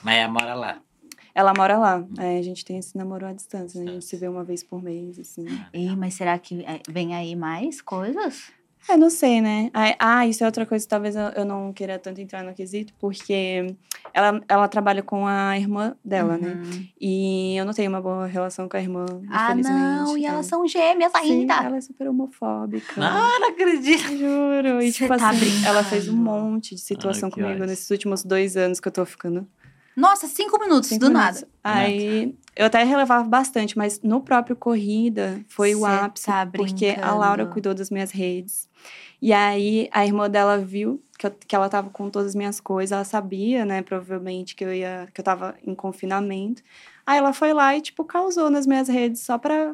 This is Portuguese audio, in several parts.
Mas ela mora lá. Ela mora lá. A gente tem esse namoro à distância, né? A gente se vê uma vez por mês, assim. Mas será que vem aí mais coisas? Não sei, né? Isso é outra coisa que talvez eu não queira tanto entrar no quesito, porque ela trabalha com a irmã dela, né? E eu não tenho uma boa relação com a irmã, infelizmente. Não, e elas são gêmeas ainda. Sim, ela é super homofóbica. Não acredito. Juro. E, tipo tá assim, brincando. ela fez um monte de situação comigo ótimo. nesses últimos 2 anos que eu tô ficando. Nossa, 5 minutos, 5 do minutos. nada. Aí, eu até relevava bastante, mas no próprio Corrida foi o ápice, porque a Laura cuidou das minhas redes. E aí, a irmã dela viu que ela tava com todas as minhas coisas, ela sabia, né, provavelmente, que eu tava em confinamento. Aí ela foi lá e, tipo, causou nas minhas redes só pra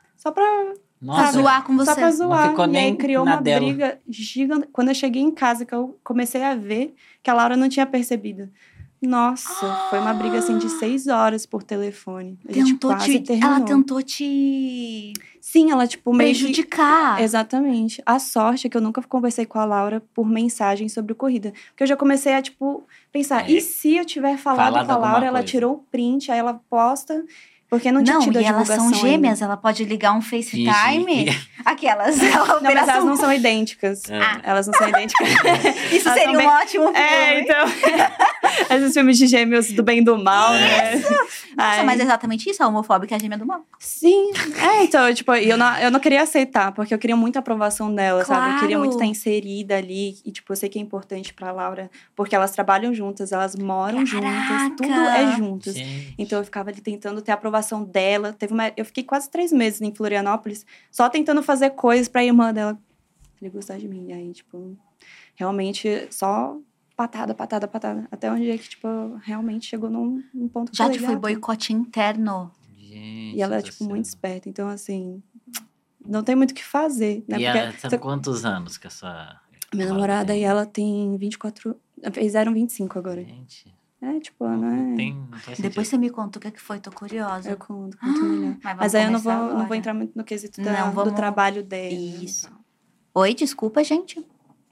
Pra zoar com você. Só pra zoar. Não ficou nem e aí criou na uma dela. briga gigante. Quando eu cheguei em casa, que eu comecei a ver que a Laura não tinha percebido. Nossa, foi uma briga, assim, de 6 horas por telefone. A gente quase terminou. Ela tentou te... Sim, ela, tipo, meio prejudicar. Exatamente. A sorte é que eu nunca conversei com a Laura por mensagem sobre o Corrida. Porque eu já comecei a, tipo, pensar, e se eu tiver falado com a Laura, ela tirou o print, aí ela posta... Porque não tinha tido a divulgação elas são gêmeas, ainda. ela pode ligar um FaceTime. Aquelas. Não, mas elas não são idênticas. Elas não são idênticas. Isso seria um ótimo filme. Então... Esses filmes de gêmeos do bem e do mal, né? Nossa, mas é exatamente isso, a homofóbica é a gêmea do mal. Sim. Então, tipo, eu não queria aceitar, porque eu queria muita aprovação dela, sabe? Eu queria muito estar inserida ali. E, tipo, eu sei que é importante pra Laura, porque elas trabalham juntas, elas moram juntas, tudo é juntas. Gente. Então, eu ficava ali tentando ter a aprovação dela. Eu fiquei quase 3 meses em Florianópolis, só tentando fazer coisas pra irmã dela gostar de mim. E aí, tipo, realmente só... patada. Até um dia que, tipo, realmente chegou num ponto que já te foi boicote interno. Gente, e ela é, tipo, muito esperta. Então, assim, não tem muito o que fazer, né? E porque ela tem quantos anos que essa... Minha namorada, e ela tem 24... Fizeram 25 agora. Gente... tipo, não é... Não faz Depois você me conta o que foi, tô curiosa. Eu conto melhor. Mas aí eu não vou entrar muito no quesito do trabalho dela. Isso. Oi, desculpa, gente.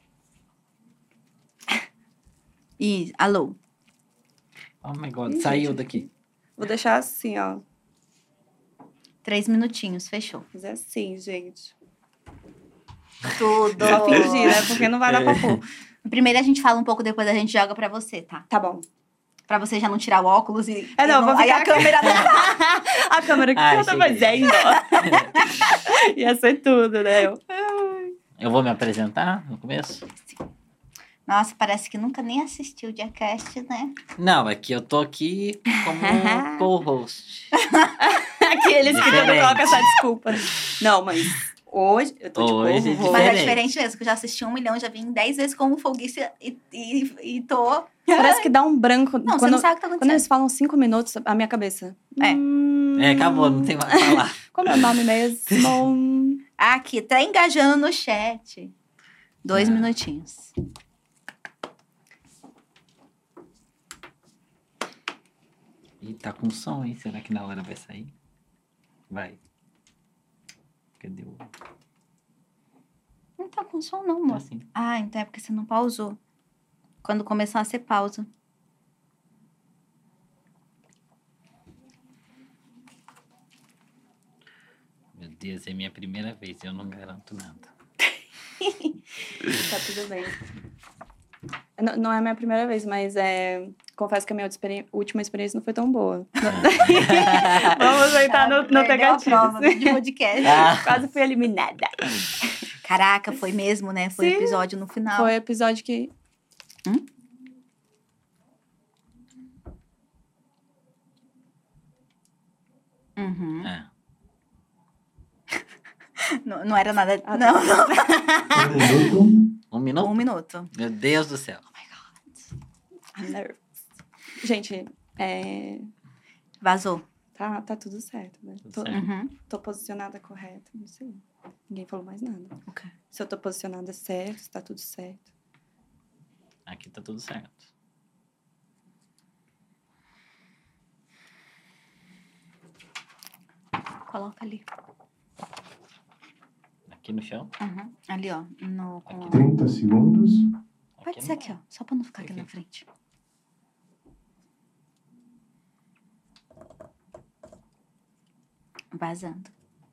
Alô? Oh my God, saiu daqui. Vou deixar assim, ó. 3 minutinhos, fechou. Mas é assim, gente. Tudo. Só fingir, né? Porque não vai dar pra pôr. Primeiro a gente fala um pouco, depois a gente joga pra você, tá? Tá bom. Pra você já não tirar o óculos e... não, vou ficar... Aí a câmera... a câmera, o que ela tá fazendo? Ia ser tudo, né? Eu vou me apresentar no começo? Sim. Nossa, parece que nunca nem assistiu o Diacast, né? Não, é que eu tô aqui como co-host. Aqueles que não colocam essa desculpa. Não, mas hoje eu tô de co-host. Mas é diferente mesmo, que eu já assisti 1 milhão, já vim 10 vezes como folguista e tô... Parece que dá um branco. Não, você não sabe o que tá acontecendo. Quando eles falam 5 minutos, a minha cabeça... acabou, não tem mais o que falar. Como é o nome mesmo? Aqui, tá engajando no chat. 2 minutinhos. Ih, tá com som, hein? Será que na hora vai sair? Vai. Cadê o... Não tá com som não, amor. Assim. Então é porque você não pausou. Quando começar, você pausa. Meu Deus, é minha primeira vez. Eu não garanto nada. Tá tudo bem. Não é a minha primeira vez, mas confesso que a minha última experiência não foi tão boa. Vamos entrar no negativo. A prova de podcast. Quase fui eliminada. Caraca, foi mesmo, né? Foi episódio no final. Foi episódio que... Uhum. Não era nada... Não. 1 minuto? 1 minuto. Meu Deus do céu. Oh my God. I'm nervous. Gente, Vazou. Tá tudo certo, né? Tô posicionada correta, não sei. Ninguém falou mais nada. Okay. Se eu tô posicionada certo, se tá tudo certo. Aqui tá tudo certo. Coloca ali. Aqui no chão? Ali, ó. 30 segundos. Pode ser aqui, ó. Só pra não ficar aqui na frente. Embasando.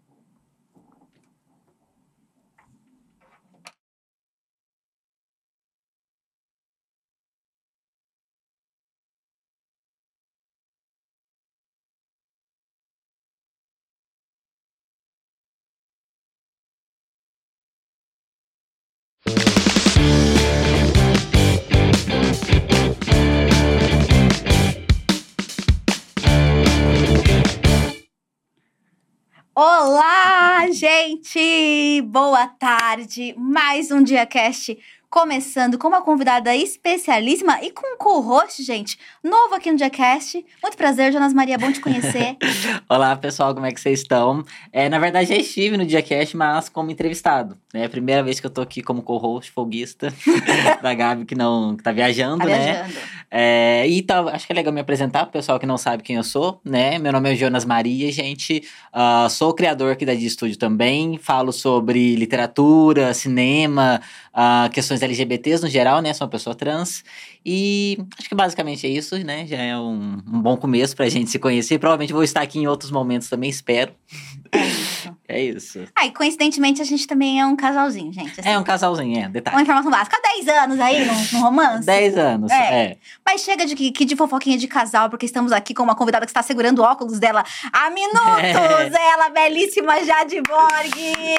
Olá, gente! Boa tarde! Mais um DiaCast começando com uma convidada especialíssima e com um co-host, gente, novo aqui no DiaCast. Muito prazer, Jonas Maria, bom te conhecer. Olá, pessoal, como é que vocês estão? Na verdade, já estive no DiaCast, mas como entrevistado. É a primeira vez que eu tô aqui como co-host folguista da Gabi, que tá viajando, né? Acho que é legal me apresentar pro pessoal que não sabe quem eu sou, né? Meu nome é Jonas Maria, gente. Sou o criador aqui da Dia Estúdio também. Falo sobre literatura, cinema, questões LGBTs no geral, né? Sou uma pessoa trans. E acho que basicamente é isso, né? Já é um bom começo pra gente se conhecer. Provavelmente vou estar aqui em outros momentos também, espero. É isso. É isso. E coincidentemente a gente também é um casalzinho, gente. Assim. É um casalzinho, detalhe. Uma informação básica. 10 anos aí no romance? 10 anos, Mas chega de fofoquinha de casal, porque estamos aqui com uma convidada que está segurando o óculos dela há minutos. Ela, belíssima Jade Borg.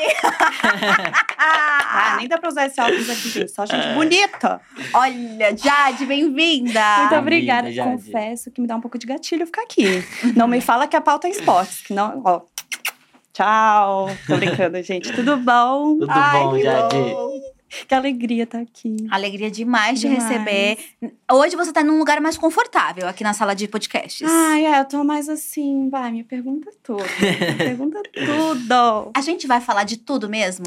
Nem dá pra usar esse óculos aqui, gente. Só gente bonita. Olha, Jade, bem-vinda. Muito obrigada. Jade. Confesso que me dá um pouco de gatilho ficar aqui. Não me fala que a pauta é esportes, que não... Ó. Tchau. Tô brincando, gente. Tudo bom? Tudo bom, Jade? Que alegria estar aqui. Alegria demais de receber. Hoje você tá num lugar mais confortável aqui na sala de podcasts. Eu tô mais assim, me pergunta tudo. Me pergunta tudo. A gente vai falar de tudo mesmo?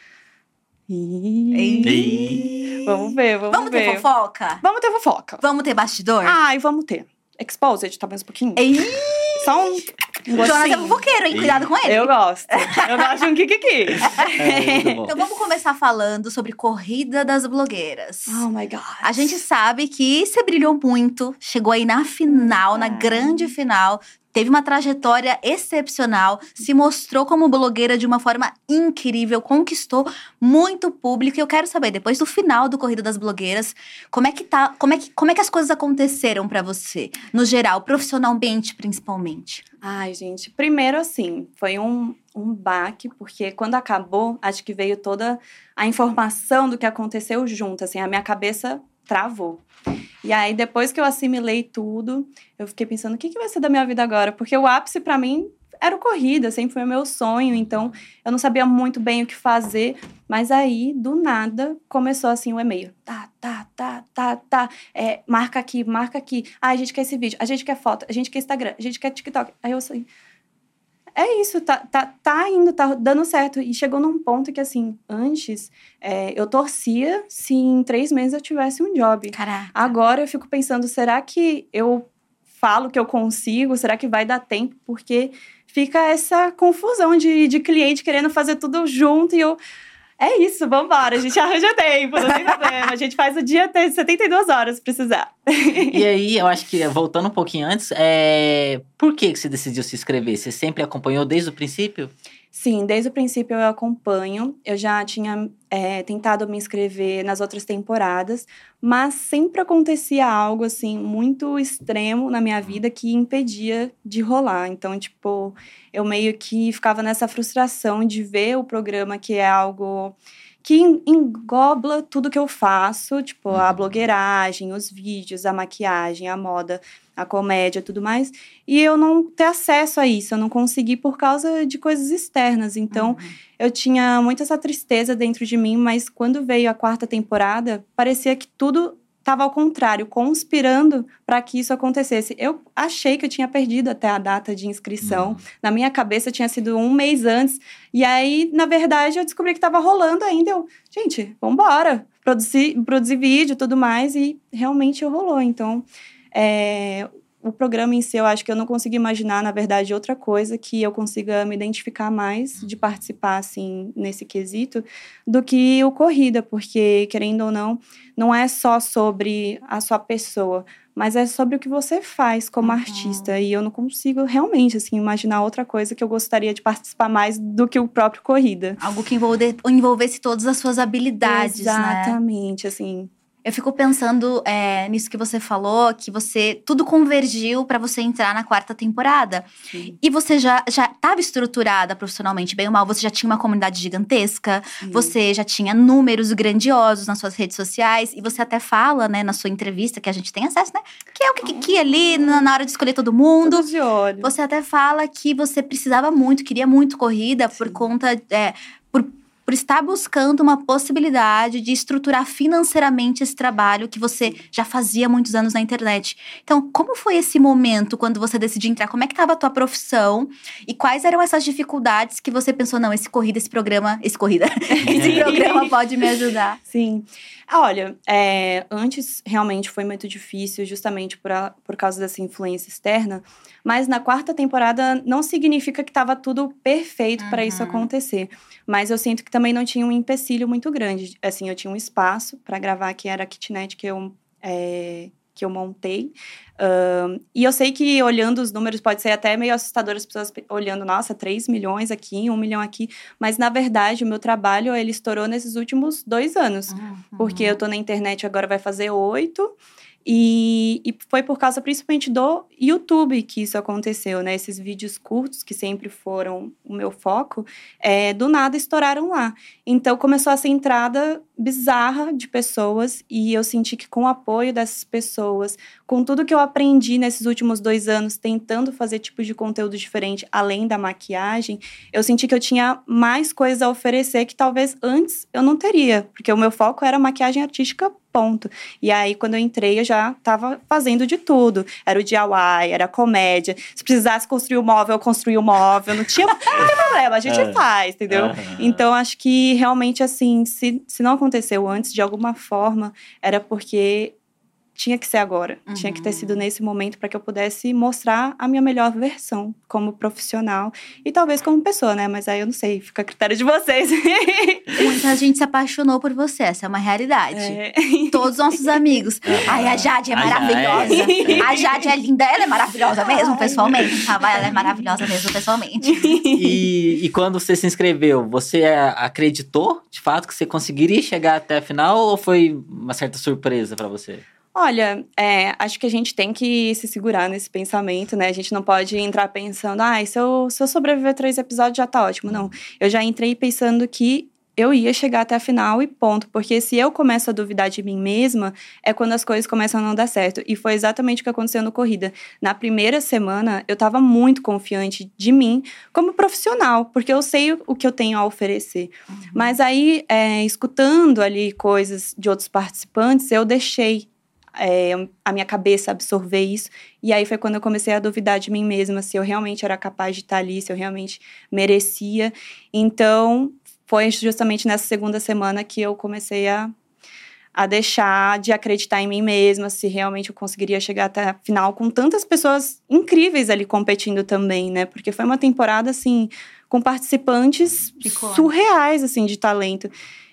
Vamos ver. Vamos ter fofoca? Vamos ter fofoca. Vamos ter bastidor? Vamos ter. Exposed, talvez um pouquinho. Só um Jonas é fofoqueiro, hein? Cuidado com ele. Eu gosto de um kikiki. Então vamos começar falando sobre Corrida das Blogueiras. Oh my God. A gente sabe que você brilhou muito, chegou aí na final, na grande final. Teve uma trajetória excepcional, se mostrou como blogueira de uma forma incrível, conquistou muito público. E eu quero saber, depois do final do Corrida das Blogueiras, como é que as coisas aconteceram pra você? No geral, profissionalmente, principalmente. Gente, primeiro assim, foi um baque, porque quando acabou, acho que veio toda a informação do que aconteceu junto, assim, a minha cabeça travou. E aí, depois que eu assimilei tudo, eu fiquei pensando, o que vai ser da minha vida agora? Porque o ápice, pra mim, era o corrida, sempre foi o meu sonho. Então, eu não sabia muito bem o que fazer. Mas aí, do nada, começou assim o e-mail. Marca aqui. A gente quer esse vídeo, a gente quer foto, a gente quer Instagram, a gente quer TikTok. Aí eu assim... É isso, tá indo, tá dando certo. E chegou num ponto que, assim, antes, eu torcia se em 3 meses eu tivesse um job. Caraca. Agora eu fico pensando, será que eu falo que eu consigo? Será que vai dar tempo? Porque fica essa confusão de cliente querendo fazer tudo junto e eu... É isso, vambora, a gente arranja tempo, não tem problema. A gente faz o dia ter 72 horas se precisar. E aí, eu acho que, voltando um pouquinho antes, por que você decidiu se inscrever? Você sempre acompanhou desde o princípio? Sim, desde o princípio eu acompanho. Eu já tinha tentado me inscrever nas outras temporadas, mas sempre acontecia algo, assim, muito extremo na minha vida que impedia de rolar. Então, tipo, eu meio que ficava nessa frustração de ver o programa, que é algo que engloba tudo que eu faço, tipo, a blogueiragem, os vídeos, a maquiagem, a moda, a comédia, tudo mais, e eu não ter acesso a isso, eu não consegui por causa de coisas externas. Então, eu tinha muito essa tristeza dentro de mim, mas quando veio a 4ª temporada, parecia que tudo estava ao contrário, conspirando para que isso acontecesse. Eu achei que eu tinha perdido até a data de inscrição. Na minha cabeça tinha sido 1 mês antes. E aí, na verdade, eu descobri que estava rolando ainda. Eu, gente, vambora. Produzir vídeo e tudo mais. E realmente rolou. Então, o programa em si, eu acho que eu não consigo imaginar, na verdade, outra coisa que eu consiga me identificar mais de participar, assim, nesse quesito, do que o corrida, porque, querendo ou não, não é só sobre a sua pessoa, mas é sobre o que você faz como artista. E eu não consigo realmente, assim, imaginar outra coisa que eu gostaria de participar mais do que o próprio corrida. Algo que envolvesse todas as suas habilidades, Exatamente, assim. Eu fico pensando nisso que você falou, que tudo convergiu para você entrar na 4ª temporada. Sim. E você já estava estruturada profissionalmente, bem ou mal. Você já tinha uma comunidade gigantesca. Sim. Você já tinha números grandiosos nas suas redes sociais. E você até fala, né, na sua entrevista, que a gente tem acesso, né? Que é o que ali, na hora de escolher todo mundo. Tudo de olho. Você até fala que você precisava muito, queria muito corrida. Sim. Por conta… por estar buscando uma possibilidade de estruturar financeiramente esse trabalho que você já fazia há muitos anos na internet. Então, como foi esse momento quando você decidiu entrar? Como é que estava a tua profissão? E quais eram essas dificuldades que você pensou, não, esse programa pode me ajudar? Sim. Olha, antes realmente foi muito difícil, justamente por causa dessa influência externa, mas na 4ª temporada não significa que estava tudo perfeito para isso acontecer. Mas eu sinto que também não tinha um empecilho muito grande. Assim, eu tinha um espaço para gravar, que era a kitnet que eu montei. E eu sei que olhando os números pode ser até meio assustador, as pessoas olhando, nossa, 3 milhões aqui, 1 milhão aqui. Mas, na verdade, o meu trabalho, ele estourou nesses últimos 2 anos. Porque eu tô na internet agora, vai fazer 8. E foi por causa, principalmente, do YouTube que isso aconteceu, né? Esses vídeos curtos, que sempre foram o meu foco, do nada estouraram lá. Então, começou essa entrada bizarra de pessoas, e eu senti que com o apoio dessas pessoas, com tudo que eu aprendi nesses últimos 2 anos, tentando fazer tipos de conteúdo diferente, além da maquiagem, eu senti que eu tinha mais coisas a oferecer que talvez antes eu não teria, porque o meu foco era maquiagem artística, ponto. E aí, quando eu entrei, eu já tava fazendo de tudo. Era o DIY, era a comédia. Se precisasse construir um móvel, eu construía um móvel. Não tinha problema, a gente faz, entendeu? Então, acho que realmente, assim, se não aconteceu antes, de alguma forma, era porque tinha que ser agora. Tinha que ter sido nesse momento para que eu pudesse mostrar a minha melhor versão como profissional e talvez como pessoa, né? Mas aí eu não sei, fica a critério de vocês. Muita gente se apaixonou por você, essa é uma realidade. Todos os nossos amigos. Ai, a Jade é maravilhosa. A Jade é linda, ela é maravilhosa mesmo, pessoalmente. Ela é maravilhosa mesmo, pessoalmente. E quando você se inscreveu, você acreditou, de fato, que você conseguiria chegar até a final ou foi uma certa surpresa para você? Olha, acho que a gente tem que se segurar nesse pensamento, né? A gente não pode entrar pensando, se eu sobreviver 3 episódios já tá ótimo. Não, eu já entrei pensando que eu ia chegar até a final e ponto. Porque se eu começo a duvidar de mim mesma, é quando as coisas começam a não dar certo. E foi exatamente o que aconteceu no Corrida. Na primeira semana, eu tava muito confiante de mim como profissional, porque eu sei o que eu tenho a oferecer. Mas aí, escutando ali coisas de outros participantes, eu deixei a minha cabeça absorver isso. E aí foi quando eu comecei a duvidar de mim mesma, se eu realmente era capaz de estar ali, se eu realmente merecia. Então, foi justamente nessa segunda semana que eu comecei a deixar de acreditar em mim mesma, se realmente eu conseguiria chegar até a final com tantas pessoas incríveis ali competindo também, né? Porque foi uma temporada, assim, com participantes surreais, assim, de talento.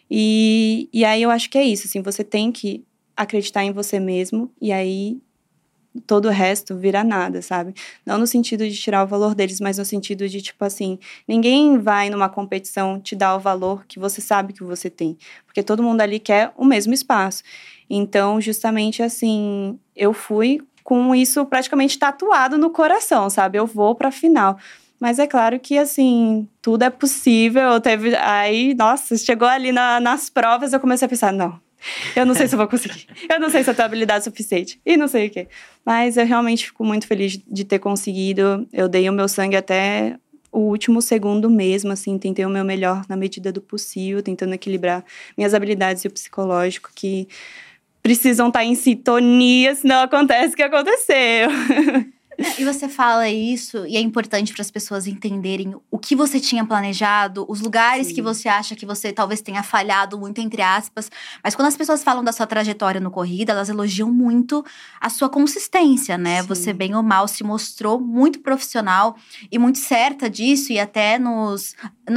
E aí eu acho que é isso, assim, você tem que acreditar em você mesmo, e aí todo o resto vira nada, sabe? Não no sentido de tirar o valor deles, mas no sentido de, tipo assim, ninguém vai numa competição te dar o valor que você sabe que você tem, porque todo mundo ali quer o mesmo espaço. Então, justamente assim, eu fui com isso praticamente tatuado no coração, sabe? Eu vou pra final. Mas é claro que, assim, tudo é possível. Aí, nossa, chegou ali nas provas, eu comecei a pensar, não, eu não sei se eu vou conseguir. Eu não sei se eu tenho habilidade suficiente. E não sei o quê. Mas eu realmente fico muito feliz de ter conseguido. Eu dei o meu sangue até o último segundo mesmo, assim. Tentei o meu melhor na medida do possível, tentando equilibrar minhas habilidades e o psicológico, que precisam estar em sintonia, senão acontece o que aconteceu. E você fala isso, e é importante para as pessoas entenderem o que você tinha planejado, os lugares que você acha que você talvez tenha falhado muito, entre aspas. Mas quando as pessoas falam da sua trajetória no corrida, elas elogiam muito a sua consistência, né? Sim. Você, bem ou mal, se mostrou muito profissional e muito certa disso, e até nos...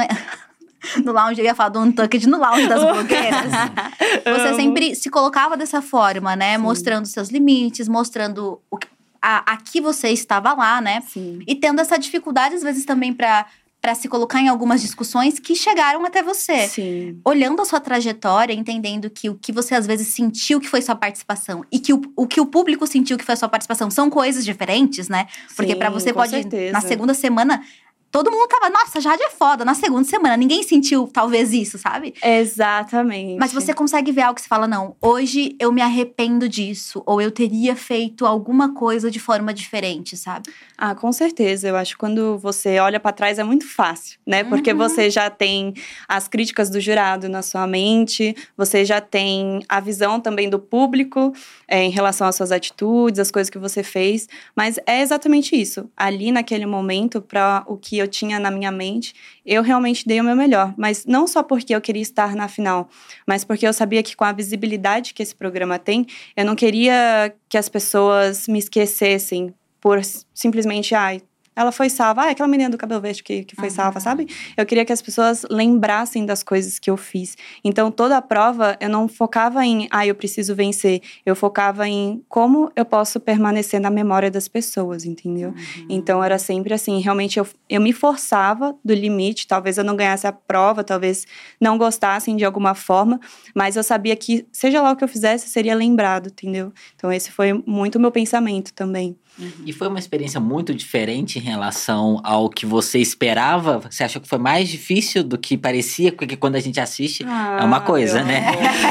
No lounge, eu ia falar do Untucked, no lounge das blogueiras. Você sempre se colocava dessa forma, né? Sim. Mostrando seus limites, mostrando aqui você estava lá, né? Sim. E tendo essa dificuldade, às vezes, também para se colocar em algumas discussões que chegaram até você. Sim. Olhando a sua trajetória, entendendo que o que você, às vezes, sentiu que foi sua participação e que o que o público sentiu que foi sua participação são coisas diferentes, né? Porque para você pode, certeza. Na segunda semana... Todo mundo tava, nossa, Jade é foda. Na segunda semana, ninguém sentiu, talvez, isso, sabe? Exatamente. Mas você consegue ver algo que você fala, não, hoje eu me arrependo disso. Ou eu teria feito alguma coisa de forma diferente, sabe? Ah, com certeza. Eu acho que quando você olha pra trás é muito fácil, né? Porque você já tem as críticas do jurado na sua mente. Você já tem a visão também do público em relação às suas atitudes, as coisas que você fez. Mas é exatamente isso. Ali, naquele momento, pra o que eu tinha na minha mente, eu realmente dei o meu melhor. Mas não só porque eu queria estar na final, mas porque eu sabia que com a visibilidade que esse programa tem, eu não queria que as pessoas me esquecessem por simplesmente, ela foi salva. Aquela menina do cabelo verde que foi salva, sabe? Eu queria que as pessoas lembrassem das coisas que eu fiz. Então, toda a prova, eu não focava em, eu preciso vencer. Eu focava em como eu posso permanecer na memória das pessoas, entendeu? Então, era sempre assim, realmente eu me forçava do limite. Talvez eu não ganhasse a prova, talvez não gostassem de alguma forma, mas eu sabia que, seja lá o que eu fizesse, seria lembrado, entendeu? Então, esse foi muito o meu pensamento também. E foi uma experiência muito diferente em relação ao que você esperava? Você achou que foi mais difícil do que parecia? Porque quando a gente assiste, é uma coisa, né?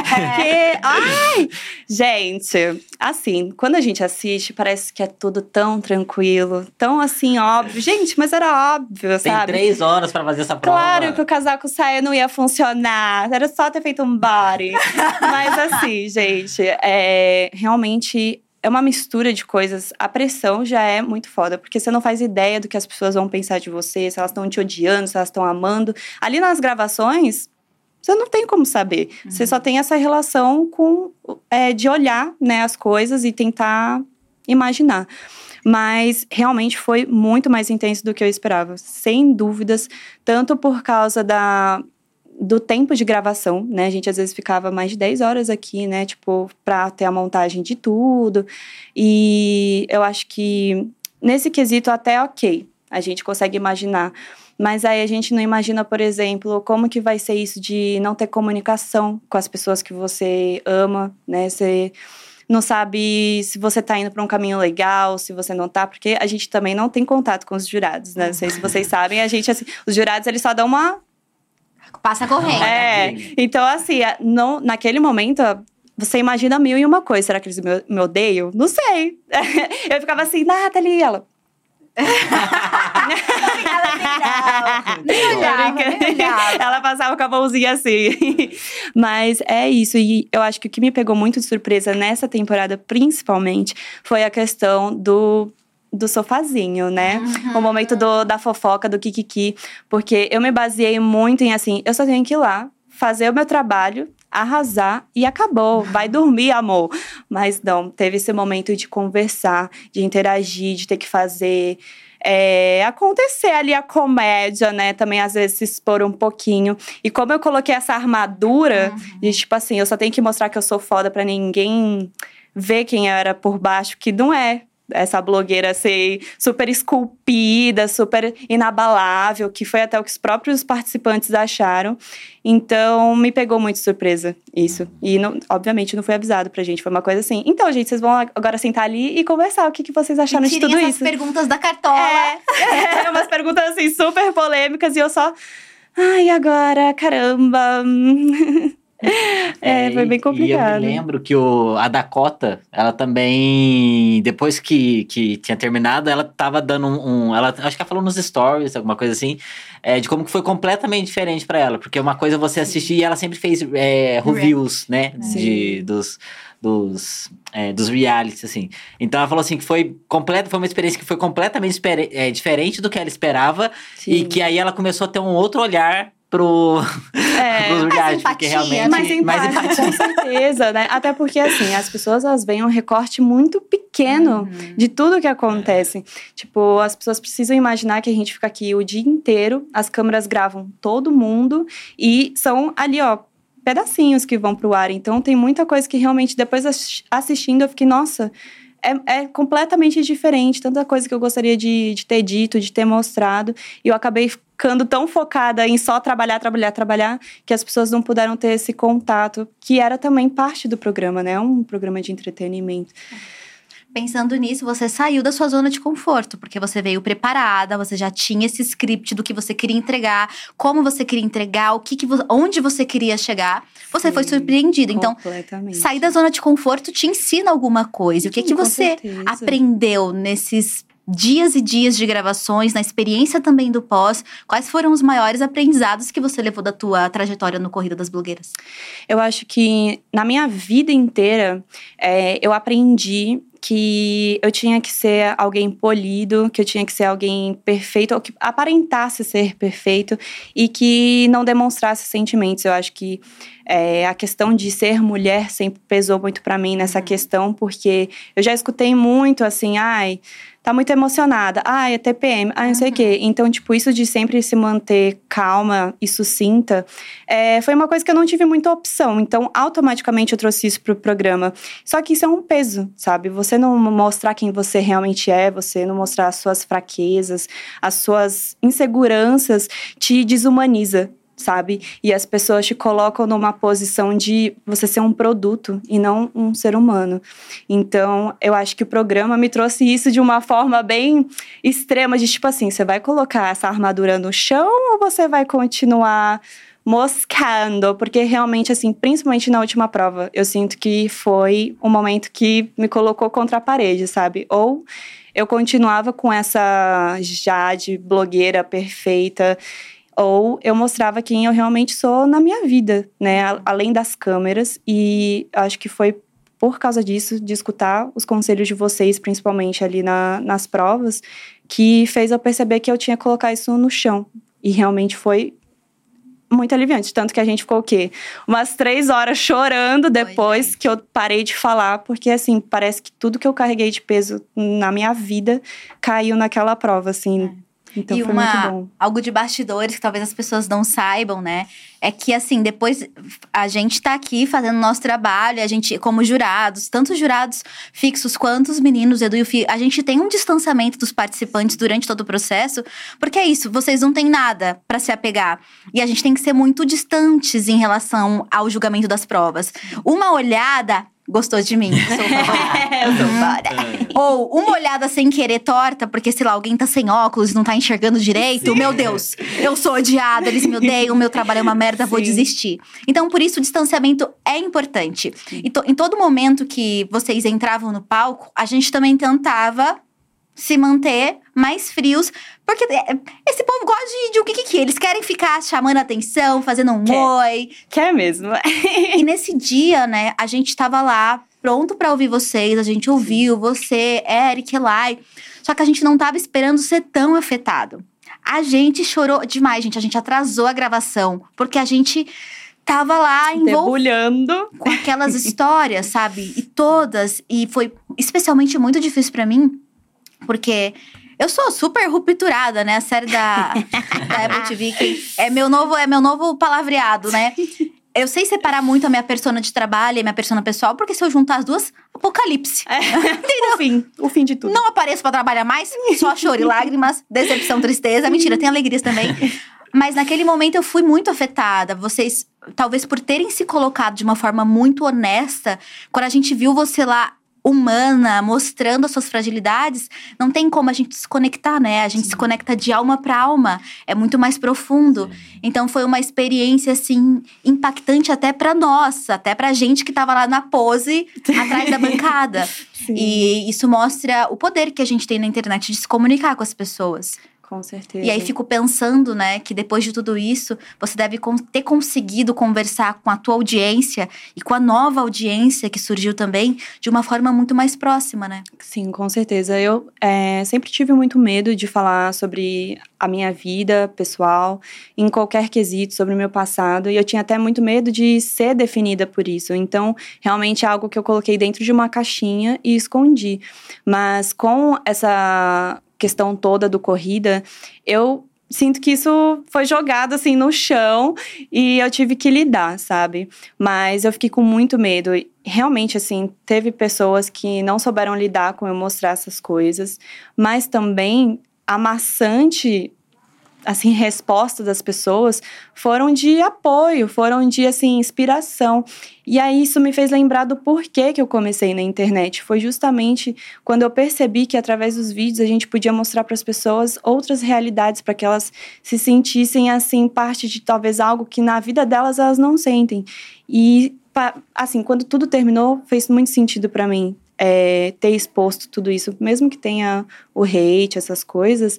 Gente, assim, quando a gente assiste, parece que é tudo tão tranquilo, tão assim, óbvio. Gente, mas era óbvio, sabe? Tem 3 horas pra fazer essa prova. Claro que o casaco saia não ia funcionar, era só ter feito um body. Mas assim, gente, realmente... É uma mistura de coisas. A pressão já é muito foda, porque você não faz ideia do que as pessoas vão pensar de você, se elas estão te odiando, se elas estão amando. Ali nas gravações, você não tem como saber. Você só tem essa relação de olhar, né, as coisas e tentar imaginar. Mas realmente foi muito mais intenso do que eu esperava, sem dúvidas. Tanto por causa do tempo de gravação, né? A gente às vezes ficava mais de 10 horas aqui, né? Tipo, pra ter a montagem de tudo. E eu acho que nesse quesito até ok, a gente consegue imaginar. Mas aí a gente não imagina, por exemplo, como que vai ser isso de não ter comunicação com as pessoas que você ama, né? Você não sabe se você tá indo pra um caminho legal, se você não tá, porque a gente também não tem contato com os jurados, né? Não sei se vocês sabem, a gente, assim, os jurados, eles só dão passa correndo. Então assim, naquele momento, você imagina 1001 coisa. Será que eles me odeiam? Não sei. Eu ficava assim, Nathalie, ela... Nem olhava. Ela passava com a mãozinha assim. Mas é isso. E eu acho que o que me pegou muito de surpresa nessa temporada, principalmente, foi a questão do sofazinho, né? O momento da fofoca, do kikiki. Porque eu me baseei muito em assim, eu só tenho que ir lá, fazer o meu trabalho, arrasar e acabou. Vai dormir, amor. Mas não, teve esse momento de conversar, de interagir, de ter que fazer... acontecer ali a comédia, né? Também, às vezes, se expor um pouquinho. E como eu coloquei essa armadura, de tipo assim, eu só tenho que mostrar que eu sou foda pra ninguém ver quem eu era por baixo, que não é essa blogueira ser super esculpida, super inabalável, que foi até o que os próprios participantes acharam. Então, me pegou muito de surpresa isso. E, obviamente, não foi avisado pra gente. Foi uma coisa assim, então, gente, vocês vão agora sentar ali e conversar. O que vocês acharam de tudo isso? Perguntas da cartola. Umas perguntas, assim, super polêmicas. E eu só... Ai, agora, caramba... Foi bem complicado. E eu me lembro que a Dakota, ela também, depois que tinha terminado, ela tava dando acho que ela falou nos stories, alguma coisa assim, de como que foi completamente diferente pra ela. Porque uma coisa você assistir, e ela sempre fez reviews, né? Dos realities, assim. Então ela falou assim que foi uma experiência que foi completamente diferente do que ela esperava. Sim. E que aí ela começou a ter um outro olhar pros realities, porque realmente mais empatia, com certeza, né? Até porque, assim, as pessoas, elas veem um recorte muito pequeno de tudo que acontece. Tipo, as pessoas precisam imaginar que a gente fica aqui o dia inteiro, as câmeras gravam todo mundo e são ali, ó, pedacinhos que vão pro ar. Então, tem muita coisa que realmente, depois assistindo, eu fiquei, nossa, é completamente diferente. Tanta coisa que eu gostaria de ter dito, de ter mostrado. E eu acabei ficando tão focada em só trabalhar, que as pessoas não puderam ter esse contato, que era também parte do programa, né? Um programa de entretenimento. Pensando nisso, você saiu da sua zona de conforto, porque você veio preparada, você já tinha esse script do que você queria entregar, como você queria entregar, onde você queria chegar. Você foi surpreendida. Então, sair da zona de conforto te ensina alguma coisa. O que você aprendeu nesses dias e dias de gravações, na experiência também do pós? Quais foram os maiores aprendizados que você levou da tua trajetória no Corrida das Blogueiras? Eu acho que na minha vida inteira, eu aprendi que eu tinha que ser alguém polido, que eu tinha que ser alguém perfeito, ou que aparentasse ser perfeito e que não demonstrasse sentimentos. Eu acho que a questão de ser mulher sempre pesou muito pra mim nessa questão, porque eu já escutei muito assim, tá muito emocionada, é TPM, não sei o quê. Então, tipo, isso de sempre se manter calma e sucinta, foi uma coisa que eu não tive muita opção. Então, automaticamente eu trouxe isso pro programa. Só que isso é um peso, sabe? Você não mostrar quem você realmente é, você não mostrar as suas fraquezas, as suas inseguranças, te desumaniza, sabe? E as pessoas te colocam numa posição de você ser um produto e não um ser humano. Então, eu acho que o programa me trouxe isso de uma forma bem extrema, de tipo assim, você vai colocar essa armadura no chão ou você vai continuar moscando? Porque realmente, assim, principalmente na última prova, eu sinto que foi um momento que me colocou contra a parede, sabe? Ou eu continuava com essa Jade blogueira perfeita, ou eu mostrava quem eu realmente sou na minha vida, né? Além das câmeras. E acho que foi por causa disso, de escutar os conselhos de vocês, principalmente ali nas provas, que fez eu perceber que eu tinha que colocar isso no chão. E realmente foi muito aliviante. Tanto que a gente ficou o quê? Umas 3 horas chorando depois que eu parei de falar. Porque, assim, parece que tudo que eu carreguei de peso na minha vida caiu naquela prova, assim. Então foi muito bom. Algo de bastidores que talvez as pessoas não saibam, né? É que, assim, depois a gente tá aqui fazendo o nosso trabalho, a gente, como jurados, tanto os jurados fixos quanto os meninos, Edu e o Fih, a gente tem um distanciamento dos participantes durante todo o processo, porque é isso, vocês não têm nada pra se apegar. E a gente tem que ser muito distantes em relação ao julgamento das provas. Uma olhada. Gostou de mim? Eu sou fora. Ou uma olhada sem querer torta, porque, sei lá, alguém tá sem óculos e não tá enxergando direito. Sim. Meu Deus, eu sou odiada, eles me odeiam, meu trabalho é uma merda, vou desistir. Então, por isso, o distanciamento é importante. E em todo momento que vocês entravam no palco, a gente também tentava se manter mais frios, porque esse povo gosta de o que eles querem ficar chamando atenção, fazendo um oi. Quer mesmo. E nesse dia, né, a gente tava lá, pronto pra ouvir vocês, a gente ouviu você, Eric, Elai, só que a gente não tava esperando ser tão afetado. A gente chorou demais, gente, a gente atrasou a gravação, porque a gente tava lá debulhando com aquelas histórias, sabe? E foi especialmente muito difícil pra mim, porque eu sou super rupturada, né? A série da Apple TV, que é meu novo palavreado, né? Eu sei separar muito a minha persona de trabalho e a minha persona pessoal, porque se eu juntar as duas, apocalipse. O fim de tudo. Não apareço pra trabalhar mais, só choro e lágrimas, decepção, tristeza. Mentira, tem alegrias também. Mas naquele momento eu fui muito afetada. Vocês, talvez por terem se colocado de uma forma muito honesta, quando a gente viu você lá humana, mostrando as suas fragilidades, não tem como a gente se conectar, né? A gente se conecta de alma para alma, é muito mais profundo. Então foi uma experiência, assim, impactante até para nós, até pra gente que tava lá na pose, atrás da bancada. E isso mostra o poder que a gente tem na internet de se comunicar com as pessoas. Com certeza. E aí fico pensando, né, que depois de tudo isso, você deve ter conseguido conversar com a tua audiência e com a nova audiência que surgiu também de uma forma muito mais próxima, né? Sim, com certeza. Eu sempre tive muito medo de falar sobre a minha vida pessoal, em qualquer quesito, sobre o meu passado. E eu tinha até muito medo de ser definida por isso. Então, realmente é algo que eu coloquei dentro de uma caixinha e escondi. Mas com essa questão toda do corrida, eu sinto que isso foi jogado assim no chão e eu tive que lidar, sabe? Mas eu fiquei com muito medo. Realmente, assim, teve pessoas que não souberam lidar com eu mostrar essas coisas, mas também a maçante, assim, resposta das pessoas foram de apoio, foram de, assim, inspiração. E aí isso me fez lembrar do porquê que eu comecei na internet. Foi justamente quando eu percebi que através dos vídeos a gente podia mostrar para as pessoas outras realidades, para que elas se sentissem, assim, parte de talvez algo que na vida delas elas não sentem. E, assim, quando tudo terminou, fez muito sentido para mim. Ter exposto tudo isso, mesmo que tenha o hate, essas coisas,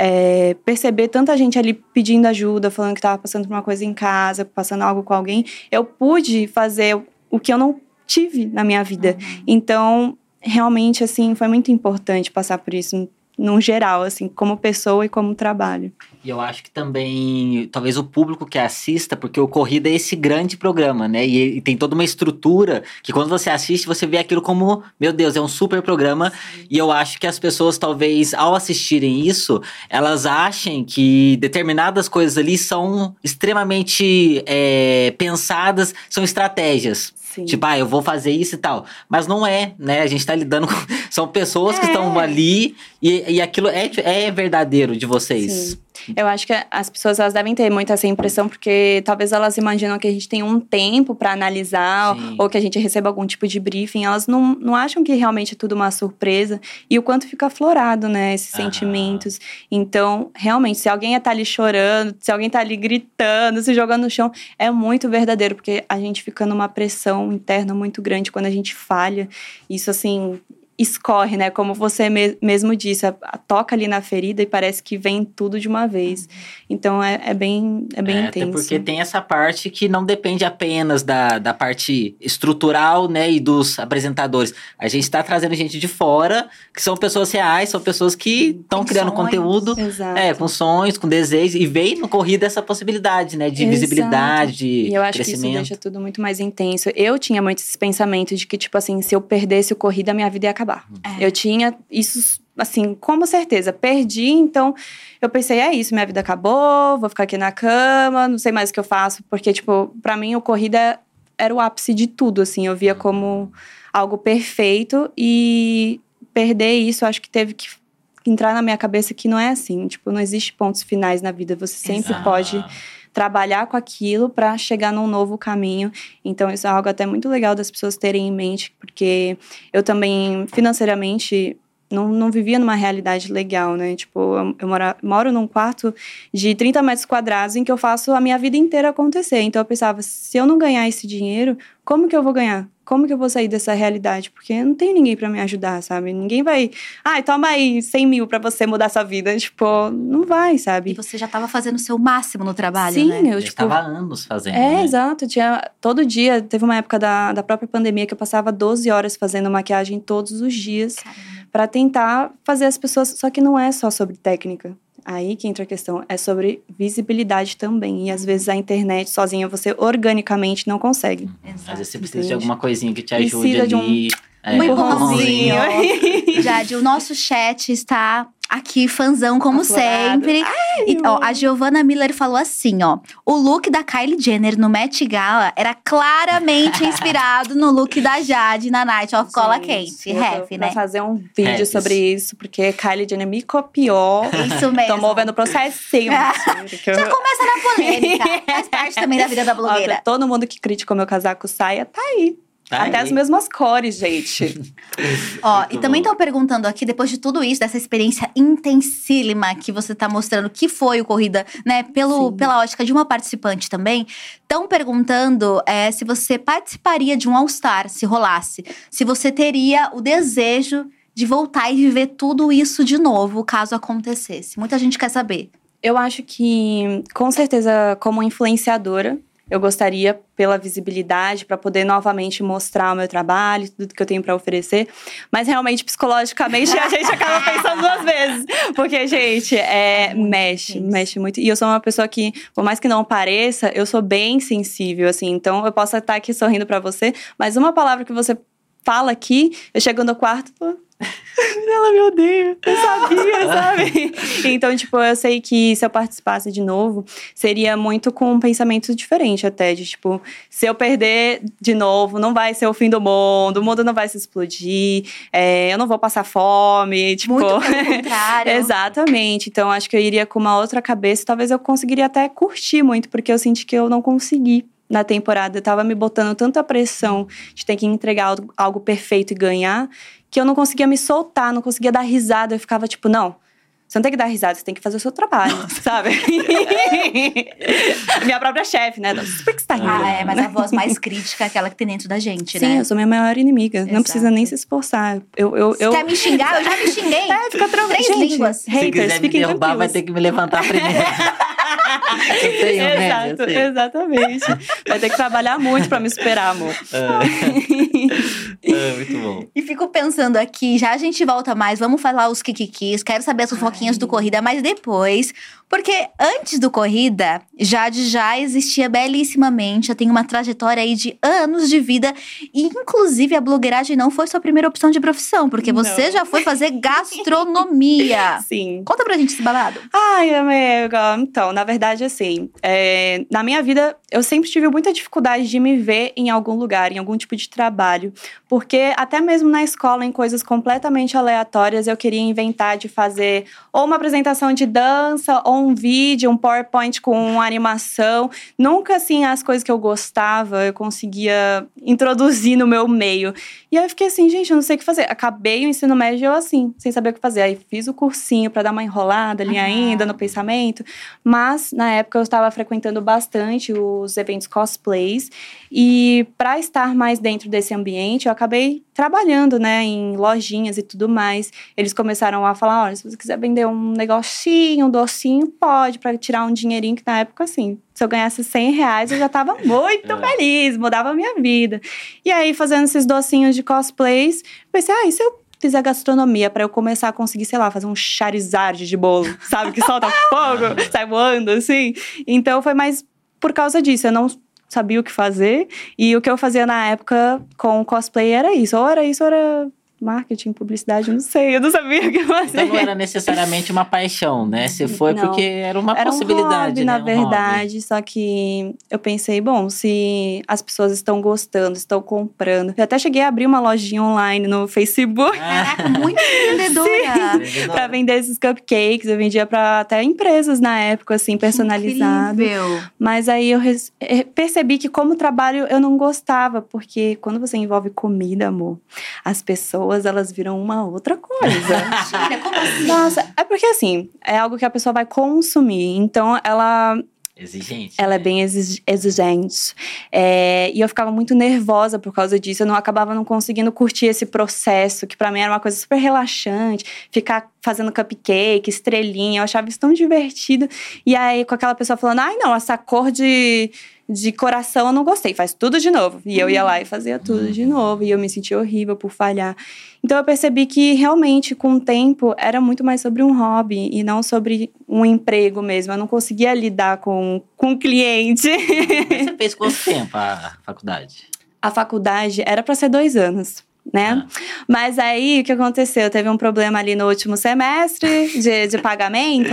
perceber tanta gente ali pedindo ajuda, falando que estava passando por uma coisa em casa, passando algo com alguém, eu pude fazer o que eu não tive na minha vida. Então, realmente, assim, foi muito importante passar por isso, num geral, assim, como pessoa e como trabalho. E eu acho que também, talvez o público que assista, porque o Corrida é esse grande programa, né? E tem toda uma estrutura que quando você assiste, você vê aquilo como, meu Deus, é um super programa. Sim. E eu acho que as pessoas, talvez, ao assistirem isso, elas achem que determinadas coisas ali são extremamente pensadas, são estratégias. Sim. Tipo, eu vou fazer isso e tal. Mas não é, né? A gente tá lidando com... São pessoas que estão ali e aquilo é verdadeiro de vocês. Sim. Eu acho que as pessoas elas devem ter muito essa impressão, porque talvez elas imaginam que a gente tem um tempo para analisar, ou que a gente receba algum tipo de briefing. Elas não acham que realmente é tudo uma surpresa e o quanto fica aflorado, né, esses sentimentos. Então, realmente, se alguém tá ali chorando, se alguém tá ali gritando, se jogando no chão, é muito verdadeiro, porque a gente fica numa pressão interna muito grande quando a gente falha. Isso, assim, escorre, né? Como você mesmo disse, toca ali na ferida e parece que vem tudo de uma vez. Então, é bem intenso. Até porque tem essa parte que não depende apenas da parte estrutural, né? E dos apresentadores. A gente está trazendo gente de fora, que são pessoas reais, são pessoas que estão criando conteúdo. Com sonhos, com desejos. E vem no Corrida essa possibilidade, né? De visibilidade, de crescimento. E eu acho que isso deixa tudo muito mais intenso. Eu tinha muito esse pensamento de que, tipo assim, se eu perdesse o Corrida, minha vida ia acabar. Eu tinha isso, assim, com certeza. Perdi, então eu pensei, é isso, minha vida acabou, vou ficar aqui na cama, não sei mais o que eu faço. Porque, tipo, pra mim, o Corrida era o ápice de tudo, assim. Eu via como algo perfeito e perder isso, acho que teve que entrar na minha cabeça que não é assim. Tipo, não existe pontos finais na vida. Você sempre pode trabalhar com aquilo para chegar num novo caminho. Então, isso é algo até muito legal das pessoas terem em mente, porque eu também, financeiramente, não vivia numa realidade legal, né? Tipo, eu moro num quarto de 30 metros quadrados em que eu faço a minha vida inteira acontecer. Então, eu pensava, se eu não ganhar esse dinheiro, como que eu vou ganhar? Como que eu vou sair dessa realidade? Porque não tem ninguém pra me ajudar, sabe? Ninguém vai... toma aí 100 mil pra você mudar sua vida. Tipo, não vai, sabe? E você já tava fazendo o seu máximo no trabalho, Sim, né? eu estava há anos fazendo, né? Exato. Todo dia, teve uma época da própria pandemia que eu passava 12 horas fazendo maquiagem todos os dias. Pra tentar fazer as pessoas... Só que não é só sobre técnica. Aí que entra a questão, é sobre visibilidade também. E às vezes a internet sozinha, você organicamente não consegue. Às vezes você precisa de alguma coisinha que te ajude ali. Um empurrãozinho. Jade, o nosso chat está aqui, fãzão, como sempre. E, a Giovanna Miller falou assim, o look da Kylie Jenner no Met Gala era claramente inspirado no look da Jade na Night of Cola Quente. Ref, né? Vou fazer um vídeo sobre isso, porque Kylie Jenner me copiou. Isso mesmo. Tô movendo o processinho. Já começa na polêmica. Faz parte também da vida da blogueira. Todo mundo que criticou meu casaco saia, tá aí. Até as mesmas cores, gente. Ó, e também estão perguntando aqui, depois de tudo isso, dessa experiência intensílima que você tá mostrando, que foi o Corrida, né? Pela ótica de uma participante também. Estão perguntando se você participaria de um All-Star, se rolasse. Se você teria o desejo de voltar e viver tudo isso de novo, caso acontecesse. Muita gente quer saber. Eu acho que, com certeza, como influenciadora, eu gostaria, pela visibilidade, para poder novamente mostrar o meu trabalho, tudo que eu tenho para oferecer. Mas realmente, psicologicamente, a gente acaba pensando 2 vezes. Porque, gente, mexe muito. E eu sou uma pessoa que, por mais que não pareça, eu sou bem sensível, assim. Então, eu posso estar aqui sorrindo para você, mas uma palavra que você fala aqui, eu chego no quarto, ela me odeia, eu sabia, sabe? Então, tipo, eu sei que se eu participasse de novo, seria muito com um pensamento diferente até, de tipo, se eu perder de novo, não vai ser o fim do mundo, o mundo não vai se explodir, eu não vou passar fome, tipo… Muito pelo contrário. Exatamente, então acho que eu iria com uma outra cabeça, talvez eu conseguiria até curtir muito, porque eu senti que eu não consegui. Na temporada, eu tava me botando tanta pressão de ter que entregar algo perfeito e ganhar, que eu não conseguia me soltar, não conseguia dar risada. Eu ficava tipo, não, você não tem que dar risada, você tem que fazer o seu trabalho, sabe? Minha própria chefe, né? Por que você tá rindo? Mas a voz mais crítica é aquela que tem dentro da gente, né? Sim, eu sou minha maior inimiga. Exato. Não precisa nem se esforçar. Você quer me xingar? Eu já me xinguei. Fica tranquilo. 3 línguas. Se quiser me derrubar, vai ter que me levantar primeiro. Exatamente. Vai ter que trabalhar muito pra me esperar, amor. Muito bom. E fico pensando aqui, já a gente volta mais, vamos falar os kikikis, quero saber as fofoquinhas do Corrida, mas depois… Porque antes do Corrida, Jade já existia belíssimamente, já tem uma trajetória aí de anos de vida. E, inclusive, a blogueiragem não foi sua primeira opção de profissão, porque você já foi fazer gastronomia. Sim. Conta pra gente esse babado. Ai, amiga. Então, na verdade, assim, na minha vida, eu sempre tive muita dificuldade de me ver em algum lugar, em algum tipo de trabalho. Porque até mesmo na escola, em coisas completamente aleatórias, eu queria inventar de fazer ou uma apresentação de dança, ou um vídeo, um PowerPoint com animação. Nunca, assim, as coisas que eu gostava, eu conseguia introduzir no meu meio. E aí eu fiquei assim, gente, eu não sei o que fazer. Acabei o ensino médio, eu assim, sem saber o que fazer. Aí fiz o cursinho pra dar uma enrolada ali ainda no pensamento. Mas, na época, eu estava frequentando bastante os eventos cosplays. E pra estar mais dentro desse ambiente, eu acabei trabalhando, né, em lojinhas e tudo mais. Eles começaram a falar, olha, se você quiser vender um negocinho, um docinho, pode, pra tirar um dinheirinho, que na época, assim, se eu ganhasse R$100, eu já tava muito feliz, mudava a minha vida. E aí, fazendo esses docinhos de cosplays, pensei, e se eu fizer gastronomia pra eu começar a conseguir, sei lá, fazer um Charizard de bolo, sabe, que solta fogo, sai voando, assim. Então, foi mais por causa disso, eu não sabia o que fazer, e o que eu fazia na época com cosplay era isso, ou era marketing, publicidade, não sei, eu não sabia o que fazer. Então não era necessariamente uma paixão, né? Você foi porque era uma possibilidade, um hobby, né? Na verdade, só que eu pensei, bom, se as pessoas estão gostando, estão comprando. Eu até cheguei a abrir uma lojinha online no Facebook. Caraca, muito empreendedora. Pra vender esses cupcakes, eu vendia pra até empresas na época, assim, personalizado. Incrível. Mas aí eu percebi que como trabalho eu não gostava, porque quando você envolve comida, amor, as pessoas, elas viram uma outra coisa. Mentira, como assim? Nossa, é porque assim, é algo que a pessoa vai consumir. Então, ela Exigente. Ela é bem exigente. E eu ficava muito nervosa por causa disso. Eu acabava não conseguindo curtir esse processo, que pra mim era uma coisa super relaxante. Ficar fazendo cupcake, estrelinha. Eu achava isso tão divertido. E aí, com aquela pessoa falando, ai não, essa cor de coração eu não gostei, faz tudo de novo. E eu ia lá e fazia tudo de novo. E eu me sentia horrível por falhar. Então eu percebi que realmente, com o tempo, era muito mais sobre um hobby e não sobre um emprego mesmo. Eu não conseguia lidar com o cliente. Você fez quanto tempo a faculdade? A faculdade era para ser 2 anos. Né? Mas aí, o que aconteceu? Teve um problema ali no último semestre de pagamento.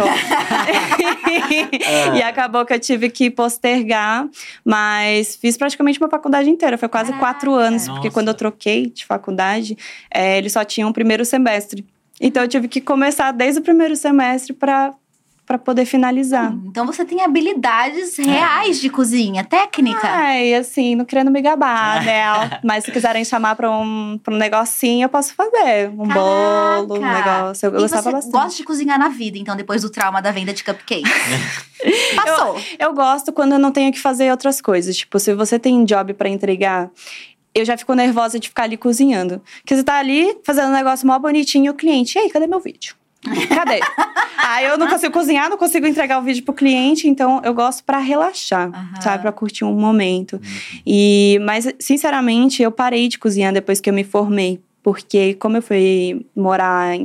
E acabou que eu tive que postergar. Mas fiz praticamente uma faculdade inteira. Foi quase 4 anos. Porque quando eu troquei de faculdade, eles só tinham o primeiro semestre. Então, eu tive que começar desde o primeiro semestre para para poder finalizar. Então você tem habilidades reais de cozinha, técnica. Ai, assim, não querendo me gabar, né? Mas se quiserem chamar pra um negocinho, eu posso fazer. Um bolo, um negócio. Eu gostava bastante. Você gosta de cozinhar na vida, então, depois do trauma da venda de cupcakes? Passou. Eu gosto quando eu não tenho que fazer outras coisas. Tipo, se você tem job pra entregar, eu já fico nervosa de ficar ali cozinhando. Porque você tá ali fazendo um negócio mó bonitinho e o cliente, e aí, cadê meu vídeo? Cadê? Aí eu não consigo cozinhar, não consigo entregar o vídeo pro cliente, então eu gosto pra relaxar, sabe? Pra curtir um momento. Mas, sinceramente, eu parei de cozinhar depois que eu me formei. Porque como eu fui morar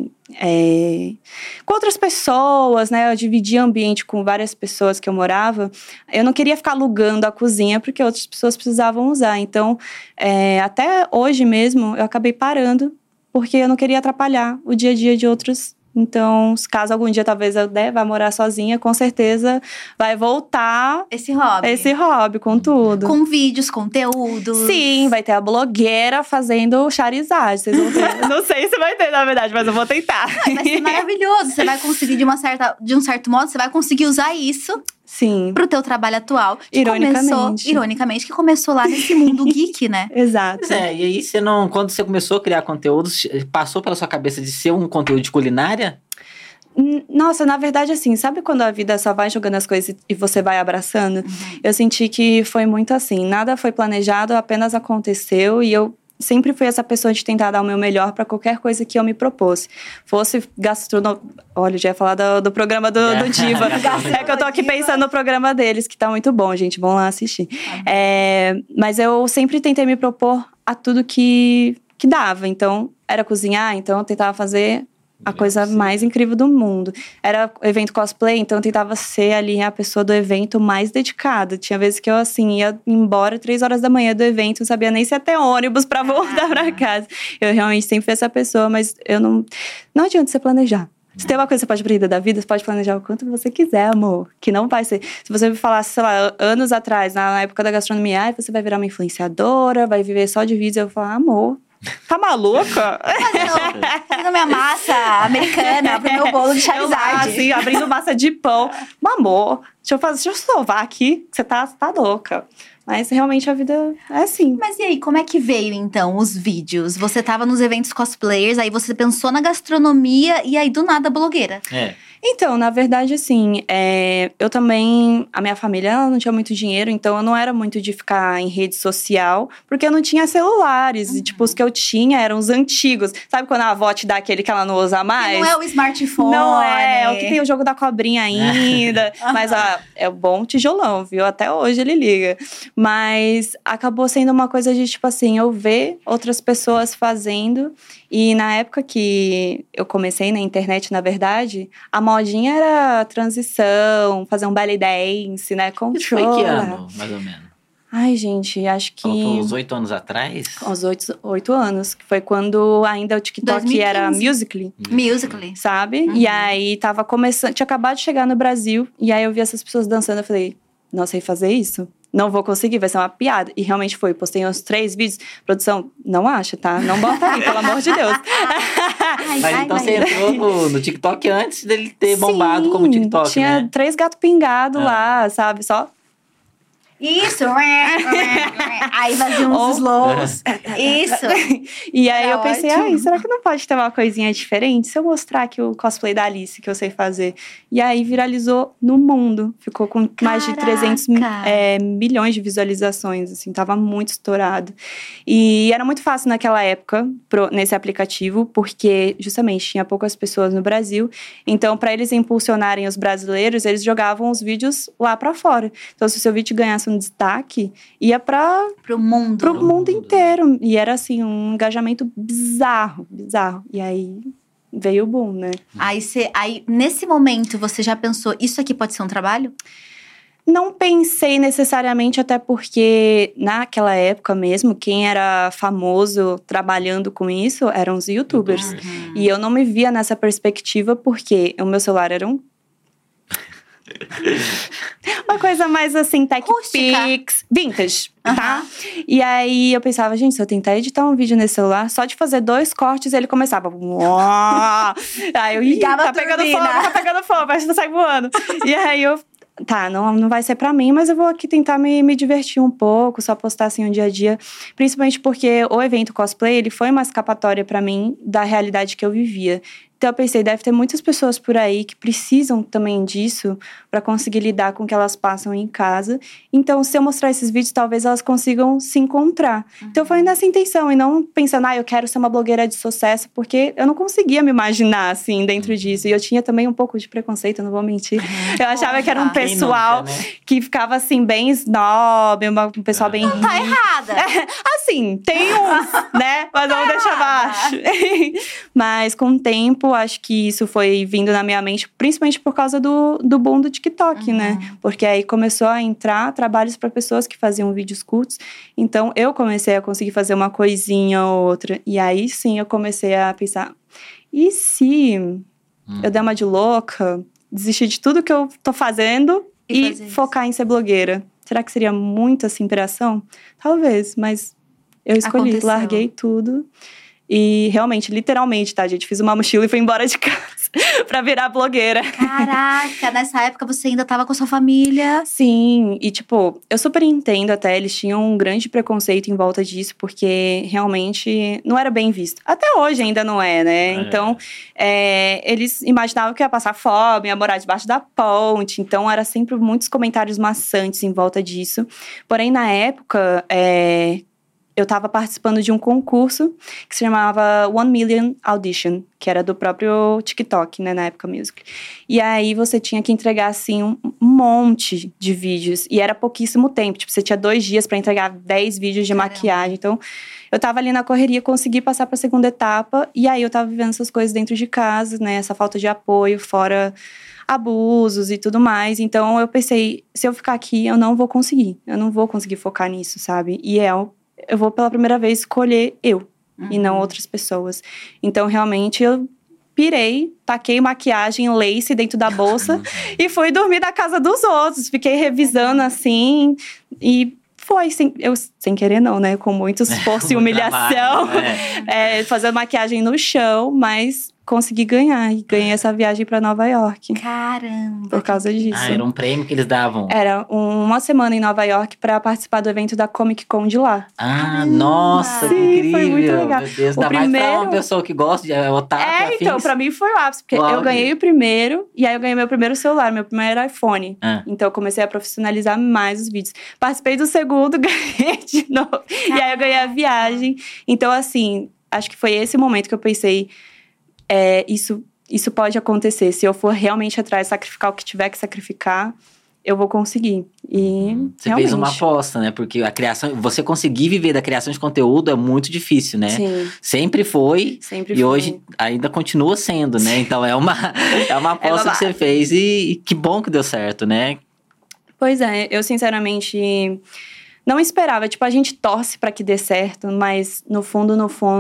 com outras pessoas, né? Eu dividia ambiente com várias pessoas que eu morava. Eu não queria ficar alugando a cozinha porque outras pessoas precisavam usar. Então, até hoje mesmo, eu acabei parando. Porque eu não queria atrapalhar o dia a dia de outros. Então, caso algum dia talvez eu vá morar sozinha, com certeza vai voltar esse hobby com tudo. Com vídeos, conteúdos. Sim, vai ter a blogueira fazendo Charizard. Vocês vão ver. Não sei se vai ter, na verdade, mas eu vou tentar. Vai ser maravilhoso. Você vai conseguir, de um certo modo, você vai conseguir usar isso. Sim. Pro teu trabalho atual. Ironicamente. Que começou lá nesse mundo geek, né? Exato. E aí quando você começou a criar conteúdos, passou pela sua cabeça de ser um conteúdo de culinária? Nossa, na verdade, assim, sabe quando a vida só vai jogando as coisas e você vai abraçando? Eu senti que foi muito assim, nada foi planejado, apenas aconteceu e eu sempre fui essa pessoa de tentar dar o meu melhor para qualquer coisa que eu me propôs. Fosse gastronomia... Olha, eu já ia falar do programa do Diva. É que eu tô aqui pensando no programa deles, que tá muito bom, gente. Vão lá assistir. Mas eu sempre tentei me propor a tudo que dava. Então, era cozinhar, então eu tentava fazer a coisa mais incrível do mundo. Era evento cosplay, então eu tentava ser ali a pessoa do evento mais dedicada. Tinha vezes que eu, assim, ia embora 3 horas da manhã do evento, não sabia nem se ia ter ônibus pra voltar pra casa. Eu realmente sempre fui essa pessoa, mas eu não adianta você planejar. Se tem uma coisa que você pode aprender da vida, você pode planejar o quanto você quiser, amor. Que não vai ser... Se você me falasse, sei lá, anos atrás, na época da gastronomia, você vai virar uma influenciadora, vai viver só de vídeos, eu vou falar, amor... Tá maluca? Fazendo minha massa americana pro meu bolo de Charizard. Assim, abrindo massa de pão. Amor, deixa eu sovar aqui, que você tá louca. Mas realmente a vida é assim. Mas e aí, como é que veio então os vídeos? Você tava nos eventos cosplayers, aí você pensou na gastronomia e aí do nada blogueira. Então, na verdade, assim, eu também... A minha família, ela não tinha muito dinheiro, então eu não era muito de ficar em rede social, porque eu não tinha celulares. E, tipo, os que eu tinha eram os antigos. Sabe quando a avó te dá aquele que ela não usa mais? Que não é o smartphone. Não é o que tem o jogo da cobrinha ainda. Mas é um bom tijolão, viu? Até hoje ele liga. Mas acabou sendo uma coisa de, tipo assim, eu ver outras pessoas fazendo. E na época que eu comecei na internet, na verdade, a modinha era transição, fazer um belly dance, né? Isso foi que ano, mais ou menos? Ai, gente, acho que... Uns 8 anos atrás? Uns 8 anos, que foi quando ainda o TikTok 2015. era Musical.ly. Musical.ly. Sabe? E aí, tava começando... Tinha acabado de chegar no Brasil, e aí eu vi essas pessoas dançando, eu falei, não sei fazer isso? Não vou conseguir, vai ser uma piada. E realmente foi. Postei uns 3 vídeos. Produção, não acha, tá? Não bota aí, pelo amor de Deus. Mas então você entrou no TikTok antes dele ter bombado como TikTok, tinha né? 3 gatos pingados lá, sabe? Só... Isso! Aí fazia uns slows. Isso! E aí eu pensei, será que não pode ter uma coisinha diferente? Se eu mostrar aqui o cosplay da Alice que eu sei fazer. E aí viralizou no mundo. Ficou com mais de 300 milhões de visualizações, assim. Tava muito estourado. E era muito fácil naquela época, nesse aplicativo, porque justamente tinha poucas pessoas no Brasil. Então, para eles impulsionarem os brasileiros, eles jogavam os vídeos lá pra fora. Então, se o seu vídeo ganhasse um destaque, ia pro mundo inteiro. E era assim, um engajamento bizarro. E aí veio o boom, né? Aí, nesse momento, você já pensou, isso aqui pode ser um trabalho? Não pensei necessariamente, até porque naquela época mesmo, quem era famoso trabalhando com isso eram os youtubers. E eu não me via nessa perspectiva porque o meu celular era um Uma coisa mais assim, Tech Pix, vintage, tá? E aí eu pensava, gente, se eu tentar editar um vídeo nesse celular, só de fazer 2 cortes, ele começava. Aí eu, tá pegando fogo, acho que sai voando. E aí eu, tá, não vai ser pra mim, mas eu vou aqui tentar me divertir um pouco, só postar assim um dia a dia. Principalmente porque o evento cosplay, ele foi uma escapatória pra mim da realidade que eu vivia. Então eu pensei, deve ter muitas pessoas por aí que precisam também disso para conseguir lidar com o que elas passam em casa. Então, se eu mostrar esses vídeos, talvez elas consigam se encontrar. Então foi nessa intenção, e não pensando, eu quero ser uma blogueira de sucesso, porque eu não conseguia me imaginar, assim, dentro disso. E eu tinha também um pouco de preconceito, não vou mentir. Eu achava que era um pessoal que ficava, assim, bem snob, um pessoal bem rico. Tá errada! Assim, tem uns, né? Mas vamos deixar abaixo. Mas com o tempo, acho que isso foi vindo na minha mente, principalmente por causa do boom do TikTok, né? Porque aí começou a entrar trabalhos para pessoas que faziam vídeos curtos. Então, eu comecei a conseguir fazer uma coisinha ou outra. E aí, sim, eu comecei a pensar, e se eu der uma de louca, desistir de tudo que eu tô fazendo e focar em ser blogueira? Será que seria muita essa inspiração? Talvez, mas eu escolhi, larguei tudo. E realmente, literalmente, tá, gente? Fiz uma mochila e fui embora de casa pra virar blogueira. Caraca, nessa época você ainda tava com a sua família. Sim, e tipo, eu super entendo até, eles tinham um grande preconceito em volta disso, porque realmente não era bem visto. Até hoje ainda não é, né? Então, eles imaginavam que ia passar fome, ia morar debaixo da ponte. Então, era sempre muitos comentários maçantes em volta disso. Porém, na época, eu estava participando de um concurso que se chamava 1 Million Audition, que era do próprio TikTok, né, na época Musical. E aí você tinha que entregar, assim, um monte de vídeos. E era pouquíssimo tempo. Tipo, você tinha 2 dias para entregar 10 vídeos de maquiagem. Então, eu tava ali na correria, consegui passar para a segunda etapa. E aí eu tava vivendo essas coisas dentro de casa, né, essa falta de apoio, fora abusos e tudo mais. Então, eu pensei, se eu ficar aqui, eu não vou conseguir. Eu não vou conseguir focar nisso, sabe? E eu vou pela primeira vez escolher eu e não outras pessoas. Então, realmente, eu pirei, taquei maquiagem lace dentro da bolsa e fui dormir na casa dos outros. Fiquei revisando assim e foi, sem querer não, né? Com muito esforço e humilhação. Fazendo maquiagem no chão, mas consegui ganhar. E ganhei essa viagem pra Nova York. Caramba! Por causa disso. Era um prêmio que eles davam? Era uma semana em Nova York pra participar do evento da Comic Con de lá. Nossa, que incrível! Foi muito legal. Meu Deus, ainda mais pra uma pessoa que gosta de otaku, então, pra mim foi o ápice. Porque eu ganhei o primeiro, e aí eu ganhei meu primeiro celular, meu primeiro iPhone. Então, eu comecei a profissionalizar mais os vídeos. Participei do segundo, ganhei de novo. E aí, eu ganhei a viagem. Então, assim, acho que foi esse momento que eu pensei... Isso pode acontecer. Se eu for realmente atrás, sacrificar o que tiver que sacrificar, eu vou conseguir. E você fez uma aposta, né? Porque a criação, você conseguir viver da criação de conteúdo é muito difícil, né? Sim. Sempre foi. E hoje ainda continua sendo, né? Então é uma aposta que você fez e que bom que deu certo, né? Pois é, eu sinceramente não esperava. Tipo, a gente torce pra que dê certo, mas no fundo,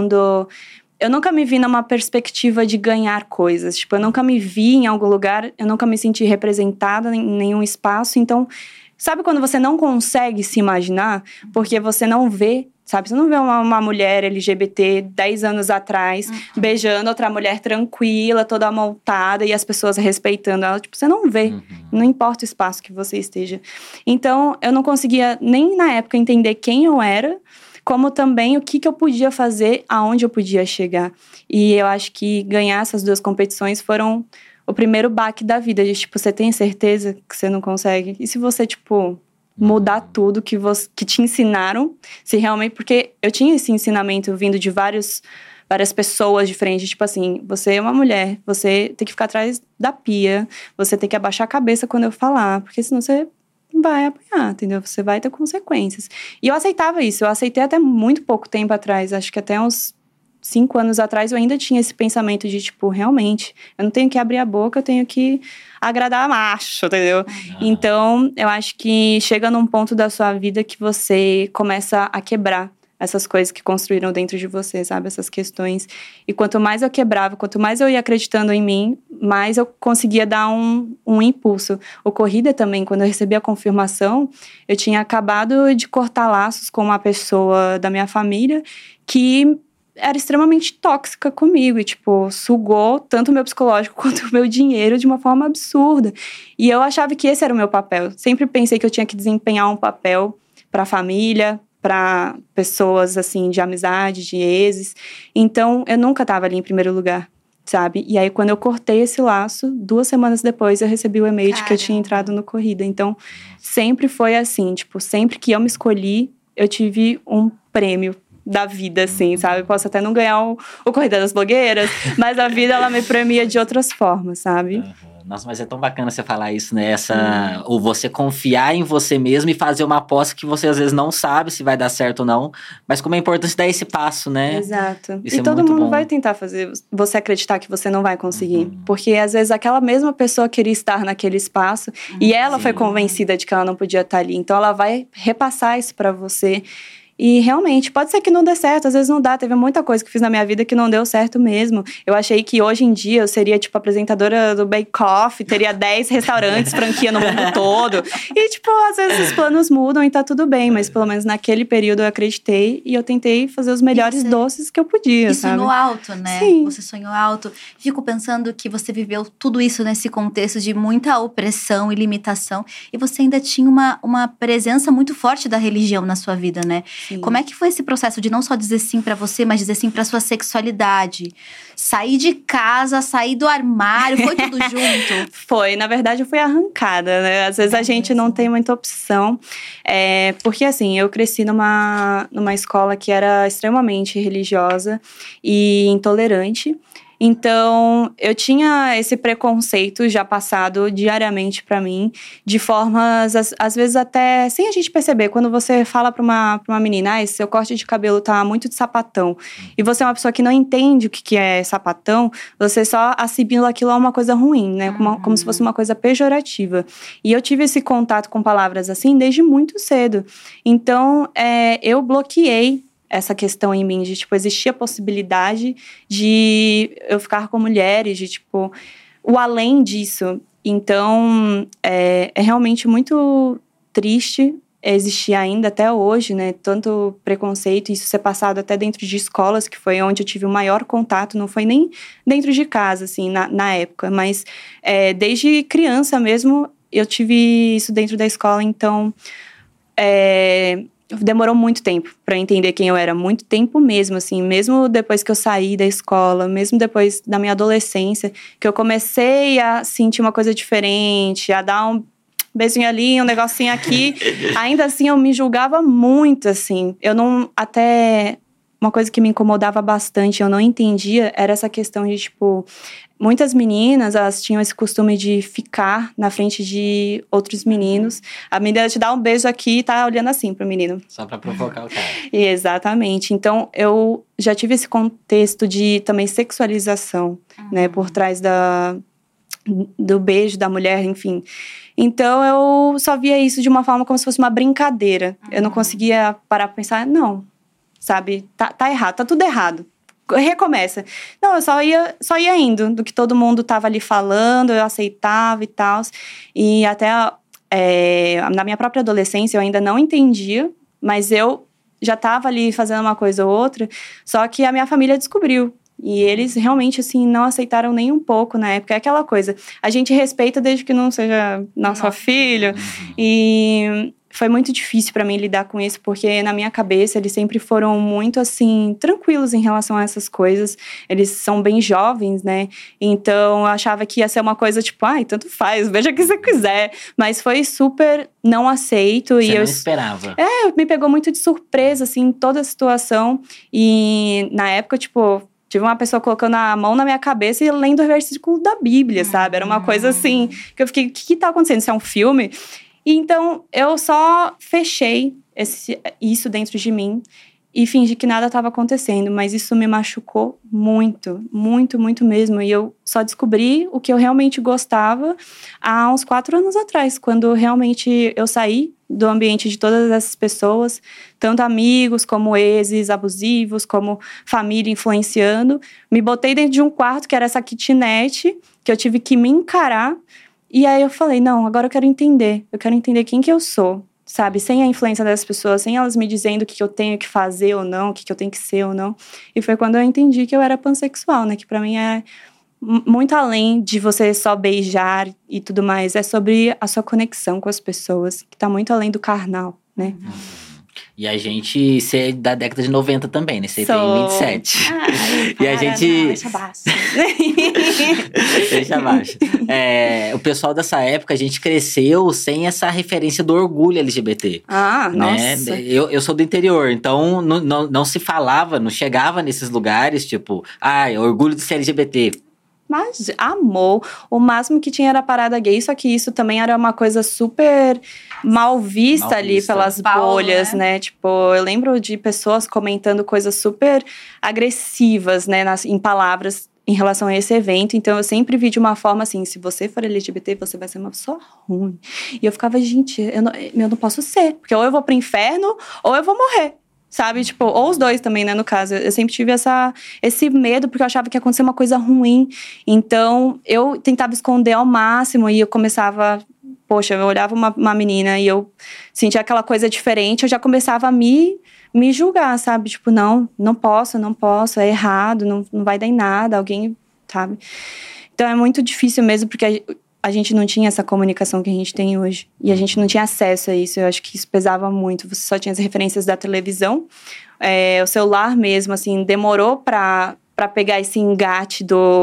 eu nunca me vi numa perspectiva de ganhar coisas. Tipo, eu nunca me vi em algum lugar, eu nunca me senti representada em nenhum espaço. Então, sabe quando você não consegue se imaginar? Porque você não vê, sabe? Você não vê uma mulher LGBT 10 anos atrás beijando outra mulher tranquila, toda montada e as pessoas respeitando ela. Tipo, você não vê. Não importa o espaço que você esteja. Então, eu não conseguia nem na época entender quem eu era, como também o que eu podia fazer, aonde eu podia chegar. E eu acho que ganhar essas 2 competições foram o primeiro baque da vida. De, tipo, você tem certeza que você não consegue? E se você, tipo, mudar tudo que te ensinaram? Se realmente... Porque eu tinha esse ensinamento vindo de várias pessoas diferentes. Tipo assim, você é uma mulher, você tem que ficar atrás da pia, você tem que abaixar a cabeça quando eu falar, porque senão você... vai apanhar, entendeu? Você vai ter consequências. E eu aceitava isso. Eu aceitei até muito pouco tempo atrás. Acho que até uns 5 anos atrás eu ainda tinha esse pensamento de, tipo, realmente, eu não tenho que abrir a boca, eu tenho que agradar macho, entendeu? Então, eu acho que chega num ponto da sua vida que você começa a quebrar essas coisas que construíram dentro de você, sabe? Essas questões. E quanto mais eu quebrava, quanto mais eu ia acreditando em mim, mais eu conseguia dar um impulso. O corrida também, quando eu recebi a confirmação, eu tinha acabado de cortar laços com uma pessoa da minha família que era extremamente tóxica comigo. E, tipo, sugou tanto o meu psicológico quanto o meu dinheiro de uma forma absurda. E eu achava que esse era o meu papel. Sempre pensei que eu tinha que desempenhar um papel para a família, para pessoas, assim, de amizade, de exes. Então, eu nunca estava ali em primeiro lugar, sabe? E aí, quando eu cortei esse laço, 2 semanas depois, eu recebi o e-mail de que eu tinha entrado no corrida. Então, sempre foi assim, tipo, sempre que eu me escolhi, eu tive um prêmio da vida, assim, sabe? Eu posso até não ganhar o Corrida das Blogueiras, mas a vida, ela me premia de outras formas, sabe? Nossa, mas é tão bacana você falar isso, né? Ou você confiar em você mesmo e fazer uma aposta que você às vezes não sabe se vai dar certo ou não, mas como é importante dar esse passo, né? Exato. Isso e todo mundo vai tentar fazer você acreditar que você não vai conseguir, porque às vezes aquela mesma pessoa queria estar naquele espaço e ela foi convencida de que ela não podia estar ali, então ela vai repassar isso pra você. E realmente, pode ser que não dê certo, às vezes não dá. Teve muita coisa que fiz na minha vida que não deu certo mesmo. Eu achei que hoje em dia eu seria, tipo, apresentadora do Bake Off, teria 10 restaurantes, franquia no mundo todo. E, tipo, às vezes os planos mudam e tá tudo bem, mas pelo menos naquele período eu acreditei e eu tentei fazer os melhores doces que eu podia, sabe? E sonhou alto, né? Sim. Você sonhou alto. Fico pensando que você viveu tudo isso nesse contexto de muita opressão e limitação. E você ainda tinha uma presença muito forte da religião na sua vida, né? Sim. Como é que foi esse processo de não só dizer sim pra você, mas dizer sim pra sua sexualidade? Sair de casa, sair do armário, foi tudo junto? Foi, na verdade eu fui arrancada, né? Às vezes a gente não tem muita opção. Porque assim, eu cresci numa escola que era extremamente religiosa e intolerante. Então, eu tinha esse preconceito já passado diariamente pra mim, de formas, às vezes até sem a gente perceber. Quando você fala pra uma menina, seu corte de cabelo tá muito de sapatão, e você é uma pessoa que não entende o que é sapatão, você só assimila aquilo a uma coisa ruim, né? Como se fosse uma coisa pejorativa. E eu tive esse contato com palavras assim desde muito cedo. Então, eu bloqueei essa questão em mim de, tipo, existia a possibilidade de eu ficar com mulheres, de, tipo, o além disso. Então, é realmente muito triste existir ainda até hoje, né, tanto preconceito, isso ser passado até dentro de escolas, que foi onde eu tive o maior contato, não foi nem dentro de casa, assim, na época, mas desde criança mesmo, eu tive isso dentro da escola, então, demorou muito tempo pra entender quem eu era, muito tempo mesmo, assim, mesmo depois que eu saí da escola, mesmo depois da minha adolescência, que eu comecei a sentir uma coisa diferente, a dar um beijinho ali, um negocinho aqui, ainda assim eu me julgava muito, assim, uma coisa que me incomodava bastante, eu não entendia, era essa questão de, tipo, muitas meninas, elas tinham esse costume de ficar na frente de outros meninos. A menina te dá um beijo aqui e tá olhando assim pro menino. Só pra provocar o cara. Exatamente. Então, eu já tive esse contexto de também sexualização, né? Por trás do beijo da mulher, enfim. Então, eu só via isso de uma forma como se fosse uma brincadeira. Eu não conseguia parar pra pensar, não, sabe? Tá errado, tá tudo errado. Recomeça. Não, eu só ia indo do que todo mundo tava ali falando, eu aceitava e tal. E até na minha própria adolescência eu ainda não entendia, mas eu já tava ali fazendo uma coisa ou outra, só que a minha família descobriu. E eles realmente, assim, não aceitaram nem um pouco na época. É aquela coisa, a gente respeita desde que não seja nosso filho. E foi muito difícil pra mim lidar com isso, porque na minha cabeça eles sempre foram muito, assim, tranquilos em relação a essas coisas. Eles são bem jovens, né? Então eu achava que ia ser uma coisa tipo, tanto faz, veja o que você quiser. Mas foi super não aceito. Você não esperava. Me pegou muito de surpresa, assim, toda a situação. E na época, tipo, tive uma pessoa colocando a mão na minha cabeça e lendo o versículo da Bíblia, sabe? Era uma coisa assim, que eu fiquei, o que tá acontecendo? Isso é um filme? Então, eu só fechei isso dentro de mim. e fingir que nada estava acontecendo, mas isso me machucou muito, muito, muito mesmo. E eu só descobri o que eu realmente gostava há uns 4 anos atrás, quando realmente eu saí do ambiente de todas essas pessoas, tanto amigos como exes abusivos, como família influenciando. Me botei dentro de um quarto que era essa kitnet, que eu tive que me encarar. E aí eu falei, não, agora eu quero entender quem que eu sou. Sabe, sem a influência das pessoas, sem elas me dizendo o que eu tenho que fazer ou não, o que eu tenho que ser ou não. E foi quando eu entendi que eu era pansexual, né? Que pra mim é muito além de você só beijar e tudo mais. É sobre a sua conexão com as pessoas, que tá muito além do carnal, né? E a gente é da década de 90 também, né? Você tem 27. E a gente... Não, deixa baixo. Deixa baixo. O pessoal dessa época, a gente cresceu sem essa referência do orgulho LGBT. Ah, né? Nossa. Eu sou do interior, então não se falava, não chegava nesses lugares, tipo... orgulho de ser LGBT. Mas amor, o máximo que tinha era a parada gay, só que isso também era uma coisa super mal vista ali pelas bolhas, né? Tipo, eu lembro de pessoas comentando coisas super agressivas, né, em palavras em relação a esse evento. Então, eu sempre vi de uma forma assim, se você for LGBT, você vai ser uma pessoa ruim. E eu ficava, gente, eu não posso ser, porque ou eu vou pro inferno, ou eu vou morrer. Sabe, tipo, ou os dois também, né, no caso. Eu sempre tive esse medo, porque eu achava que ia acontecer uma coisa ruim. Então, eu tentava esconder ao máximo e eu começava... Poxa, eu olhava uma menina e eu sentia aquela coisa diferente, eu já começava a me julgar, sabe? Tipo, não posso, é errado, não vai dar em nada, alguém, sabe? Então, é muito difícil mesmo, porque a gente não tinha essa comunicação que a gente tem hoje. E a gente não tinha acesso a isso. Eu acho que isso pesava muito. Você só tinha as referências da televisão. O celular mesmo, assim, demorou pra pegar esse engate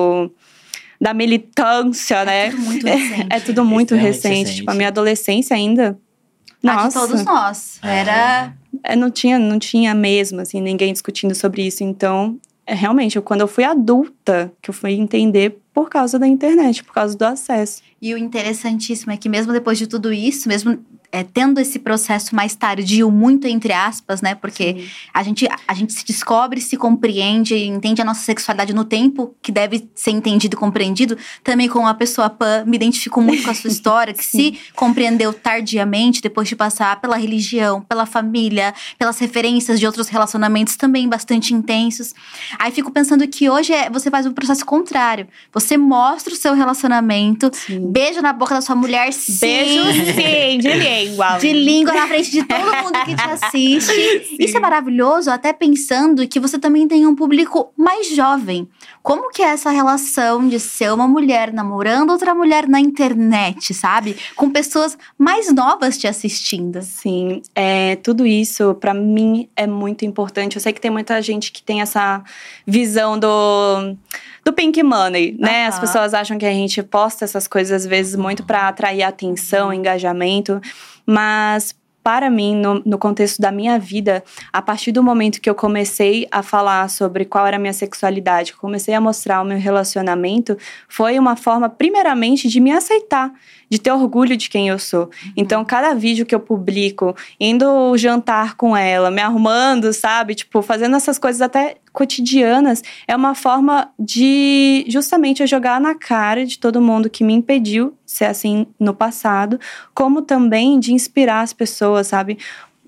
da militância, né? Tudo muito recente. É tudo muito recente. Tipo, a minha adolescência ainda... Nossa. De todos nós. Não tinha mesmo, assim, ninguém discutindo sobre isso. Então, realmente, quando eu fui adulta, que eu fui entender por causa da internet, por causa do acesso. E o interessantíssimo é que mesmo depois de tudo isso, mesmo tendo esse processo mais tardio, muito entre aspas, né? Porque a gente se descobre, se compreende, entende a nossa sexualidade no tempo, que deve ser entendido e compreendido. Também como uma pessoa pan, me identifico muito com a sua história, que se compreendeu tardiamente, depois de passar pela religião, pela família, pelas referências de outros relacionamentos também bastante intensos. Aí fico pensando que hoje você faz um processo contrário. Você mostra o seu relacionamento, beijo na boca da sua mulher, sim. Beijo sim, de língua. De língua na frente de todo mundo que te assiste. Sim. Isso é maravilhoso, até pensando que você também tem um público mais jovem. Como que é essa relação de ser uma mulher namorando outra mulher na internet, sabe? Com pessoas mais novas te assistindo. Sim, tudo isso pra mim é muito importante. Eu sei que tem muita gente que tem essa visão do pink money, né? As pessoas acham que a gente posta essas coisas às vezes muito pra atrair atenção, engajamento. Mas, para mim, no contexto da minha vida, a partir do momento que eu comecei a falar sobre qual era a minha sexualidade, comecei a mostrar o meu relacionamento, foi uma forma, primeiramente, de me aceitar, de ter orgulho de quem eu sou. Então, cada vídeo que eu publico, indo jantar com ela, me arrumando, sabe? Tipo, fazendo essas coisas até cotidianas, é uma forma de, justamente, eu jogar na cara de todo mundo que me impediu de ser assim no passado, como também de inspirar as pessoas, sabe?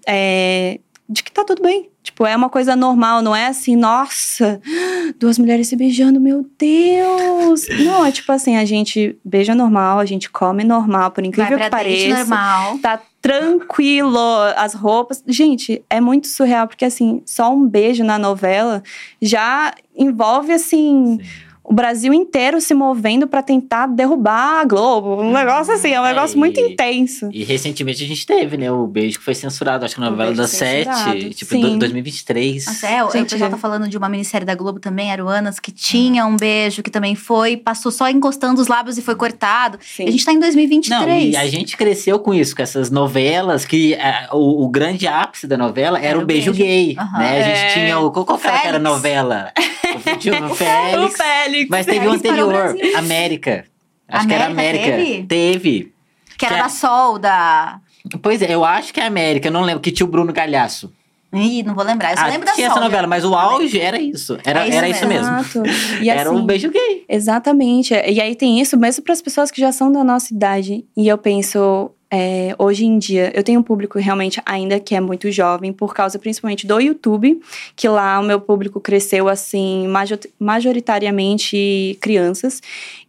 De que tá tudo bem. Tipo, é uma coisa normal, não é assim, nossa, 2 mulheres se beijando, meu Deus! Não, é tipo assim, a gente beija normal, a gente come normal, por incrível que pareça. Normal. Tá tranquilo, as roupas. Gente, é muito surreal, porque assim, só um beijo na novela já envolve, assim... Sim. O Brasil inteiro se movendo pra tentar derrubar a Globo. Um negócio assim, é um negócio muito intenso. E recentemente a gente teve, né, o beijo que foi censurado, acho que na novela das 7, tipo, em 2023. Nossa, o pessoal tá falando de uma minissérie da Globo também, Aruanas, que tinha um beijo que também passou só encostando os lábios e foi cortado. Sim. E a gente tá em 2023. Não, e a gente cresceu com isso, com essas novelas, que o grande ápice da novela era o beijo gay, né? A gente tinha qual que era a novela? O Félix. Mas teve o anterior, América. Acho que era América. Teve. Que era da Sol, da... Pois é, eu acho que é América, eu não lembro, que tinha o Bruno Galhaço. Ih, não vou lembrar. Eu só lembro da tinha essa novela, mas o auge era isso. Era isso mesmo. Exato. E era assim, um beijo gay. Exatamente. E aí tem isso mesmo para as pessoas que já são da nossa idade. E eu penso, hoje em dia, eu tenho um público realmente ainda que é muito jovem, por causa principalmente do YouTube, que lá o meu público cresceu, assim, majoritariamente crianças.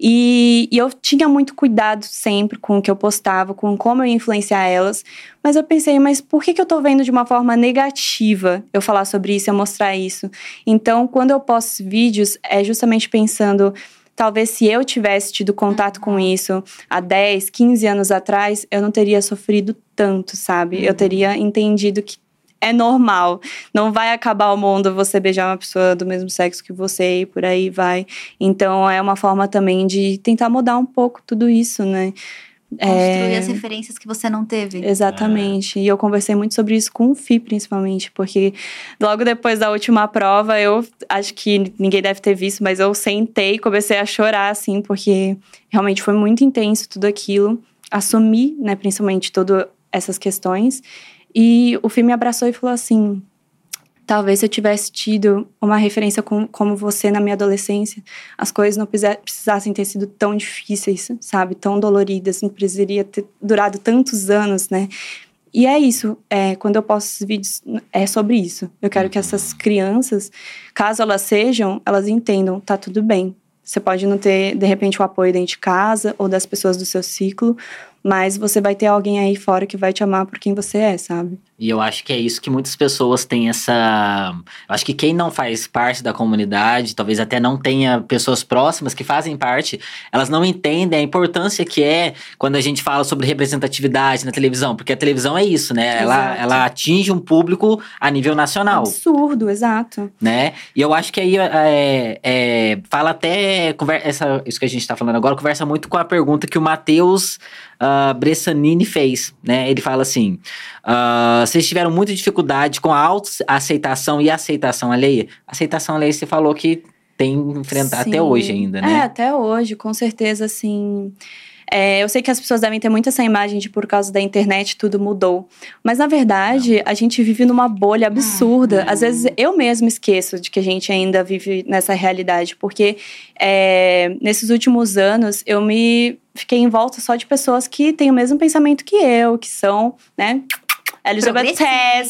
E eu tinha muito cuidado sempre com o que eu postava, com como eu ia influenciar elas. Mas eu pensei, mas por que eu tô vendo de uma forma negativa eu falar sobre isso, eu mostrar isso? Então, quando eu posto vídeos, é justamente pensando, talvez se eu tivesse tido contato com isso há 10, 15 anos atrás, eu não teria sofrido tanto, sabe? Eu teria entendido que é normal. Não vai acabar o mundo você beijar uma pessoa do mesmo sexo que você e por aí vai. Então, é uma forma também de tentar mudar um pouco tudo isso, né? Construir as referências que você não teve. Exatamente. E eu conversei muito sobre isso com o Fih, principalmente, porque logo depois da última prova, eu acho que ninguém deve ter visto, mas eu sentei e comecei a chorar, assim, porque realmente foi muito intenso tudo aquilo. Assumi, né, principalmente todas essas questões. E o Fih me abraçou e falou assim: talvez se eu tivesse tido uma referência como você na minha adolescência, as coisas não precisassem ter sido tão difíceis, sabe? Tão doloridas, não precisaria ter durado tantos anos, né? E é isso, quando eu posto esses vídeos, é sobre isso. Eu quero que essas crianças, caso elas entendam, tá tudo bem. Você pode não ter, de repente, o apoio dentro de casa ou das pessoas do seu ciclo, mas você vai ter alguém aí fora que vai te amar por quem você é, sabe? E eu acho que é isso que muitas pessoas têm essa... Eu acho que quem não faz parte da comunidade, talvez até não tenha pessoas próximas que fazem parte, elas não entendem a importância que é quando a gente fala sobre representatividade na televisão, porque a televisão é isso, né? Ela atinge um público a nível nacional. Absurdo, exato. Né? E eu acho que aí fala até... isso que a gente tá falando agora conversa muito com a pergunta que o Matheus Bressanini fez, né? Ele fala assim: vocês tiveram muita dificuldade com a autoaceitação e a aceitação alheia? Aceitação alheia, você falou que tem enfrentado até hoje ainda, né? Até hoje, com certeza, assim... eu sei que as pessoas devem ter muito essa imagem de por causa da internet tudo mudou. Mas, na verdade, a gente vive numa bolha absurda. Às vezes, eu mesma esqueço de que a gente ainda vive nessa realidade. Porque, nesses últimos anos, eu me fiquei em volta só de pessoas que têm o mesmo pensamento que eu. Que são, né... LGBT,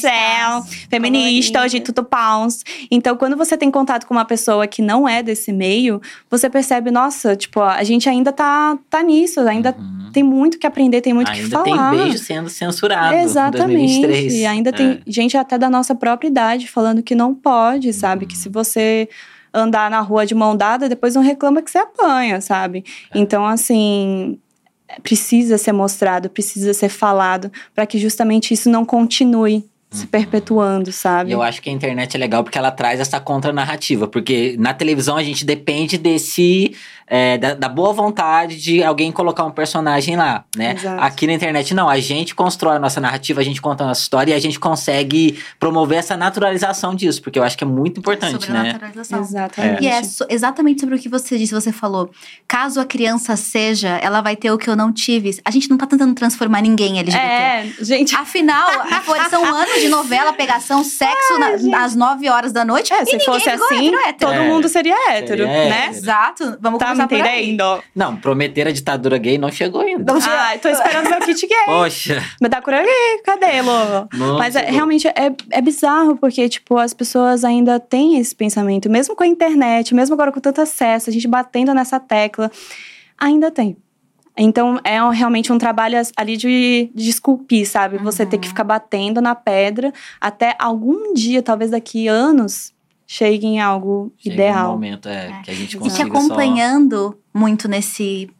feminista, hoje tudo pounds. Então, quando você tem contato com uma pessoa que não é desse meio, você percebe, nossa, tipo, a gente ainda tá nisso, ainda tem muito que aprender, tem muito que falar. Ainda tem beijo sendo censurado. Exatamente. Em 2023. E ainda tem gente até da nossa própria idade falando que não pode, sabe? Que se você andar na rua de mão dada, depois não reclama que você apanha, sabe? Então, assim... precisa ser mostrado, precisa ser falado, para que justamente isso não continue se perpetuando, sabe? E eu acho que a internet é legal porque ela traz essa contranarrativa, porque na televisão a gente depende desse... da boa vontade de alguém colocar um personagem lá, né? Exato. Aqui na internet não, a gente constrói a nossa narrativa, a gente conta a nossa história e a gente consegue promover essa naturalização disso, porque eu acho que é muito importante, sobre né? A naturalização. Exatamente. E é exatamente sobre o que você disse, você falou. Caso a criança seja, ela vai ter o que eu não tive. A gente não tá tentando transformar ninguém LGBT. Gente... Afinal, são anos de novela, pegação, sexo às 9 horas da noite. Se fosse assim, todo mundo seria hétero, né? Exato. Vamos tá me entendendo? Não, prometer a ditadura gay não chegou ainda. Tô esperando meu kit gay. Poxa. Me dá cura gay, cadê, Lô? Mas realmente é bizarro, porque, tipo, as pessoas ainda têm esse pensamento. Mesmo com a internet, mesmo agora com tanto acesso, a gente batendo nessa tecla, ainda tem. Então, é realmente um trabalho ali de esculpir, sabe? Você ter que ficar batendo na pedra até algum dia, talvez daqui anos, chegue em algo ideal. Um momento, que a gente consiga E te acompanhando muito nesse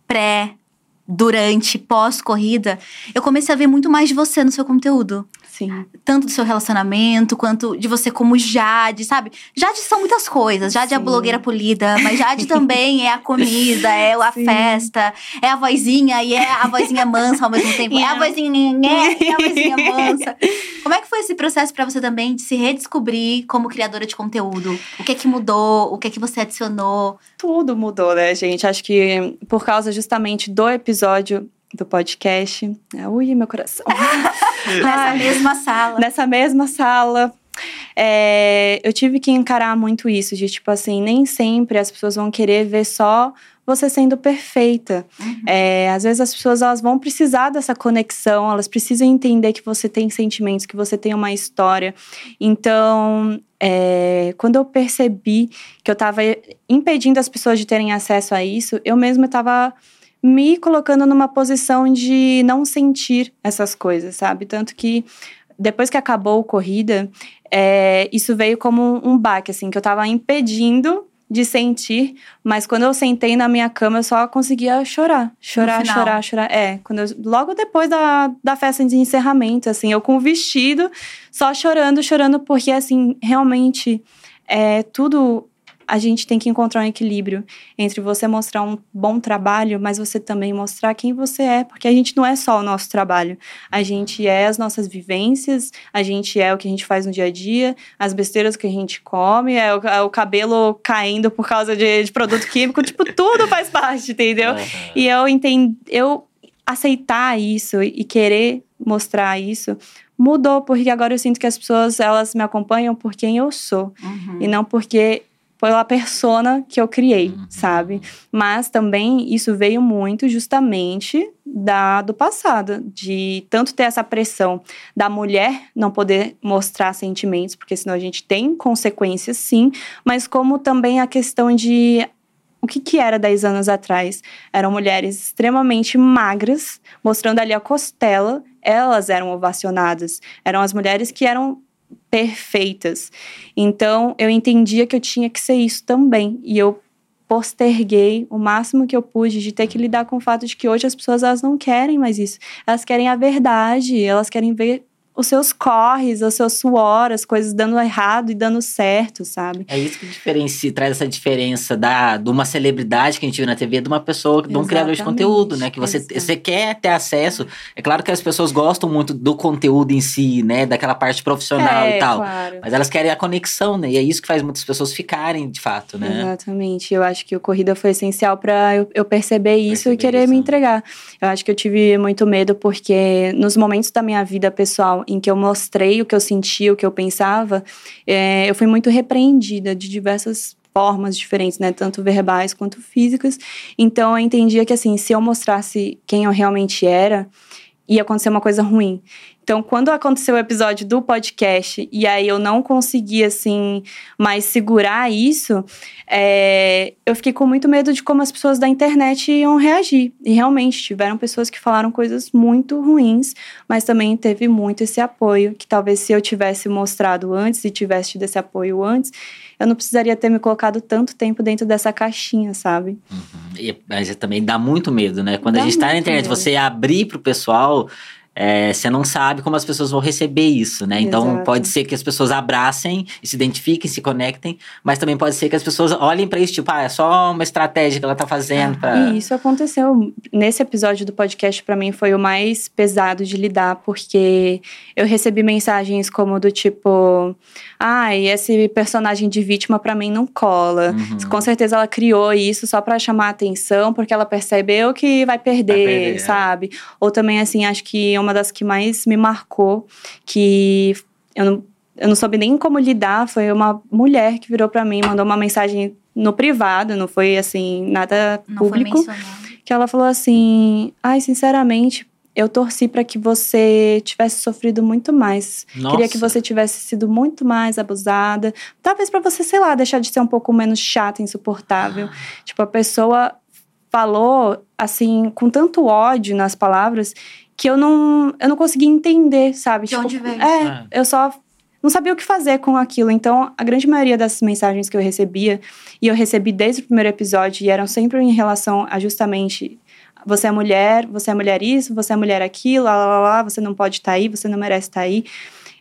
durante, pós-corrida, eu comecei a ver muito mais de você no seu conteúdo. Sim. Tanto do seu relacionamento, quanto de você como Jade, sabe? Jade são muitas coisas. Jade é a blogueira polida, mas Jade também é a comida, é a festa, é a vozinha e é a vozinha mansa ao mesmo tempo. É a vozinha e a vozinha mansa. Como é que foi esse processo pra você também de se redescobrir como criadora de conteúdo? O que mudou? O que você adicionou? Tudo mudou, né, gente? Acho que por causa justamente do episódio do podcast. Ui, meu coração. Nessa mesma sala. Nessa mesma sala. eu tive que encarar muito isso, de tipo assim, nem sempre as pessoas vão querer ver só você sendo perfeita. Às vezes as pessoas elas vão precisar dessa conexão, elas precisam entender que você tem sentimentos, que você tem uma história. Então, quando eu percebi que eu estava impedindo as pessoas de terem acesso a isso, eu mesma estava me colocando numa posição de não sentir essas coisas, sabe? Tanto que depois que acabou a corrida, isso veio como um baque, assim, que eu estava impedindo de sentir, mas quando eu sentei na minha cama, eu só conseguia chorar. Chorar. Logo depois da festa de encerramento, assim, eu com o vestido, só chorando, porque, assim, realmente, tudo... A gente tem que encontrar um equilíbrio entre você mostrar um bom trabalho, mas você também mostrar quem você é, porque a gente não é só o nosso trabalho. A gente é as nossas vivências, a gente é o que a gente faz no dia a dia, as besteiras que a gente come, o cabelo caindo por causa de produto químico, tipo, tudo faz parte, entendeu? E eu aceitar isso e querer mostrar isso mudou, porque agora eu sinto que as pessoas, elas me acompanham por quem eu sou, e não pela persona que eu criei, sabe? Mas também isso veio muito justamente do passado, de tanto ter essa pressão da mulher não poder mostrar sentimentos, porque senão a gente tem consequências, sim, mas como também a questão de... O que era 10 anos atrás? Eram mulheres extremamente magras, mostrando ali a costela, elas eram ovacionadas. Eram as mulheres que eram perfeitas. Então, eu entendia que eu tinha que ser isso também. E eu posterguei o máximo que eu pude de ter que lidar com o fato de que hoje as pessoas elas não querem mais isso. Elas querem a verdade, elas querem ver os seus corres, o seu suor, as coisas dando errado e dando certo, sabe? É isso que traz essa diferença de uma celebridade que a gente viu na TV de uma pessoa, de um criador de conteúdo, né? Que você quer ter acesso. É claro que as pessoas gostam muito do conteúdo em si, né? Daquela parte profissional e tal. Claro. Mas elas querem a conexão, né? E é isso que faz muitas pessoas ficarem, de fato, né? Exatamente. Eu acho que o Corrida foi essencial pra eu perceber isso e querer me entregar. Eu acho que eu tive muito medo porque nos momentos da minha vida pessoal em que eu mostrei o que eu sentia, o que eu pensava, eu fui muito repreendida de diversas formas diferentes, né? Tanto verbais quanto físicas. Então, eu entendia que, assim, se eu mostrasse quem eu realmente era, ia acontecer uma coisa ruim. Então, quando aconteceu o episódio do podcast, e aí eu não conseguia, assim, mais segurar isso, eu fiquei com muito medo de como as pessoas da internet iam reagir. E realmente, tiveram pessoas que falaram coisas muito ruins, mas também teve muito esse apoio, que talvez se eu tivesse mostrado antes, e tivesse tido esse apoio antes, eu não precisaria ter me colocado tanto tempo dentro dessa caixinha, sabe? Mas também dá muito medo, né? Quando a gente tá na internet, você abrir pro pessoal... você não sabe como as pessoas vão receber isso, né? Então, Exato. Pode ser que as pessoas abracem e se identifiquem, se conectem, mas também pode ser que as pessoas olhem pra isso, tipo, é só uma estratégia que ela tá fazendo pra... E isso aconteceu. Nesse episódio do podcast, pra mim, foi o mais pesado de lidar, porque eu recebi mensagens como do tipo... esse personagem de vítima pra mim não cola. Com certeza ela criou isso só pra chamar a atenção, porque ela percebeu que vai perder, sabe? Ou também, assim, acho que uma das que mais me marcou, que eu não soube nem como lidar, foi uma mulher que virou pra mim, mandou uma mensagem no privado, não foi, assim, nada público. Que ela falou assim, sinceramente, eu torci pra que você tivesse sofrido muito mais. Nossa. Queria que você tivesse sido muito mais abusada. Talvez pra você, sei lá, deixar de ser um pouco menos chata, insuportável. Tipo, a pessoa falou, assim, com tanto ódio nas palavras, que eu não conseguia entender, sabe? De onde veio? Eu só não sabia o que fazer com aquilo. Então, a grande maioria dessas mensagens que eu recebia, e eu recebi desde o primeiro episódio, e eram sempre em relação a justamente... Você é mulher isso, você é mulher aquilo, você não pode estar aí, você não merece estar aí.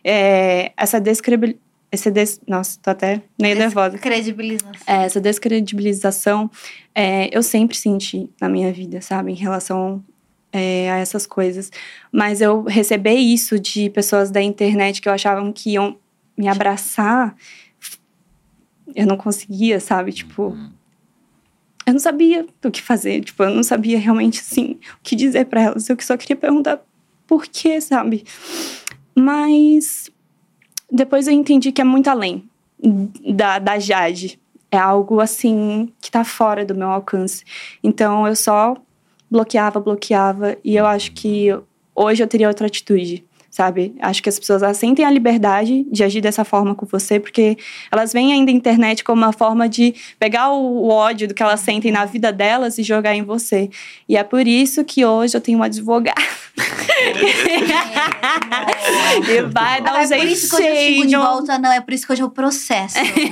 Nossa, tô até meio nervosa. Essa descredibilização, eu sempre senti na minha vida, sabe? Em relação a essas coisas. Mas eu receber isso de pessoas da internet que eu achava que iam me abraçar, eu não conseguia, sabe? Tipo, eu não sabia o que fazer. Tipo, eu não sabia realmente, assim, o que dizer pra elas. Eu só queria perguntar por quê, sabe? Mas depois eu entendi que é muito além da Jade. É algo, assim, que tá fora do meu alcance. Então, eu só bloqueava. E eu acho que hoje eu teria outra atitude, sabe? Acho que as pessoas sentem a liberdade de agir dessa forma com você, porque elas veem ainda a internet como uma forma de pegar o ódio do que elas sentem na vida delas e jogar em você. E é por isso que hoje eu tenho um advogado. E vai dar um jeitinho. É por isso que hoje eu chego de volta, não. É por isso que hoje eu processo.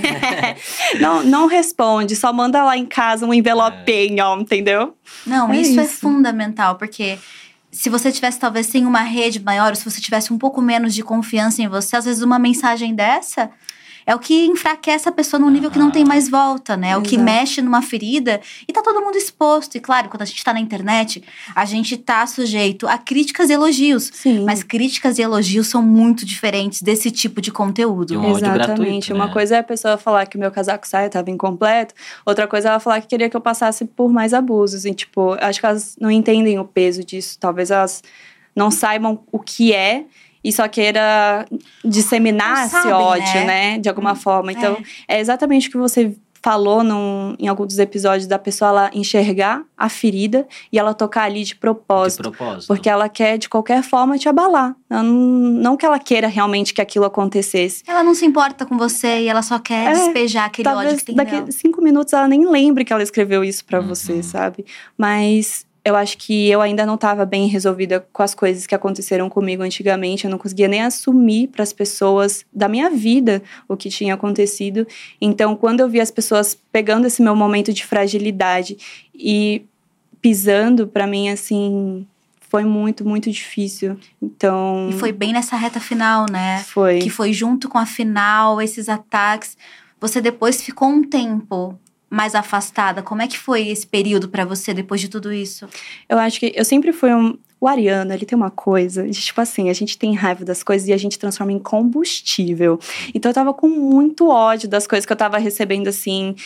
Não responde, só manda lá em casa um envelopinho, entendeu? Não, isso é fundamental, porque se você tivesse talvez sem uma rede maior, ou se você tivesse um pouco menos de confiança em você, às vezes uma mensagem dessa é o que enfraquece a pessoa num nível que não tem mais volta, né? É o que mexe numa ferida e tá todo mundo exposto. E claro, quando a gente tá na internet, a gente tá sujeito a críticas e elogios. Sim. Mas críticas e elogios são muito diferentes desse tipo de conteúdo. De um ódio Exatamente. gratuito, né? Uma coisa é a pessoa falar que o meu casaco saia tava incompleto, outra coisa é ela falar que queria que eu passasse por mais abusos. E, tipo, acho que elas não entendem o peso disso. Talvez elas não saibam o que é e só queira disseminar esse ódio, né? De alguma forma. Então, é exatamente o que você falou em alguns dos episódios, da pessoa ela enxergar a ferida e ela tocar ali de propósito. Porque ela quer, de qualquer forma, te abalar. Não que ela queira realmente que aquilo acontecesse. Ela não se importa com você e ela só quer despejar aquele ódio que tem nela. Daqui 5 minutos ela nem lembre que ela escreveu isso pra você, sabe? Mas eu acho que eu ainda não estava bem resolvida com as coisas que aconteceram comigo antigamente. Eu não conseguia nem assumir para as pessoas da minha vida o que tinha acontecido. Então, quando eu vi as pessoas pegando esse meu momento de fragilidade e pisando, para mim, assim, foi muito, muito difícil. Então... E foi bem nessa reta final, né? Foi. Que foi junto com a final, esses ataques. Você depois ficou um tempo mais afastada. Como é que foi esse período pra você depois de tudo isso? Eu acho que eu sempre fui O ariano, ele tem uma coisa de, tipo assim, a gente tem raiva das coisas e a gente transforma em combustível. Então eu tava com muito ódio das coisas que eu tava recebendo, assim,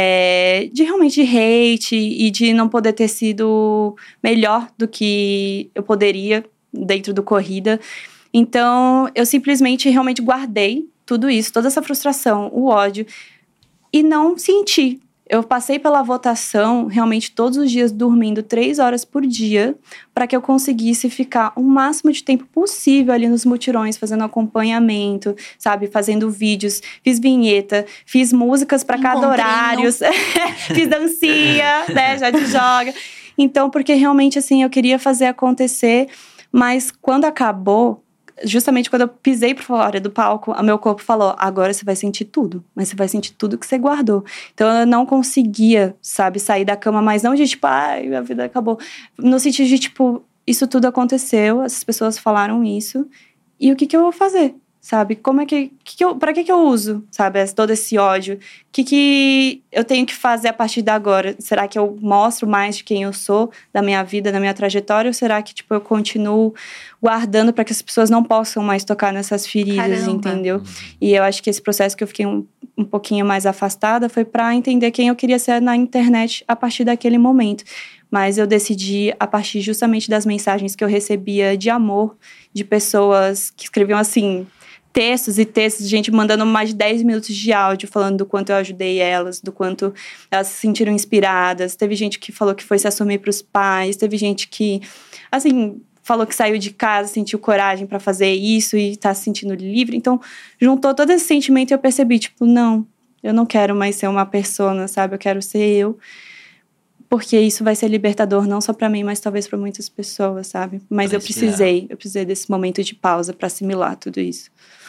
de realmente de hate e de não poder ter sido melhor do que eu poderia dentro do Corrida. Então eu simplesmente realmente guardei tudo isso, toda essa frustração, o ódio, e não senti. Eu passei pela votação realmente todos os dias dormindo 3 horas por dia para que eu conseguisse ficar o máximo de tempo possível ali nos mutirões, fazendo acompanhamento, sabe? Fazendo vídeos, fiz vinheta, fiz músicas para cada horário, fiz dancinha, né? Já te joga. Então, porque realmente, assim, eu queria fazer acontecer, mas quando acabou, justamente quando eu pisei por fora do palco, o meu corpo falou, agora você vai sentir tudo, mas você vai sentir tudo que você guardou. Então eu não conseguia, sabe, sair da cama, mas não de tipo, ai, a vida acabou. No sentido de tipo, isso tudo aconteceu, as pessoas falaram isso, e o que eu vou fazer? Sabe, como é pra que eu uso, sabe, todo esse ódio? O que eu tenho que fazer a partir de agora? Será que eu mostro mais de quem eu sou, da minha vida, da minha trajetória? Ou será que, tipo, eu continuo guardando para que as pessoas não possam mais tocar nessas feridas, Caramba. Entendeu? E eu acho que esse processo que eu fiquei um pouquinho mais afastada foi para entender quem eu queria ser na internet a partir daquele momento. Mas eu decidi, a partir justamente das mensagens que eu recebia de amor, de pessoas que escreviam assim... textos e textos, gente mandando mais de 10 minutos de áudio falando do quanto eu ajudei elas, do quanto elas se sentiram inspiradas. Teve gente que falou que foi se assumir para os pais, teve gente que, assim, falou que saiu de casa, sentiu coragem para fazer isso e tá se sentindo livre. Então, juntou todo esse sentimento e eu percebi, tipo, não, eu não quero mais ser uma persona, sabe? Eu quero ser eu. Porque isso vai ser libertador não só para mim, mas talvez para muitas pessoas, sabe? Mas eu precisei desse momento de pausa para assimilar tudo isso.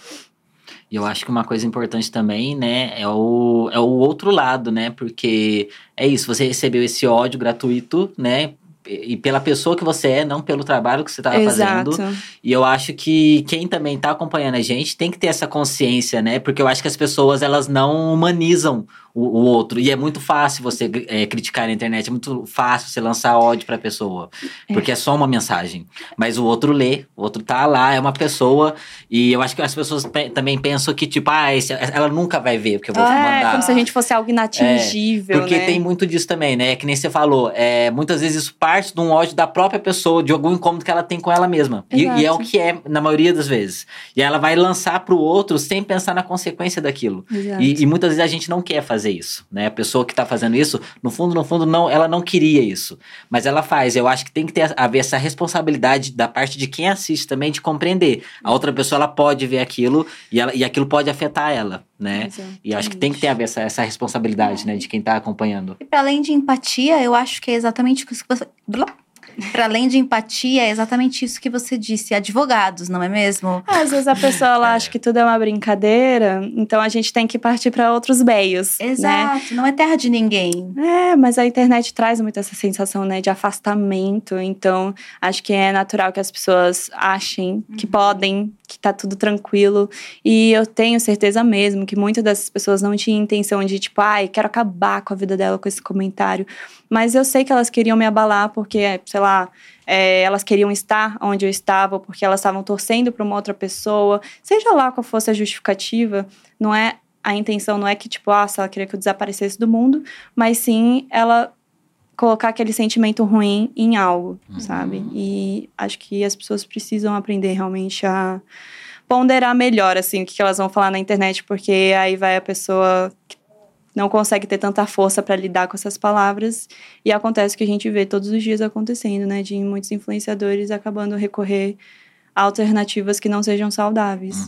E eu acho que uma coisa importante também, né, é o outro lado, né? Porque é isso, você recebeu esse ódio gratuito, né? E pela pessoa que você é, não pelo trabalho que você estava fazendo. E eu acho que quem também está acompanhando a gente tem que ter essa consciência, né? Porque eu acho que as pessoas, elas não humanizam o outro. E é muito fácil você criticar na internet, é muito fácil você lançar ódio pra pessoa. Porque é só uma mensagem. Mas o outro lê, o outro tá lá, é uma pessoa. E eu acho que as pessoas também pensam que, tipo, ela nunca vai ver, porque eu vou mandar. É, como se a gente fosse algo inatingível, porque tem muito disso também, né? É que nem você falou, muitas vezes isso parte de um ódio da própria pessoa, de algum incômodo que ela tem com ela mesma. E é o que é, na maioria das vezes. E ela vai lançar pro outro sem pensar na consequência daquilo. E muitas vezes a gente não quer fazer isso, né? A pessoa que tá fazendo isso, no fundo, não, ela não queria isso. Mas ela faz. Eu acho que tem que haver essa responsabilidade da parte de quem assiste também, de compreender. A outra pessoa, ela pode ver aquilo e aquilo pode afetar ela, né? Exatamente. E eu acho que tem que ter essa responsabilidade, né? De quem tá acompanhando. E para além de empatia, eu acho que é exatamente isso que você... Para além de empatia, é exatamente isso que você disse, advogados, não é mesmo? Às vezes a pessoa ela acha que tudo é uma brincadeira, então a gente tem que partir para outros meios. Exato, né? Não é terra de ninguém. Mas a internet traz muito essa sensação, né, de afastamento, então acho que é natural que as pessoas achem que podem, que tá tudo tranquilo. E eu tenho certeza mesmo que muitas dessas pessoas não tinham intenção de, tipo, quero acabar com a vida dela com esse comentário. Mas eu sei que elas queriam me abalar porque, sei lá, elas queriam estar onde eu estava, porque elas estavam torcendo para uma outra pessoa. Seja lá qual fosse a justificativa, a intenção não é que, tipo, se ela queria que eu desaparecesse do mundo, mas sim ela colocar aquele sentimento ruim em algo, sabe? E acho que as pessoas precisam aprender realmente a ponderar melhor, assim, o que elas vão falar na internet, porque aí vai a pessoa que não consegue ter tanta força para lidar com essas palavras, e acontece o que a gente vê todos os dias acontecendo, né? De muitos influenciadores acabando recorrer a alternativas que não sejam saudáveis.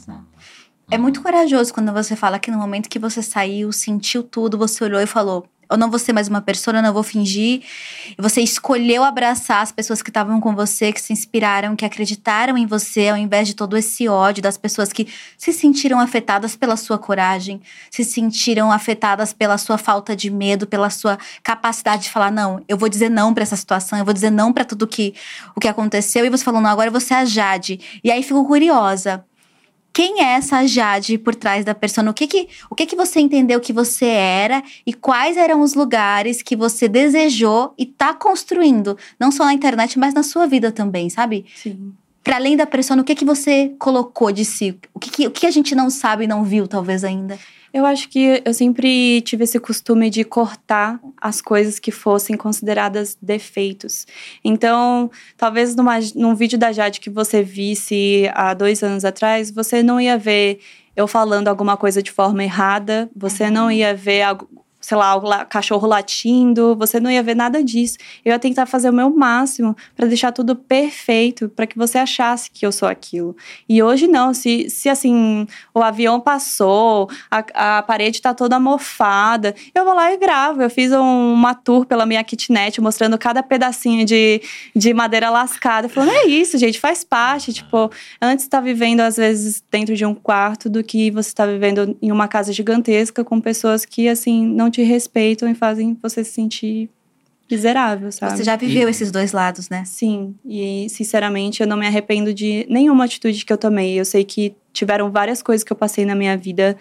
É muito corajoso quando você fala que no momento que você saiu, sentiu tudo, você olhou e falou: eu não vou ser mais uma persona, eu não vou fingir. E você escolheu abraçar as pessoas que estavam com você, que se inspiraram, que acreditaram em você, ao invés de todo esse ódio das pessoas que se sentiram afetadas pela sua coragem, se sentiram afetadas pela sua falta de medo, pela sua capacidade de falar: não, eu vou dizer não pra essa situação, eu vou dizer não pra tudo o que aconteceu. E você falou: não, agora você é a Jade. E aí fico curiosa. Quem é essa Jade por trás da persona? O que você entendeu que você era e quais eram os lugares que você desejou e tá construindo? Não só na internet, mas na sua vida também, sabe? Sim. Para além da persona, o que você colocou de si? O que a gente não sabe e não viu, talvez, ainda? Eu acho que eu sempre tive esse costume de cortar as coisas que fossem consideradas defeitos. Então, talvez num vídeo da Jade que você visse há 2 anos atrás, você não ia ver eu falando alguma coisa de forma errada, você não ia ver sei lá, o cachorro latindo, você não ia ver nada disso. Eu ia tentar fazer o meu máximo para deixar tudo perfeito, para que você achasse que eu sou aquilo. E hoje não, se assim, o avião passou, a parede tá toda mofada, eu vou lá e gravo. Eu fiz uma tour pela minha kitnet, mostrando cada pedacinho de madeira lascada, falando: é isso, gente, faz parte. Tipo, antes tá vivendo, às vezes, dentro de um quarto do que você tá vivendo em uma casa gigantesca com pessoas que, assim, não te respeitam e fazem você se sentir miserável, sabe? Você já viveu esses dois lados, né? Sim, e sinceramente eu não me arrependo de nenhuma atitude que eu tomei. Eu sei que tiveram várias coisas que eu passei na minha vida,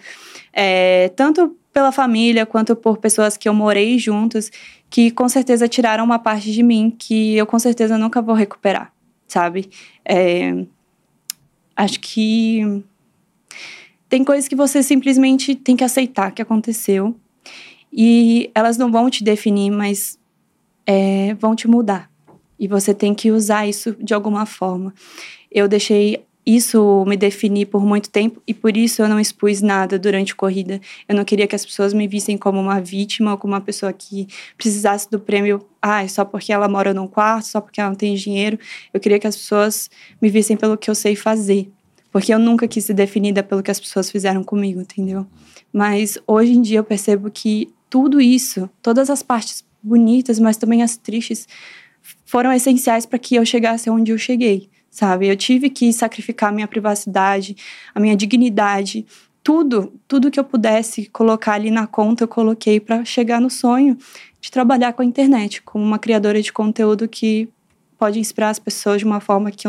tanto pela família quanto por pessoas que eu morei juntos, que com certeza tiraram uma parte de mim que eu com certeza nunca vou recuperar, sabe? Acho que tem coisas que você simplesmente tem que aceitar que aconteceu. E elas não vão te definir, mas vão te mudar. E você tem que usar isso de alguma forma. Eu deixei isso me definir por muito tempo e por isso eu não expus nada durante a corrida. Eu não queria que as pessoas me vissem como uma vítima ou como uma pessoa que precisasse do prêmio só porque ela mora num quarto, só porque ela não tem dinheiro. Eu queria que as pessoas me vissem pelo que eu sei fazer. Porque eu nunca quis ser definida pelo que as pessoas fizeram comigo, entendeu? Mas hoje em dia eu percebo que tudo isso, todas as partes bonitas, mas também as tristes, foram essenciais para que eu chegasse onde eu cheguei, sabe? Eu tive que sacrificar a minha privacidade, a minha dignidade, tudo que eu pudesse colocar ali na conta, eu coloquei para chegar no sonho de trabalhar com a internet, como uma criadora de conteúdo que pode inspirar as pessoas de uma forma que eu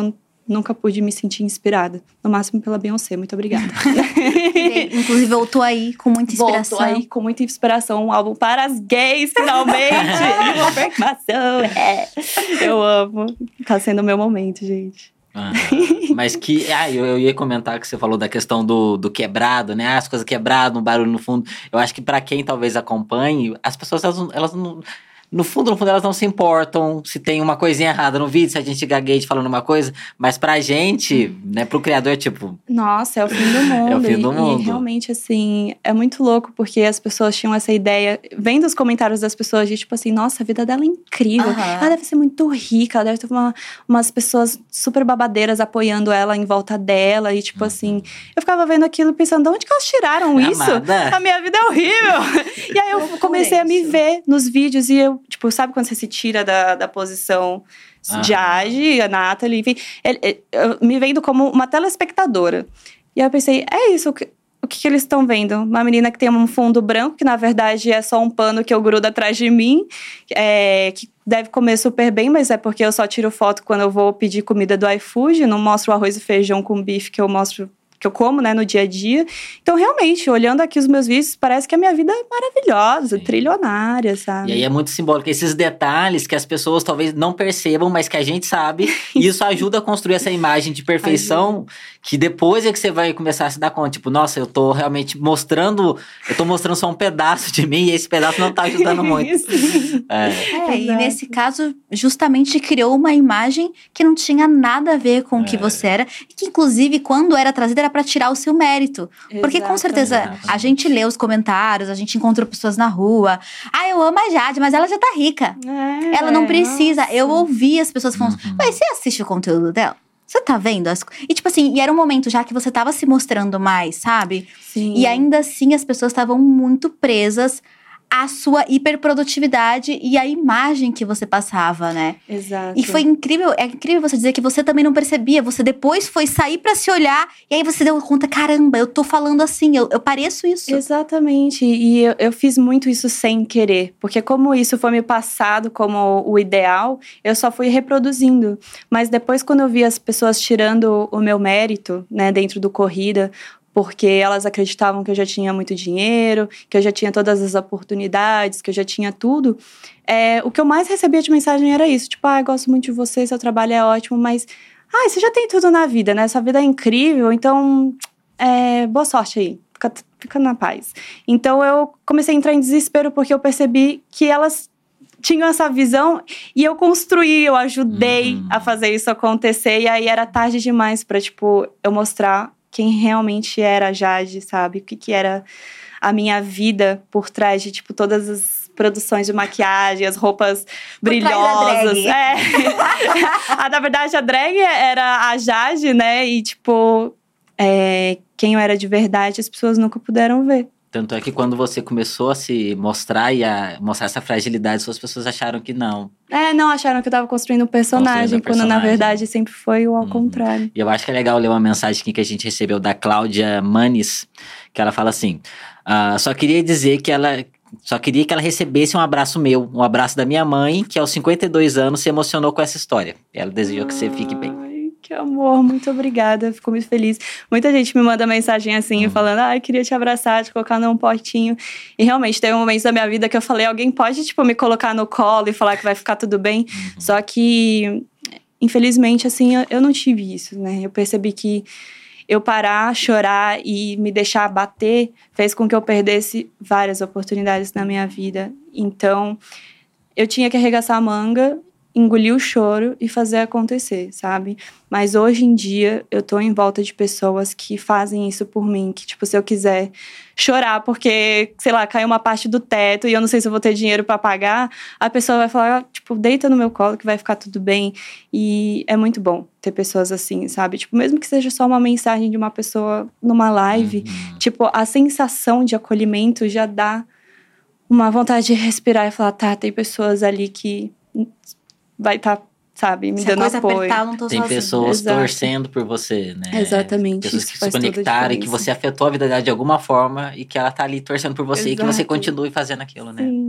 nunca pude me sentir inspirada. No máximo pela Beyoncé. Muito obrigada. Inclusive, voltou aí com muita inspiração. Voltou aí com muita inspiração. Um álbum para as gays, finalmente. Informação. Eu amo. Tá sendo o meu momento, gente. Mas que... eu ia comentar que você falou da questão do quebrado, né? As coisas quebradas, um barulho no fundo. Eu acho que pra quem talvez acompanhe, as pessoas, elas não... No fundo, elas não se importam se tem uma coisinha errada no vídeo, se a gente gagueja falando uma coisa. Mas pra gente, né, pro criador, tipo... Nossa, é o fim do mundo. É o fim do mundo. E realmente, assim, é muito louco, porque as pessoas tinham essa ideia... Vendo os comentários das pessoas, de tipo assim, nossa, a vida dela é incrível. Ela deve ser muito rica, ela deve ter umas pessoas super babadeiras apoiando ela em volta dela. E tipo assim, eu ficava vendo aquilo pensando, de onde que elas tiraram isso? Amada. A minha vida é horrível. E aí eu comecei a me ver nos vídeos e eu... Tipo, sabe quando você se tira da posição de Age, a Nathalie, enfim. Eu me vendo como uma telespectadora. E aí eu pensei, é isso, o que eles estão vendo? Uma menina que tem um fundo branco, que na verdade é só um pano que eu grudo atrás de mim, que deve comer super bem, mas é porque eu só tiro foto quando eu vou pedir comida do iFood, não mostro o arroz e feijão com bife que eu como, né, no dia a dia. Então, realmente, olhando aqui os meus vídeos, parece que a minha vida é maravilhosa, trilionária, sabe? E aí é muito simbólico. Esses detalhes que as pessoas talvez não percebam, mas que a gente sabe. E isso ajuda a construir essa imagem de perfeição que depois é que você vai começar a se dar conta. Tipo, nossa, eu tô realmente mostrando só um pedaço de mim e esse pedaço não tá ajudando muito. E nesse caso, justamente criou uma imagem que não tinha nada a ver com o que você era. E que, inclusive, quando era trazida, era pra tirar o seu mérito. Porque, com certeza, a gente lê os comentários, a gente encontrou pessoas na rua. Eu amo a Jade, mas ela já tá rica. Ela não precisa. Nossa. Eu ouvi as pessoas falando, mas você assiste o conteúdo dela? Você tá vendo? E tipo assim, e era um momento já que você tava se mostrando mais, sabe? Sim. E ainda assim, as pessoas estavam muito presas a sua hiperprodutividade e a imagem que você passava, né? Exato. E foi incrível, é incrível você dizer que você também não percebia, você depois foi sair pra se olhar e aí você deu conta, caramba, eu tô falando assim, eu pareço isso. Exatamente, e eu fiz muito isso sem querer, porque como isso foi me passado como o ideal, eu só fui reproduzindo. Mas depois, quando eu vi as pessoas tirando o meu mérito, né, dentro do Corrida, porque elas acreditavam que eu já tinha muito dinheiro, que eu já tinha todas as oportunidades, que eu já tinha tudo. O que eu mais recebia de mensagem era isso. Tipo, eu gosto muito de você, seu trabalho é ótimo, mas... você já tem tudo na vida, né? Sua vida é incrível, então... boa sorte aí. Fica na paz. Então, eu comecei a entrar em desespero, porque eu percebi que elas tinham essa visão e eu construí, eu ajudei a fazer isso acontecer. E aí, era tarde demais pra, tipo, eu mostrar quem realmente era a Jade, sabe? O que era a minha vida por trás de, tipo, todas as produções de maquiagem, as roupas brilhosas. Na verdade, a drag era a Jade, né? E, tipo, quem eu era de verdade, as pessoas nunca puderam ver. Tanto é que quando você começou a se mostrar e a mostrar essa fragilidade, as pessoas acharam que não. Não, acharam que eu tava construindo um personagem, quando na verdade sempre foi o ao contrário. E eu acho que é legal ler uma mensagem aqui que a gente recebeu da Cláudia Manes, que ela fala assim, só queria que ela recebesse um abraço meu, um abraço da minha mãe, que aos 52 anos se emocionou com essa história. Ela desejou que você fique bem. Que amor, muito obrigada, fico muito feliz. Muita gente me manda mensagem assim, falando, queria te abraçar, te colocar num potinho. E realmente, teve um momento da minha vida que eu falei, alguém pode, tipo, me colocar no colo e falar que vai ficar tudo bem? Só que, infelizmente, assim, eu não tive isso, né? Eu percebi que eu parar, chorar e me deixar bater fez com que eu perdesse várias oportunidades na minha vida. Então, eu tinha que arregaçar a manga, engolir o choro e fazer acontecer, sabe? Mas hoje em dia, eu tô em volta de pessoas que fazem isso por mim. Que, tipo, se eu quiser chorar porque, sei lá, caiu uma parte do teto e eu não sei se eu vou ter dinheiro pra pagar, a pessoa vai falar, tipo, deita no meu colo que vai ficar tudo bem. E é muito bom ter pessoas assim, sabe? Tipo, mesmo que seja só uma mensagem de uma pessoa numa live, tipo, a sensação de acolhimento já dá uma vontade de respirar e falar, tem pessoas ali que vai estar, sabe, me dando apoio. Apertar, eu não tô Tem sozinha. pessoas torcendo por você, né? Exatamente. Pessoas que se conectaram e que você afetou a vida dela de alguma forma e que ela tá ali torcendo por você e que você continue fazendo aquilo, né? Sim.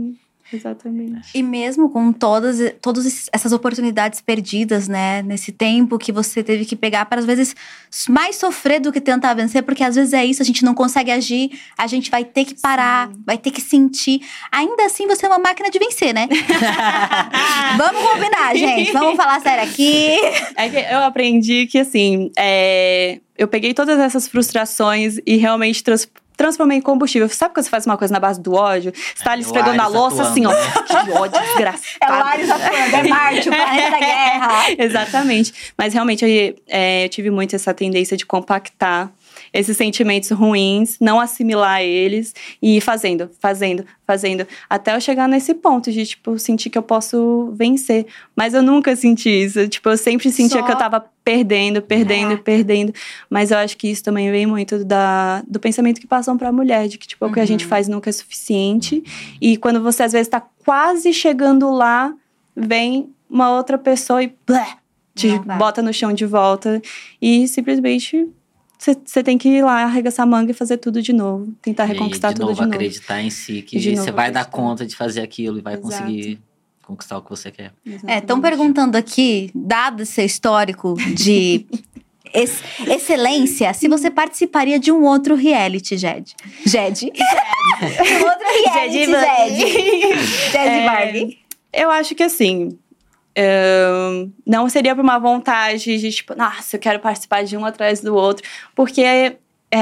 Exatamente. E mesmo com todas essas oportunidades perdidas, né? Nesse tempo que você teve que pegar para, às vezes, mais sofrer do que tentar vencer. Porque, às vezes, é isso. A gente não consegue agir. A gente vai ter que parar. Sim. Vai ter que sentir. Ainda assim, você é uma máquina de vencer, né? Vamos combinar, gente. Vamos falar sério aqui. É que eu aprendi que, assim… eu peguei todas essas frustrações e realmente transformei em combustível. Sabe quando você faz uma coisa na base do ódio? Você tá ali esfregando a louça assim, ó. Que ódio, desgraçado. É o Ares atuando, é Marte, o planeta da guerra. Exatamente. Mas realmente eu tive muito essa tendência de compactar esses sentimentos ruins, não assimilar eles e ir fazendo, até eu chegar nesse ponto de, tipo, sentir que eu posso vencer. Mas eu nunca senti isso. Tipo, eu sempre sentia que eu tava perdendo. Mas eu acho que isso também vem muito do pensamento que passam pra mulher, de que, tipo, o que a gente faz nunca é suficiente. E quando você, às vezes, tá quase chegando lá, vem uma outra pessoa e te bota no chão de volta. E simplesmente… Você tem que ir lá, arregaçar a manga e fazer tudo de novo. Tentar reconquistar tudo de novo. Acreditar em si, que você vai dar conta de fazer aquilo e vai conseguir conquistar o que você quer. Estão perguntando aqui, dado seu histórico de excelência, se você participaria de um outro reality, Jed. Um outro reality, Jed Barbie. Eu acho que assim… não seria por uma vontade de, tipo, nossa, eu quero participar de um atrás do outro. Porque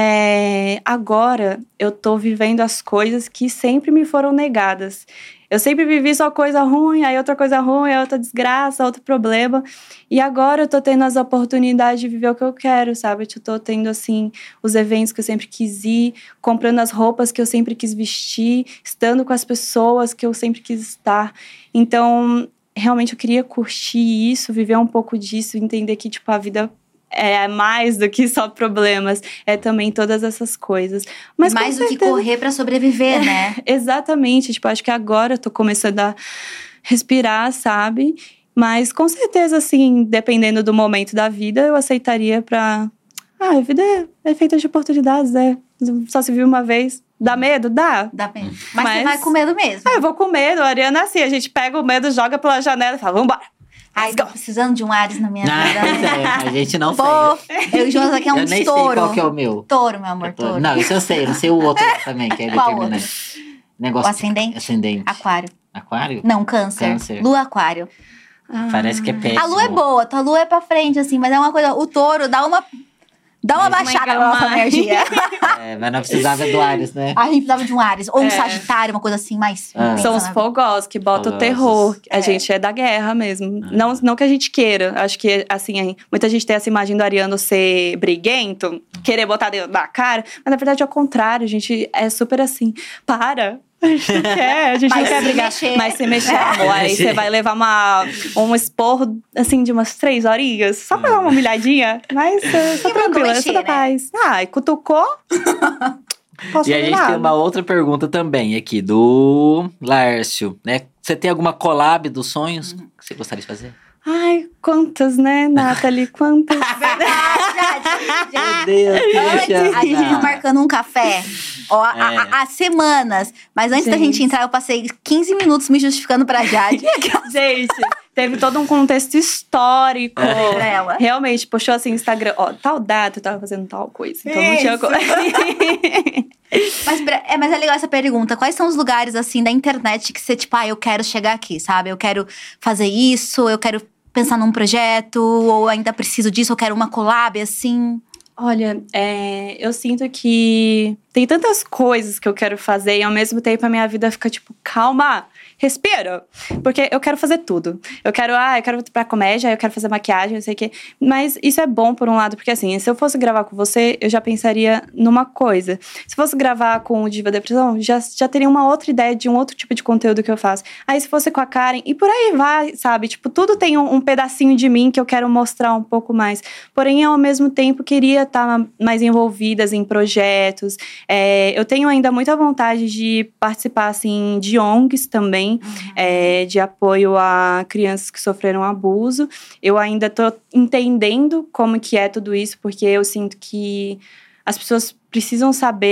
agora eu tô vivendo as coisas que sempre me foram negadas. Eu sempre vivi só coisa ruim, aí outra coisa ruim, aí outra desgraça, outro problema. E agora eu tô tendo as oportunidades de viver o que eu quero, sabe? Eu tô tendo, assim, os eventos que eu sempre quis ir, comprando as roupas que eu sempre quis vestir, estando com as pessoas que eu sempre quis estar. Então… realmente eu queria curtir isso, viver um pouco disso, entender que, tipo, a vida é mais do que só problemas, é também todas essas coisas. Mas mais do que correr pra sobreviver, né? Exatamente, tipo, acho que agora eu tô começando a respirar, sabe? Mas com certeza, assim, dependendo do momento da vida, eu aceitaria pra… a vida é feita de oportunidades, né? Só se vive uma vez. Dá medo? Dá. Dá medo. Mas você vai com medo mesmo. Eu vou com medo. A Ariana, assim, a gente pega o medo, joga pela janela e fala, vambora. Ai, tô precisando de um Ares na minha vida. A gente não sei. Eu e o Jonas aqui é um touro. Eu nem sei qual que é o meu. Touro, meu amor, touro. Não, isso eu sei. Eu não sei o outro também, que é determinante. O ascendente? Aquário. Aquário? Não, câncer. Lua aquário. Parece que é péssimo. A lua é boa, tua lua é pra frente, assim, mas é uma coisa… O touro dá uma baixada na nossa energia. Mas não precisava do Ares, né? A gente precisava de um Ares. Ou um Sagitário, uma coisa assim, mais… São os fogosos que botam o terror. A gente é da guerra mesmo. Não que a gente queira. Acho que, assim, muita gente tem essa imagem do ariano ser briguento, querer botar dentro da cara. Mas, na verdade, é o contrário. A gente é super assim, para… A gente não quer brigar. Mas se mexer, amor, aí você vai levar um esporro, assim, de umas 3 horinhas. Só pra dar uma humilhadinha. Mas tá tranquila, tá da paz. E cutucou. E a gente tem uma outra pergunta também aqui, do Lárcio, né? Você tem alguma collab dos sonhos que você gostaria de fazer? Ai, quantas, né, Nathalie? Quantas? Meu Deus, a gente tá marcando um café há semanas. Mas antes da gente entrar, eu passei 15 minutos me justificando pra Jade. Gente, teve todo um contexto histórico. Realmente, puxou assim, Instagram. Tal data eu tava fazendo tal coisa. Então não tinha coisa. Mas é legal essa pergunta. Quais são os lugares, assim, da internet que você, tipo, eu quero chegar aqui, sabe? Eu quero fazer isso, eu quero pensar num projeto, ou ainda preciso disso, eu quero uma collab, assim… Olha, eu sinto que tem tantas coisas que eu quero fazer e ao mesmo tempo a minha vida fica tipo, calma, respira. Porque eu quero fazer tudo. Eu quero ir pra comédia, eu quero fazer maquiagem, não sei o quê. Mas isso é bom por um lado, porque assim, se eu fosse gravar com você, eu já pensaria numa coisa. Se fosse gravar com o Diva Depressão, já teria uma outra ideia de um outro tipo de conteúdo que eu faço. Aí se fosse com a Karen, e por aí vai, sabe? Tipo, tudo tem um pedacinho de mim que eu quero mostrar um pouco mais. Porém, ao mesmo tempo, queria estar mais envolvidas em projetos. Eu tenho ainda muita vontade de participar, assim, de ONGs também, de apoio a crianças que sofreram abuso. Eu ainda tô entendendo como que é tudo isso, porque eu sinto que as pessoas precisam saber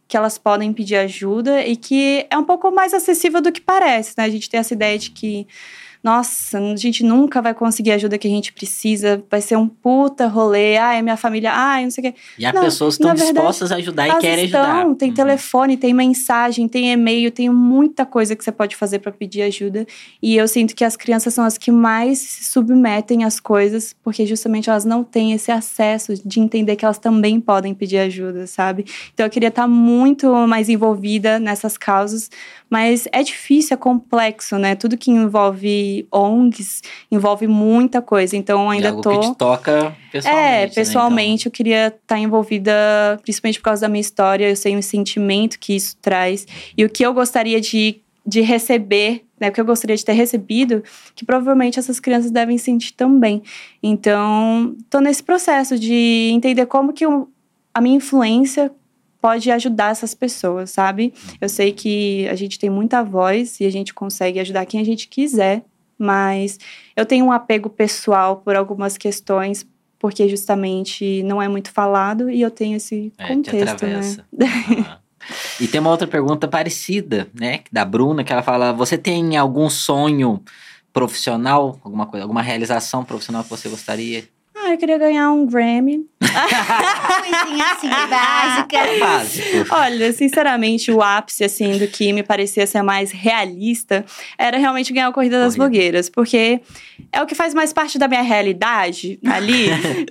que elas podem pedir ajuda e que é um pouco mais acessível do que parece, né? A gente tem essa ideia de que, nossa, a gente nunca vai conseguir a ajuda que a gente precisa, vai ser um puta rolê, é minha família, não sei o quê. E há pessoas que estão dispostas a ajudar e querem ajudar. Tem telefone, tem mensagem, tem e-mail, tem muita coisa que você pode fazer para pedir ajuda. E eu sinto que as crianças são as que mais se submetem às coisas, porque justamente elas não têm esse acesso de entender que elas também podem pedir ajuda, sabe? Então eu queria estar muito mais envolvida nessas causas, mas é difícil, é complexo, né? Tudo que envolve ONGs envolve muita coisa, então ainda algo que te toca pessoalmente. Pessoalmente, né? Então, eu queria estar envolvida, principalmente por causa da minha história, eu sei o sentimento que isso traz e o que eu gostaria de receber, né? O que eu gostaria de ter recebido, que provavelmente essas crianças devem sentir também. Então, tô nesse processo de entender como que a minha influência pode ajudar essas pessoas, sabe? Eu sei que a gente tem muita voz e a gente consegue ajudar quem a gente quiser, mas eu tenho um apego pessoal por algumas questões, porque justamente não é muito falado e eu tenho esse contexto, né? E tem uma outra pergunta parecida, né? Da Bruna, que ela fala, você tem algum sonho profissional, alguma realização profissional que você gostaria? Eu queria ganhar um Grammy. Coisinha assim, básica. Básico. Olha, sinceramente, o ápice, assim, do que me parecia ser mais realista era realmente ganhar a Corrida das Blogueiras. Porque é o que faz mais parte da minha realidade ali.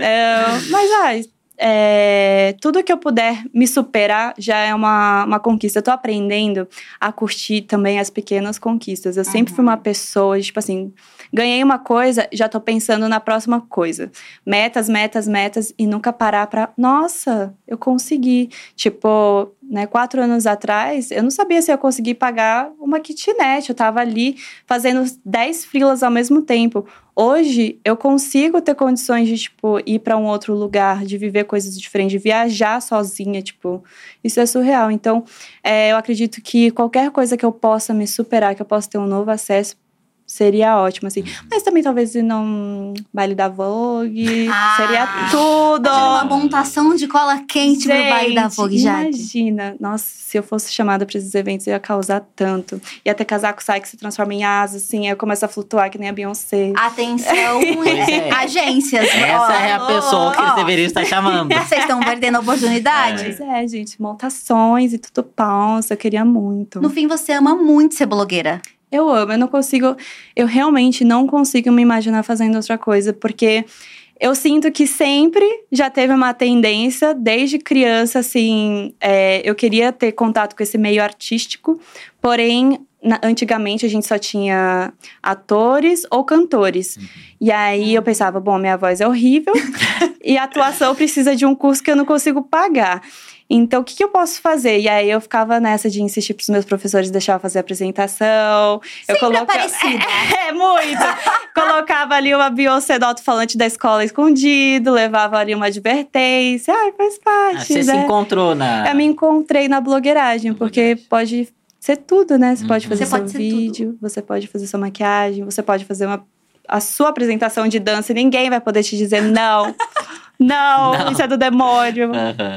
Mas, tudo que eu puder me superar já é uma conquista. Eu tô aprendendo a curtir também as pequenas conquistas. Eu sempre fui uma pessoa, tipo assim, ganhei uma coisa, já tô pensando na próxima coisa. Metas, metas, metas, e nunca parar pra... Nossa, eu consegui. Tipo, né, 4 anos atrás, eu não sabia se eu ia conseguir pagar uma kitnet. Eu tava ali fazendo 10 freelas ao mesmo tempo. Hoje, eu consigo ter condições de, tipo, ir pra um outro lugar, de viver coisas diferentes, de viajar sozinha, tipo... Isso é surreal. Então, eu acredito que qualquer coisa que eu possa me superar, que eu possa ter um novo acesso, seria ótimo, assim. Mas também talvez ir num baile da Vogue, seria tudo! Uma montação de cola quente pro baile da Vogue, Jade. Imagina! Nossa, se eu fosse chamada pra esses eventos, eu ia causar tanto. Ia ter casaco sai que se transforma em asa, assim, aí eu começo a flutuar que nem a Beyoncé. Atenção, agências. Essa é a pessoa que eles deveriam estar chamando. Vocês estão perdendo a oportunidade? Pois gente, montações e tudo pausa, eu queria muito. No fim, você ama muito ser blogueira. Eu amo, eu realmente não consigo me imaginar fazendo outra coisa, porque eu sinto que sempre já teve uma tendência, desde criança, assim, eu queria ter contato com esse meio artístico, porém, antigamente a gente só tinha atores ou cantores. E aí eu pensava, bom, minha voz é horrível e a atuação precisa de um curso que eu não consigo pagar. Então, o que eu posso fazer? E aí, eu ficava nessa de insistir pros meus professores deixar eu fazer a apresentação. Sempre aparecida. Muito! Colocava ali uma Beyoncé do alto-falante da escola escondido, levava ali uma advertência. Faz parte, você se encontrou na... Eu me encontrei na blogueiragem, porque pode ser tudo, né? Você pode fazer seu vídeo, você pode fazer sua maquiagem, você pode fazer a sua apresentação de dança e ninguém vai poder te dizer não. Não, isso é do demônio.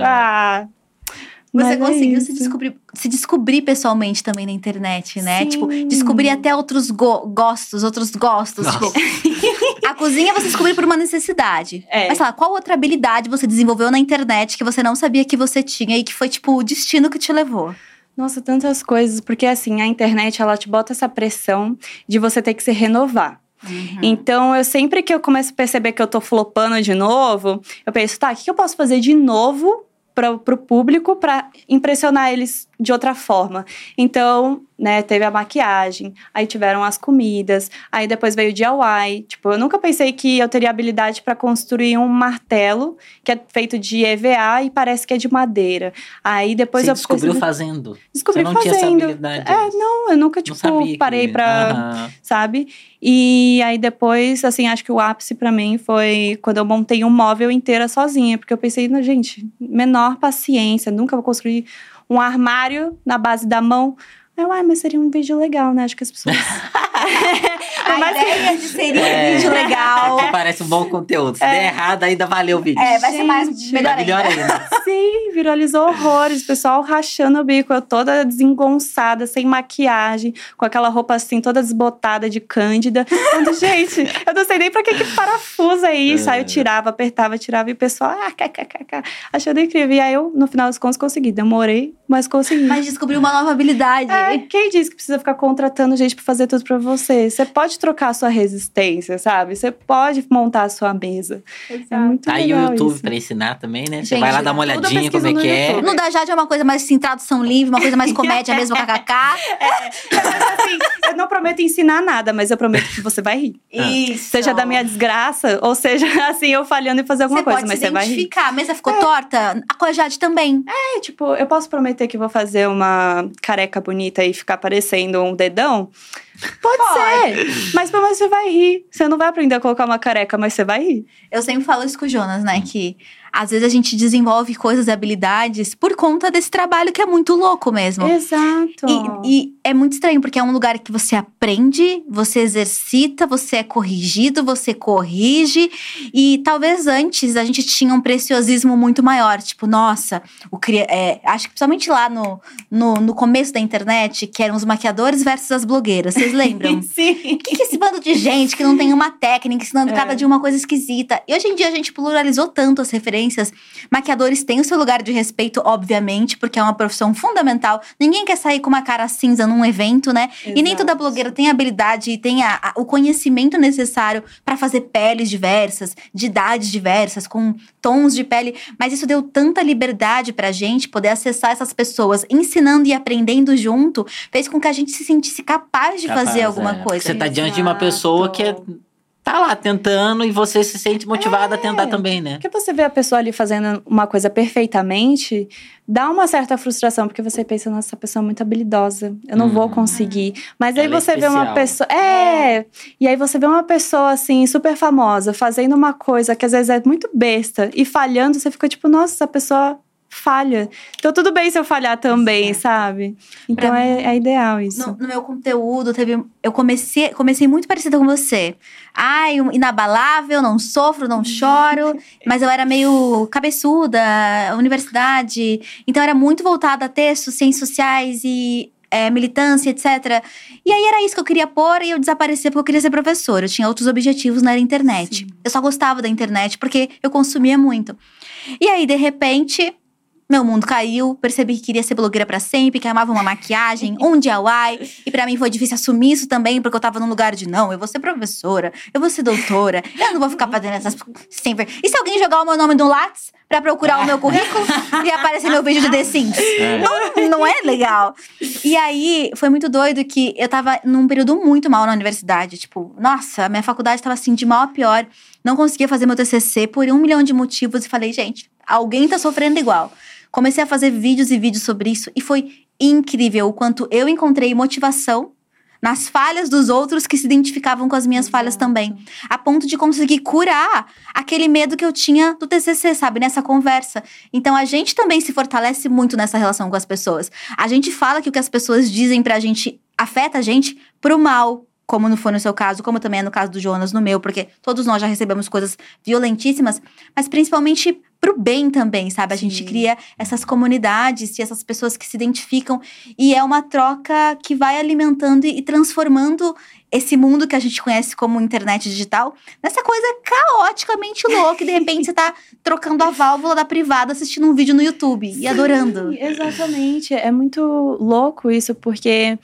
Você conseguiu se descobrir pessoalmente também na internet, né? Sim. Tipo, descobrir até outros gostos. Tipo, a cozinha você descobriu por uma necessidade. Mas sei lá, qual outra habilidade você desenvolveu na internet que você não sabia que você tinha e que foi, tipo, o destino que te levou? Nossa, tantas coisas. Porque, assim, a internet, ela te bota essa pressão de você ter que se renovar. Então, sempre que eu começo a perceber que eu tô flopando de novo, eu penso, o que eu posso fazer de novo pro público pra impressionar eles de outra forma? Então, né, teve a maquiagem, aí tiveram as comidas, aí depois veio o DIY. Tipo, eu nunca pensei que eu teria habilidade pra construir um martelo que é feito de EVA e parece que é de madeira. Aí depois eu descobriu fazendo. Descobri Você não tinha essa habilidade. Não, eu nunca, tipo, parei pra... Sabe? E aí depois, assim, acho que o ápice pra mim foi quando eu montei um móvel inteira sozinha. Porque eu pensei, gente, menor paciência, nunca vou construir um armário na base da mão. Mas seria um vídeo legal, né? Acho que as pessoas... A ideia de seria um vídeo legal. legal. Parece um bom conteúdo. Se der errado, ainda valeu o vídeo. Vai ser melhor ainda. Sim, viralizou horrores. O pessoal rachando o bico, eu toda desengonçada, sem maquiagem, com aquela roupa assim, toda desbotada de cândida. Falando, gente, eu não sei nem pra que parafuso é isso. Aí eu tirava, apertava, tirava, e o pessoal, achando incrível. E aí eu, no final das contas, consegui. Demorei, mas consegui. Mas descobriu uma nova habilidade. Quem disse que precisa ficar contratando gente pra fazer tudo pra você? Você pode trocar a sua resistência, sabe? Você pode montar a sua mesa. Exato. É muito legal aí o YouTube isso. pra ensinar também, né? Você Gente, vai lá dar uma olhadinha como é que é. No da Jade é uma coisa mais assim, tradução livre, uma coisa mais comédia mesmo, kkk. Mas assim, eu não prometo ensinar nada, mas eu prometo que você vai rir. Isso. Seja da minha desgraça, ou seja, assim, eu falhando em fazer alguma coisa, mas você vai rir. Você pode se identificar. A mesa ficou torta? Com a Jade também. Tipo, eu posso prometer que vou fazer uma careca bonita e ficar parecendo um dedão? Pode ser, mas pelo menos você vai rir. Você não vai aprender a colocar uma careca, mas você vai rir. Eu sempre falo isso com o Jonas, né? Que às vezes a gente desenvolve coisas e habilidades por conta desse trabalho que é muito louco mesmo. Exato. E é muito estranho, porque é um lugar que você aprende, você exercita, você é corrigido, você corrige. E talvez antes a gente tinha um preciosismo muito maior. Tipo, nossa, acho que principalmente lá no começo da internet, que eram os maquiadores versus as blogueiras. Vocês lembram? Sim. O que é esse bando de gente que não tem uma técnica, ensinando cada dia uma coisa esquisita? E hoje em dia a gente pluralizou tanto as referências. Maquiadores têm o seu lugar de respeito, obviamente, porque é uma profissão fundamental. Ninguém quer sair com uma cara cinza num evento, né? Exato. E nem toda blogueira tem a habilidade e tem o conhecimento necessário pra fazer peles diversas, de idades diversas, com tons de pele. Mas isso deu tanta liberdade pra gente poder acessar essas pessoas, ensinando e aprendendo junto, fez com que a gente se sentisse capaz de fazer alguma coisa. Você tá diante de uma pessoa que tá lá tentando e você se sente motivada a tentar também, né? Porque você vê a pessoa ali fazendo uma coisa perfeitamente, dá uma certa frustração, porque você pensa, nossa, essa pessoa é muito habilidosa, eu não vou conseguir. Mas aí você vê uma pessoa… E aí você vê uma pessoa, assim, super famosa, fazendo uma coisa que às vezes é muito besta e falhando, você fica tipo, nossa, essa pessoa… falha. Então, tudo bem se eu falhar também, sabe? Então, é ideal isso. No meu conteúdo, eu comecei muito parecida com você. Inabalável, não sofro, não choro. Mas eu era meio cabeçuda, universidade. Então, era muito voltada a textos, ciências sociais e… militância, etc. E aí era isso que eu queria pôr e eu desaparecia porque eu queria ser professora. Eu tinha outros objetivos na internet. Sim. Eu só gostava da internet porque eu consumia muito. E aí, de repente… meu mundo caiu, percebi que queria ser blogueira pra sempre, que amava uma maquiagem, um DIY. E pra mim foi difícil assumir isso também, porque eu tava num lugar de não, eu vou ser professora, eu vou ser doutora, eu não vou ficar fazendo essas… sempre. E se alguém jogar o meu nome no Lattes pra procurar o meu currículo e aparecer meu vídeo de The Sims? Não é legal. E aí, foi muito doido que eu tava num período muito mal na universidade. Tipo, nossa, a minha faculdade tava assim, de mal a pior. Não conseguia fazer meu TCC por 1 milhão de motivos. E falei, gente, alguém tá sofrendo igual. Comecei a fazer vídeos e vídeos sobre isso e foi incrível o quanto eu encontrei motivação nas falhas dos outros que se identificavam com as minhas falhas também. A ponto de conseguir curar aquele medo que eu tinha do TCC, sabe? Nessa conversa. Então, a gente também se fortalece muito nessa relação com as pessoas. A gente fala que o que as pessoas dizem pra gente afeta a gente pro mal. Como não foi no seu caso, como também é no caso do Jonas, no meu. Porque todos nós já recebemos coisas violentíssimas. Mas principalmente pro bem também, sabe? A gente cria essas comunidades e essas pessoas que se identificam. E é uma troca que vai alimentando e transformando esse mundo que a gente conhece como internet digital nessa coisa caoticamente louca. E de repente você tá trocando a válvula da privada assistindo um vídeo no YouTube e adorando. Exatamente. É muito louco isso, porque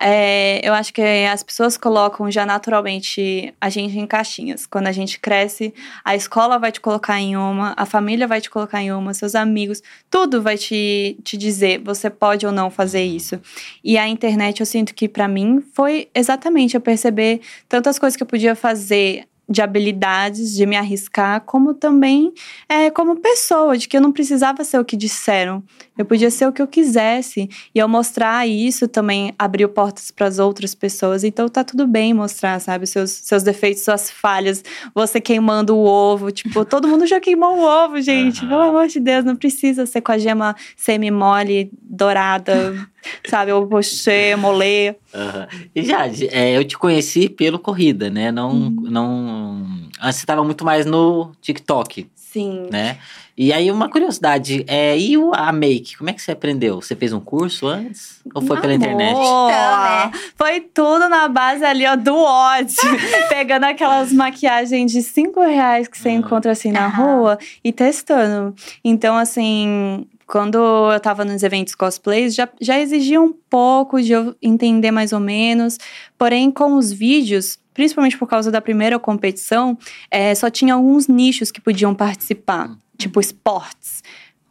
eu acho que as pessoas colocam já naturalmente a gente em caixinhas. Quando a gente cresce, a escola vai te colocar em uma, a família vai te colocar em uma, seus amigos, tudo vai te dizer, você pode ou não fazer isso. E a internet, eu sinto que pra mim foi exatamente eu perceber tantas coisas que eu podia fazer de habilidades, de me arriscar, como também como pessoa, de que eu não precisava ser o que disseram. Eu podia ser o que eu quisesse. E ao mostrar isso também abriu portas para as outras pessoas. Então tá tudo bem mostrar, sabe? Seus defeitos, suas falhas. Você queimando o ovo. Tipo, todo mundo já queimou o ovo, gente. Pelo amor de Deus, não precisa ser com a gema semi-mole, dourada, sabe? Ou pochê, molê. E Jade, eu te conheci pelo Corrida, né? Não Antes você tava muito mais no TikTok. Sim. Né? E aí, uma curiosidade, a make, como é que você aprendeu? Você fez um curso antes? Ou foi pela internet? Então, né? Foi tudo na base ali, ó, do ódio. Pegando aquelas maquiagens de R$5 que você encontra assim na rua e testando. Então, assim, quando eu tava nos eventos cosplays, já exigia um pouco de eu entender mais ou menos. Porém, com os vídeos, principalmente por causa da primeira competição, só tinha alguns nichos que podiam participar. Tipo, esportes.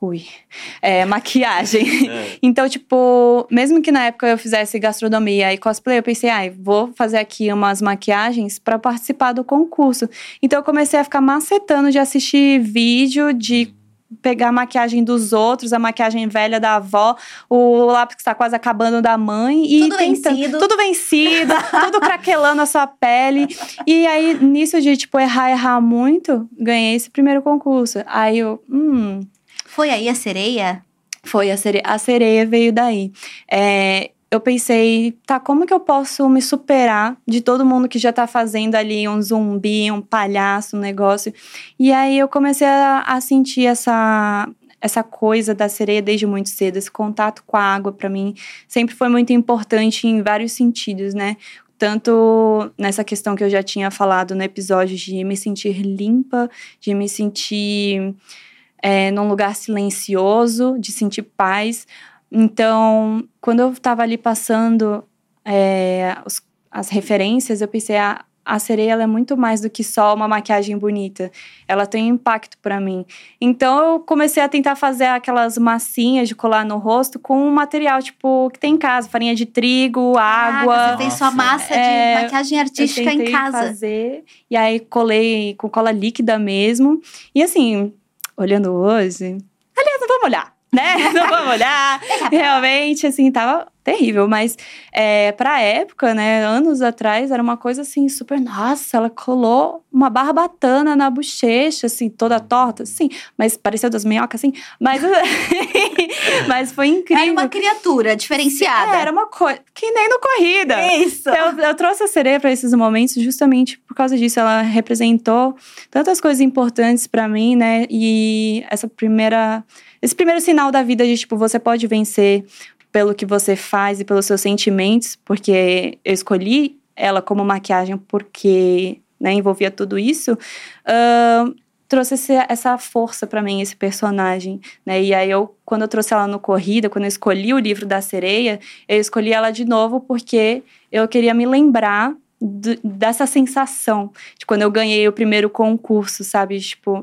Maquiagem. Então, tipo, mesmo que na época eu fizesse gastronomia e cosplay, eu pensei, vou fazer aqui umas maquiagens pra participar do concurso. Então, eu comecei a ficar macetando de assistir vídeo, de pegar a maquiagem dos outros, a maquiagem velha da avó, o lápis que está quase acabando da mãe. Tudo vencido. Tudo vencido, tudo craquelando a sua pele. E aí, nisso de, tipo, errar muito, ganhei esse primeiro concurso. Aí eu, Foi aí a sereia? Foi, a sereia veio daí. Eu pensei, como que eu posso me superar de todo mundo que já tá fazendo ali um zumbi, um palhaço, um negócio. E aí eu comecei a sentir essa coisa da sereia desde muito cedo. Esse contato com a água, pra mim, sempre foi muito importante em vários sentidos, né? Tanto nessa questão que eu já tinha falado no episódio de me sentir limpa, de me sentir num lugar silencioso, de sentir paz. Então, quando eu tava ali passando as referências, eu pensei, a sereia ela é muito mais do que só uma maquiagem bonita. Ela tem um impacto pra mim. Então, eu comecei a tentar fazer aquelas massinhas de colar no rosto com um material, tipo, que tem em casa. Farinha de trigo, água. Você fez sua massa de maquiagem artística em casa. Fazer, e aí, colei com cola líquida mesmo. E assim, olhando hoje... Aliás, não vamos olhar. Né? Não vamos olhar. Realmente, assim, tava terrível. Mas pra época, né, anos atrás, era uma coisa assim, super... Nossa, ela colou uma barbatana na bochecha, assim, toda torta, assim. Mas pareceu das minhocas, assim. Mas, mas foi incrível. Era uma criatura diferenciada. Era uma coisa... Que nem no Corrida. Isso. Eu trouxe a sereia pra esses momentos justamente por causa disso. Ela representou tantas coisas importantes pra mim, né? E esse primeiro sinal da vida de, tipo, você pode vencer pelo que você faz e pelos seus sentimentos, porque eu escolhi ela como maquiagem porque, né, envolvia tudo isso, trouxe essa força pra mim, esse personagem, né, e aí quando eu trouxe ela no Corrida, quando eu escolhi o livro da sereia, eu escolhi ela de novo porque eu queria me lembrar dessa sensação, de quando eu ganhei o primeiro concurso, sabe, tipo,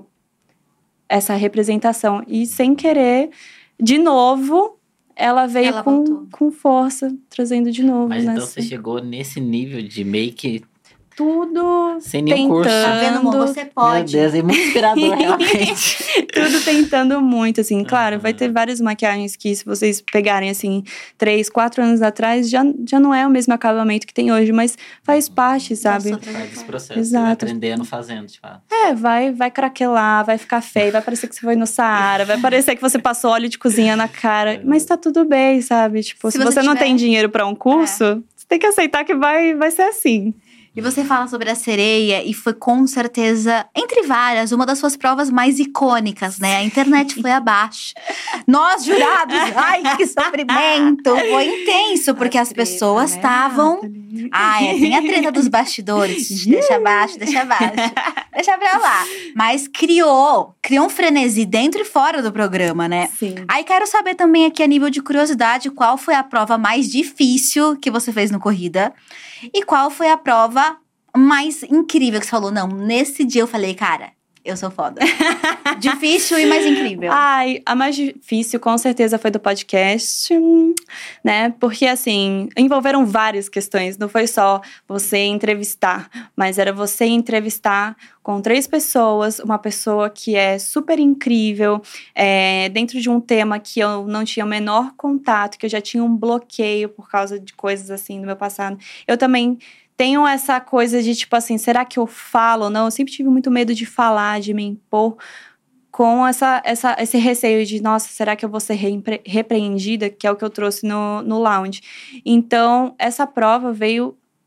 essa representação, e sem querer, de novo, ela veio com força, trazendo de novo. Mas então você chegou nesse nível de make... Tudo sem nenhum curso. Tá vendo, amor? Você pode. Meu Deus, é muito inspirador, realmente. Tudo tentando muito, assim. Claro, vai ter várias maquiagens que, se vocês pegarem, assim, 3, 4 anos atrás, já não é o mesmo acabamento que tem hoje, mas faz parte, sabe? Faz esse processo. Exato. Vai aprendendo, fazendo, de fato. Vai craquelar, vai ficar feio, vai parecer que você foi no Saara, vai parecer que você passou óleo de cozinha na cara, mas tá tudo bem, sabe? Tipo, se você não tem dinheiro pra um curso, você tem que aceitar que vai ser assim. E você fala sobre a sereia e foi com certeza, entre várias, uma das suas provas mais icônicas, né? A internet foi abaixo. Nós, jurados, ai, que sofrimento! Foi intenso, porque as pessoas estavam... tem a treta dos bastidores. Deixa abaixo. Deixa pra lá. Mas criou um frenesi dentro e fora do programa, né? Sim. Aí quero saber também aqui, a nível de curiosidade, qual foi a prova mais difícil que você fez no Corrida? E qual foi a prova mais incrível que você falou? Não, nesse dia eu falei, cara, eu sou foda. Difícil e mais incrível. A mais difícil com certeza foi do podcast, né? Porque, assim, envolveram várias questões. Não foi só você entrevistar, mas era você entrevistar com 3 pessoas, uma pessoa que é super incrível, dentro de um tema que eu não tinha o menor contato, que eu já tinha um bloqueio por causa de coisas assim do meu passado. Eu também tenho essa coisa de, tipo assim, será que eu falo ou não? Eu sempre tive muito medo de falar, de me impor, com esse receio de, nossa, será que eu vou ser repreendida? Que é o que eu trouxe no lounge. Então, essa prova veio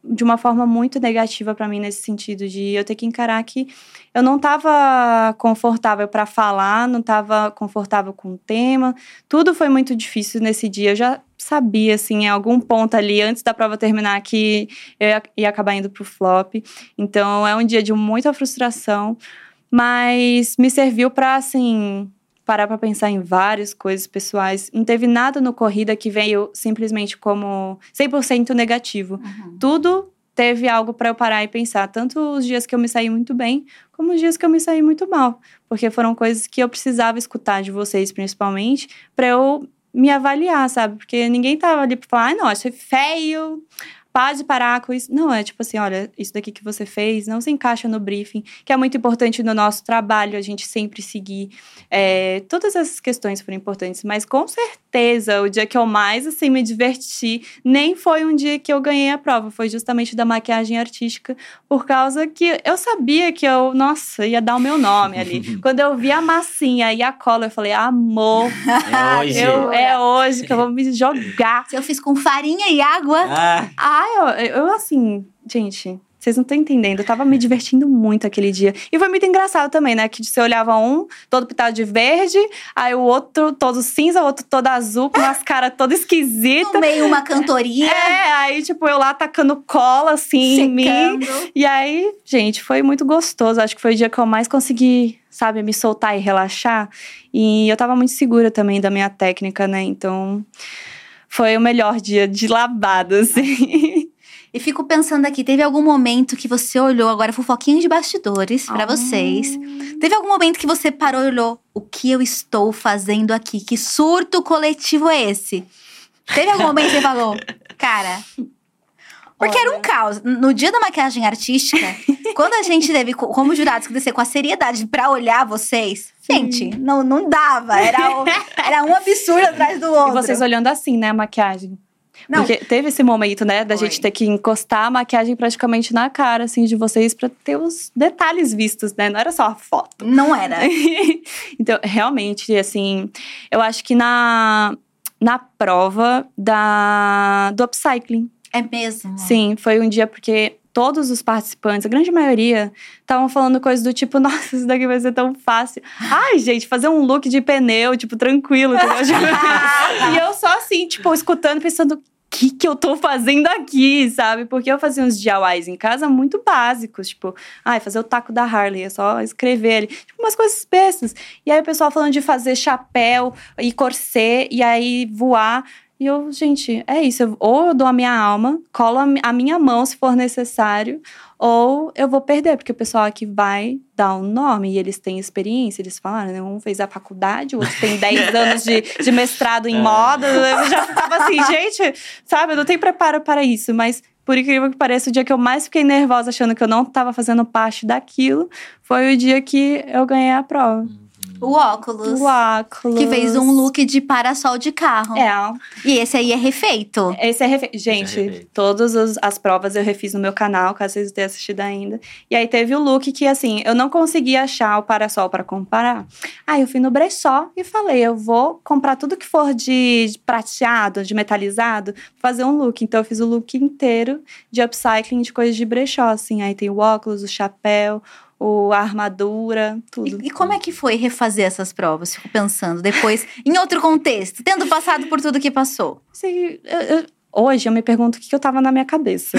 de uma forma muito negativa pra mim nesse sentido de eu ter que encarar que eu não tava confortável pra falar, não tava confortável com o tema. Tudo foi muito difícil nesse dia. Eu já sabia, assim, em algum ponto ali, antes da prova terminar, que eu ia acabar indo pro flop. Então, é um dia de muita frustração, mas me serviu pra, assim, parar pra pensar em várias coisas pessoais. Não teve nada no Corrida que veio simplesmente como 100% negativo. Tudo teve algo pra eu parar e pensar. Tanto os dias que eu me saí muito bem, como os dias que eu me saí muito mal. Porque foram coisas que eu precisava escutar de vocês, principalmente, pra eu me avaliar, sabe? Porque ninguém tava ali pra falar, não, isso é feio, pode parar com isso. Não, é tipo assim, olha, isso daqui que você fez não se encaixa no briefing, que é muito importante no nosso trabalho, a gente sempre seguir. Todas essas questões foram importantes, mas com certeza o dia que eu mais, assim, me diverti nem foi um dia que eu ganhei a prova, foi justamente da maquiagem artística, por causa que eu sabia que eu, nossa, ia dar o meu nome ali. Quando eu vi a massinha e a cola, eu falei, amor, é hoje que eu vou me jogar. Se eu fiz com farinha e água... Eu assim, gente, vocês não estão entendendo. Eu tava me divertindo muito aquele dia. E foi muito engraçado também, né? Que você olhava um todo pintado de verde, aí o outro todo cinza, o outro todo azul, com umas caras toda esquisita. No meio uma cantoria. Aí tipo, eu lá tacando cola, assim, secando em mim. E aí, gente, foi muito gostoso. Acho que foi o dia que eu mais consegui, sabe, me soltar e relaxar. E eu tava muito segura também da minha técnica, né? Então... foi o melhor dia de lavada, assim. E fico pensando aqui, teve algum momento que você olhou, agora fofoquinha de bastidores pra vocês. Teve algum momento que você parou e olhou, o que eu estou fazendo aqui? Que surto coletivo é esse? Teve algum momento que você falou, cara... Porque era um caos. No dia da maquiagem artística, quando a gente teve, como jurados, que descer com a seriedade pra olhar vocês, gente, não dava. Era um absurdo atrás do outro. E vocês olhando assim, né, a maquiagem. Não. Porque teve esse momento, né, da gente ter que encostar a maquiagem praticamente na cara, assim, de vocês, pra ter os detalhes vistos, né? Não era só a foto. Não era. Então, realmente, assim, eu acho que na prova do upcycling. É mesmo? Sim, foi um dia porque todos os participantes, a grande maioria, estavam falando coisas do tipo, nossa, isso daqui vai ser tão fácil. Ai, gente, fazer um look de pneu, tipo, tranquilo, entendeu? E eu só assim, tipo, escutando, pensando, o que eu tô fazendo aqui, sabe? Porque eu fazia uns DIYs em casa muito básicos, tipo, fazer o taco da Harley, é só escrever ali, tipo, umas coisas bestas. E aí o pessoal falando de fazer chapéu e corset, e aí voar. E eu, gente, é isso. Ou eu dou a minha alma, colo a minha mão se for necessário, ou eu vou perder, porque o pessoal aqui vai dar um nome e eles têm experiência. Eles falaram, né? Um fez a faculdade, o outro tem 10 anos de mestrado em moda. Eu já ficava assim, gente, sabe? Eu não tenho preparo para isso, mas... por incrível que pareça, o dia que eu mais fiquei nervosa, achando que eu não estava fazendo parte daquilo, foi o dia que eu ganhei a prova. O óculos. Que fez um look de parasol de carro. E esse aí é refeito. Esse é refeito. Gente, todas as provas eu refiz no meu canal, caso vocês tenham assistido ainda. E aí teve o look que, assim, eu não conseguia achar o parasol pra comparar. Aí eu fui no brechó e falei, eu vou comprar tudo que for de prateado, de metalizado, fazer um look. Então eu fiz o look inteiro de upcycling de coisas de brechó, assim. Aí tem o óculos, o chapéu, a armadura, tudo. E como é que foi refazer essas provas? Fico pensando, depois, em outro contexto, tendo passado por tudo que passou. Sim, hoje eu me pergunto o que eu tava na minha cabeça.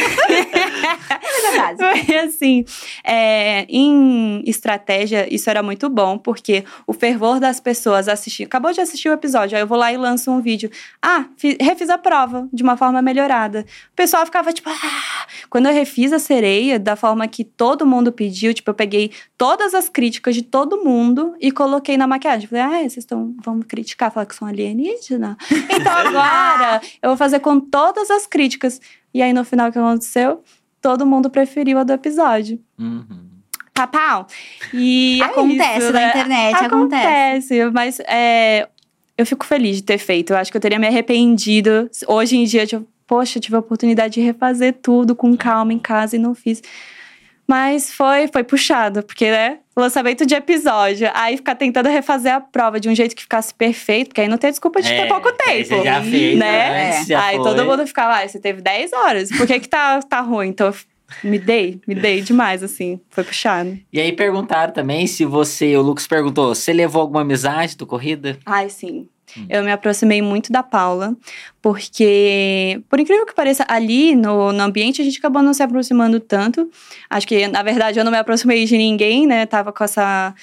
É verdade. Foi assim, em estratégia, isso era muito bom, porque o fervor das pessoas assistir. Acabou de assistir o episódio, aí eu vou lá e lanço um vídeo. Refiz a prova de uma forma melhorada. O pessoal ficava tipo, Quando eu refiz a sereia, da forma que todo mundo pediu, tipo, eu peguei todas as críticas de todo mundo e coloquei na maquiagem. Falei, vocês vão me criticar, falar que sou alienígena? Então agora, eu vou fazer com todas as críticas. E aí, no final, o que aconteceu? Todo mundo preferiu a do episódio. Pau. E acontece isso, na né? internet, acontece. Mas eu fico feliz de ter feito. Eu acho que eu teria me arrependido. Hoje em dia, poxa, eu tive a oportunidade de refazer tudo com calma em casa e não fiz. Mas foi puxado, porque, né? lançamento de episódio. Aí ficar tentando refazer a prova de um jeito que ficasse perfeito, porque aí não tem desculpa de ter pouco tempo. Você já fez, né? Aí foi. todo mundo ficava, você teve 10 horas. Por que tá ruim? Então, me dei demais, assim. Foi puxado. E aí perguntaram também se o Lucas perguntou, você levou alguma amizade do Corrida? Ai, sim. Eu me aproximei muito da Paula, porque, por incrível que pareça, ali no ambiente a gente acabou não se aproximando tanto. Acho que, na verdade, eu não me aproximei de ninguém, né? Tava com essa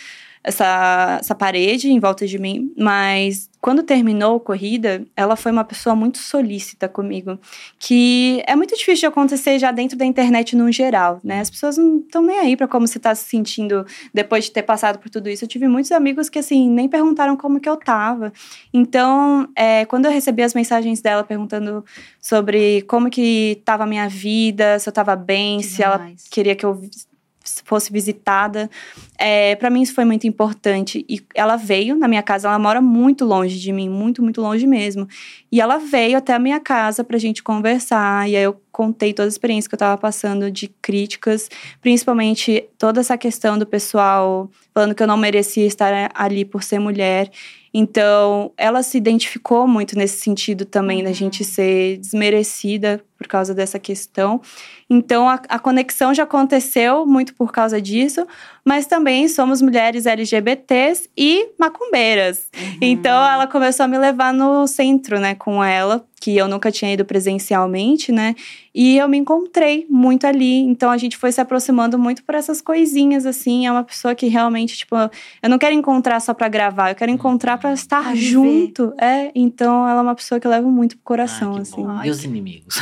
parede em volta de mim. Mas quando terminou a corrida, ela foi uma pessoa muito solícita comigo. Que é muito difícil de acontecer já dentro da internet no geral, né? As pessoas não estão nem aí pra como você tá se sentindo depois de ter passado por tudo isso. Eu tive muitos amigos que, assim, nem perguntaram como que eu tava. Então, quando eu recebi as mensagens dela perguntando sobre como que tava a minha vida, se eu tava bem, se ela queria que eu fosse visitada, pra mim isso foi muito importante. E ela veio na minha casa, ela mora muito longe de mim, muito, muito longe mesmo. E ela veio até a minha casa pra gente conversar, e aí eu contei toda a experiência que eu tava passando de críticas, principalmente toda essa questão do pessoal falando que eu não merecia estar ali por ser mulher. Então, ela se identificou muito nesse sentido também, da gente ser desmerecida por causa dessa questão. Então, a conexão já aconteceu muito por causa disso, mas também somos mulheres LGBTs e macumbeiras. Então, ela começou a me levar no centro, né, com ela, que eu nunca tinha ido presencialmente, né? E eu me encontrei muito ali. Então, a gente foi se aproximando muito por essas coisinhas, assim. É uma pessoa que realmente, tipo, eu não quero encontrar só pra gravar, eu quero encontrar pra estar junto. Então, ela é uma pessoa que eu levo muito pro coração, assim. Bom. E os inimigos?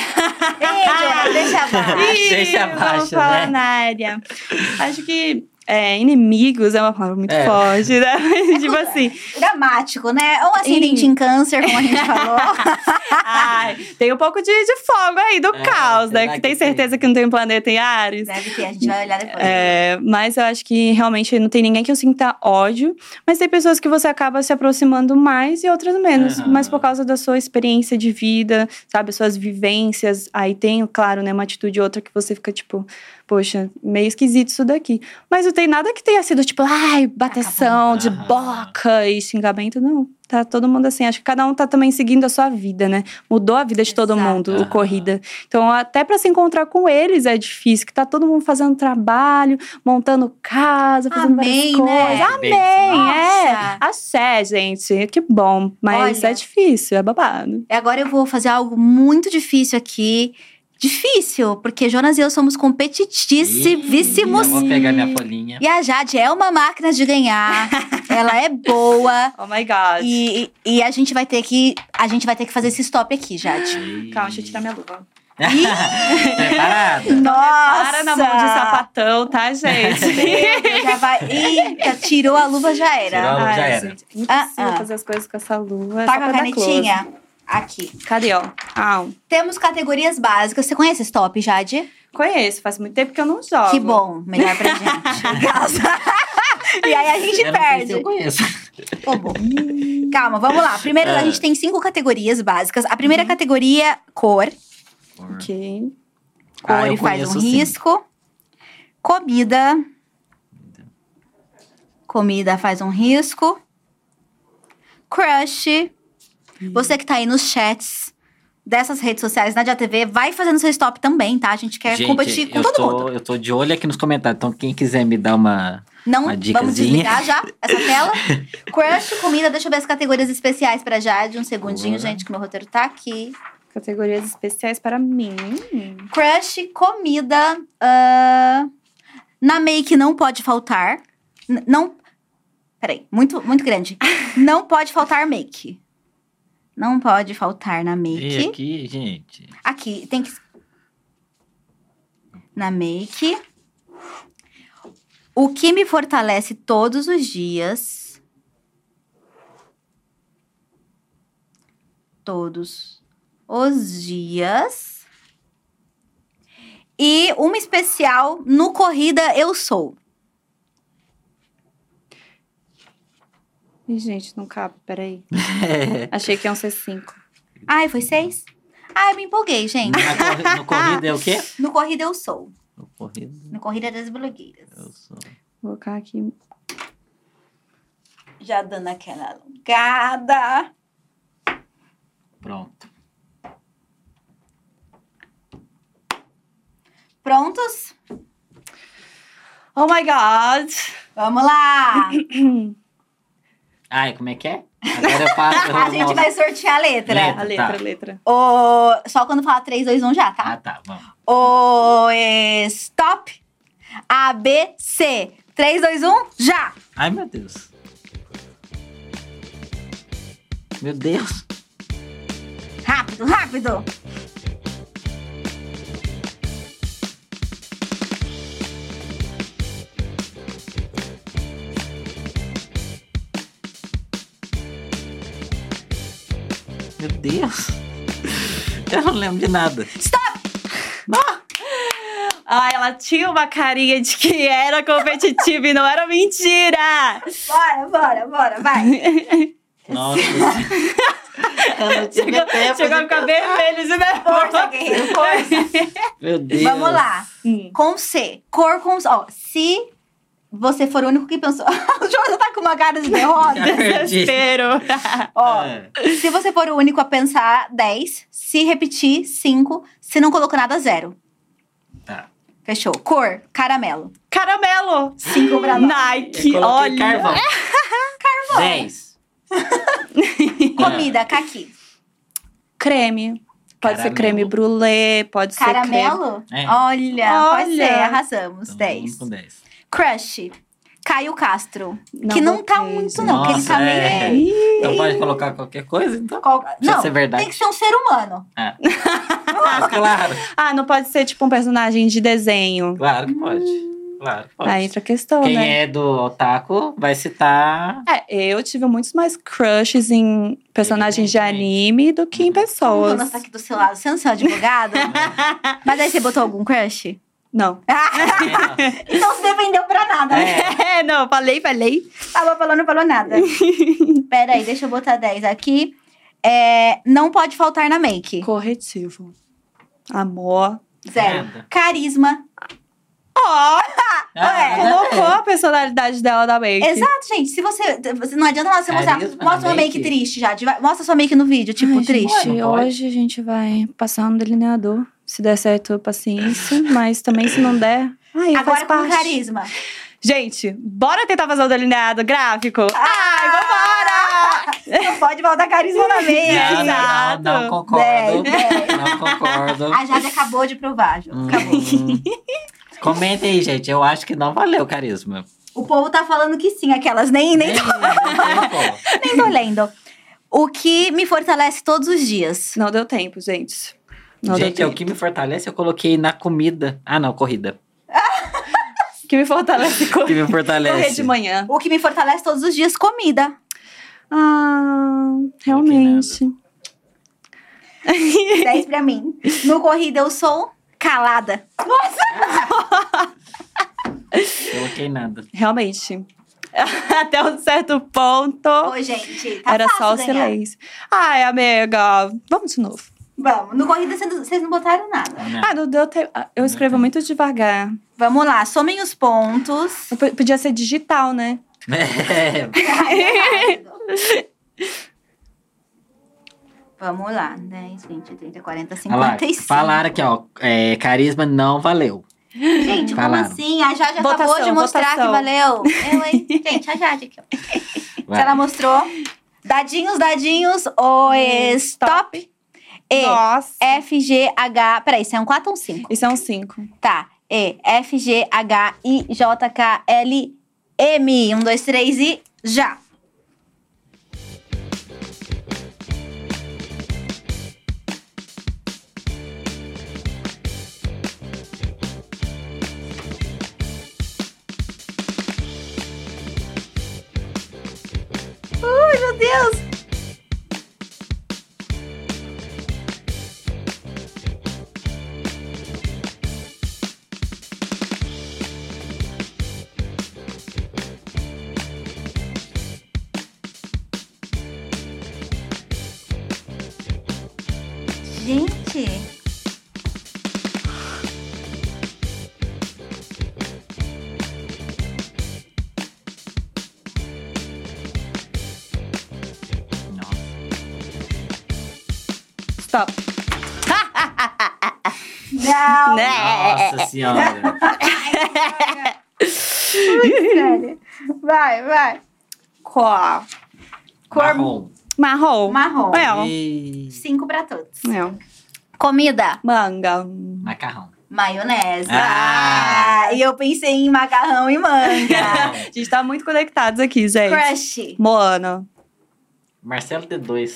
Deixa abaixo. Deixa abaixo, vamos falar na área. Acho que inimigos é uma palavra muito forte, né? Tipo assim. Dramático, né? Um acidente em câncer, como a gente falou. Ai, tem um pouco de fogo aí do caos, né? Que tem certeza que não tem um planeta em Ares. Deve ter, a gente vai olhar depois. Mas eu acho que realmente não tem ninguém que eu sinta ódio. Mas tem pessoas que você acaba se aproximando mais e outras menos. Mas por causa da sua experiência de vida, sabe? Suas vivências. Aí tem, claro, né? Uma atitude ou outra que você fica tipo... Poxa, meio esquisito isso daqui. Mas não tem nada que tenha sido tipo, bateção de boca e xingamento, não. Tá todo mundo assim, acho que cada um tá também seguindo a sua vida, né? Mudou a vida de todo mundo, o corrida. Então, até pra se encontrar com eles é difícil, que tá todo mundo fazendo trabalho, montando casa, fazendo várias coisas. Né? Amém, Axé, gente, que bom. Mas olha, é difícil, é babado. Agora eu vou fazer algo muito difícil aqui. Difícil, porque Jonas e eu somos competitíssimos. Eu vou pegar minha folhinha. E a Jade é uma máquina de ganhar. Ela é boa. Oh my God. E a gente vai ter que fazer esse stop aqui, Jade. Calma, deixa eu tirar minha luva. Preparada? Nossa! Para na mão de sapatão, tá, gente? Já vai. Eita, tirou a luva, já era. Tirou a luva, já era. Gente, impossível fazer as coisas com essa luva. Tá com a canetinha? Aqui. Cadê, ó? Temos categorias básicas. Você conhece Stop, Jade? Conheço, faz muito tempo que eu não jogo. Que bom, melhor pra gente. E aí a gente perde. Eu conheço. Pô, bom. Calma, vamos lá. Primeiro, a gente tem 5 categorias básicas. A primeira categoria, cor. Ok. Cor e faz um risco. Comida. Comida faz um risco. Crush. Você que tá aí nos chats dessas redes sociais, na Dia TV, vai fazendo seu stop também, tá? A gente quer competir com todo mundo. Eu tô de olho aqui nos comentários, então quem quiser me dar uma dicasinha. Vamos desligar já essa tela. Crush, comida, deixa eu ver as categorias especiais pra Jade. Um segundinho, gente, que meu roteiro tá aqui. Categorias especiais para mim. Crush, comida, na make não pode faltar. Não, peraí, muito, muito grande. Não pode faltar make. Não pode faltar na make. E aqui, gente? Aqui, tem que... Na make. O que me fortalece todos os dias. Todos os dias. E uma especial no Corrida Eu Sou. Ih, gente, não cabe, peraí. Achei que iam ser 5. Ai, foi 6? Ai, eu me empolguei, gente. No Corrida é o quê? No Corrida Eu Sou. No Corrida. No Corrida das Blogueiras. Eu sou. Vou colocar aqui. Já dando aquela alongada. Pronto. Prontos? Oh my God! Vamos lá! Ai, como é que é? Agora eu faço. A gente vai sortear a letra. A letra. Só quando falar 3, 2, 1 já, tá? Ah, tá, vamos. Stop. A, B, C. 3, 2, 1, já! Ai, meu Deus. Meu Deus. Rápido, rápido! Meu Deus. Eu não lembro de nada. Stop! Ai, ela tinha uma carinha de que era competitiva e não era mentira! Bora, vai! Nossa. Eu não tive tempo. Chegou a ficar vermelho de nervoso. Força, guerreiro, força! Meu Deus. Vamos lá. Com C. Cor com... Ó, se você for o único que pensou... O Jordan tá com uma cara de derrota. Desespero. Ó, se você for o único a pensar, 10. Se repetir, 5. Se não colocou nada, 0. Tá. Fechou. Cor, caramelo. Caramelo. 5 pra nós. Nike, Eu olha. carvão. 10. Comida, caqui. Creme. Pode ser Caramelo. creme brulee, pode ser creme... Caramelo? É. Olha, pode Olha. ser. Arrasamos. Então, 10. vamos com 10. Crush. Caio Castro. Não que não tá botei, muito, gente. não. Porque ele tá meio... é. Então pode colocar qualquer coisa, então? Precisa Não, ser verdade. tem que ser um ser humano. Ah. Mas claro. Ah, não pode ser tipo um personagem de desenho. Claro que pode. Claro que pode. Aí entra a questão, Quem né? é do otaku vai citar... Eu tive muitos mais crushes em personagens de anime do que em Como pessoas. Jonas tá aqui do seu lado, você não é seu advogado? Mas aí você botou algum crush? Não. Então se defendeu pra nada. É. Não, falei. Tava falando, não falou nada. Pera aí, deixa eu botar 10 aqui. Não pode faltar na make. Corretivo. Amor. 0. Nada. Carisma. Colocou a personalidade dela da make. Exato, gente. Se você... Não adianta nada você mostrar... Carisma Mostra na uma make make? triste já. Mostra sua make no vídeo, tipo, Ai, triste. gente, Não pode? hoje a gente vai passar um delineador. Se der certo, paciência. Mas também se não der... Ai, Agora faz com parte. carisma. Gente, bora tentar fazer o delineado gráfico? Ai, vambora! Não pode faltar carisma na make. Não concordo. 10. Não concordo. A Jade acabou de provar, Jô. Acabou. Comenta aí, gente. Eu acho que não valeu o carisma. O povo tá falando que sim, aquelas nem tô lendo. O que me fortalece todos os dias. Não deu tempo, gente. Não deu Gente, tempo. o que me fortalece, eu coloquei na comida. Ah, não, corrida. Que me fortalece O que me fortalece. correr de manhã. O que me fortalece todos os dias, comida. Ah, realmente. 10 pra mim. No corrida eu sou calada. Coloquei nada. Realmente. Até um certo ponto. Ô, gente, tá era fácil só o ganhar. silêncio. Ai, amiga, vamos de novo. Vamos. No corrida vocês não botaram nada. Ah, não deu tempo. Eu escrevo muito devagar. Vamos lá, somem os pontos. Podia ser digital, né? Vamos lá. 10, 20, 30, 40, Olha lá, 55. falaram aqui, ó. Carisma não valeu. Gente, como Falaram. assim? A Jade acabou Votação, de mostrar votação. que valeu. Eu, hein? Gente, a Jade aqui, ó. Se Vai. ela mostrou. Dadinhos. O stop. E, Nossa. F, G, H... Peraí, isso é um 4 ou um 5? Isso é um 5. Tá. E, F, G, H, I, J, K, L, M. 1, 2, 3 e já. Ai, meu Deus! Gente! Stop. Não. Nossa senhora. Vai. Cor. Marrom. Marrom. É. 5 pra todos. É. Comida. Manga. Macarrão. Maionese. Ah. E eu pensei em macarrão e manga. A gente tá muito conectados aqui, gente. Crush. Moana. Marcelo D2.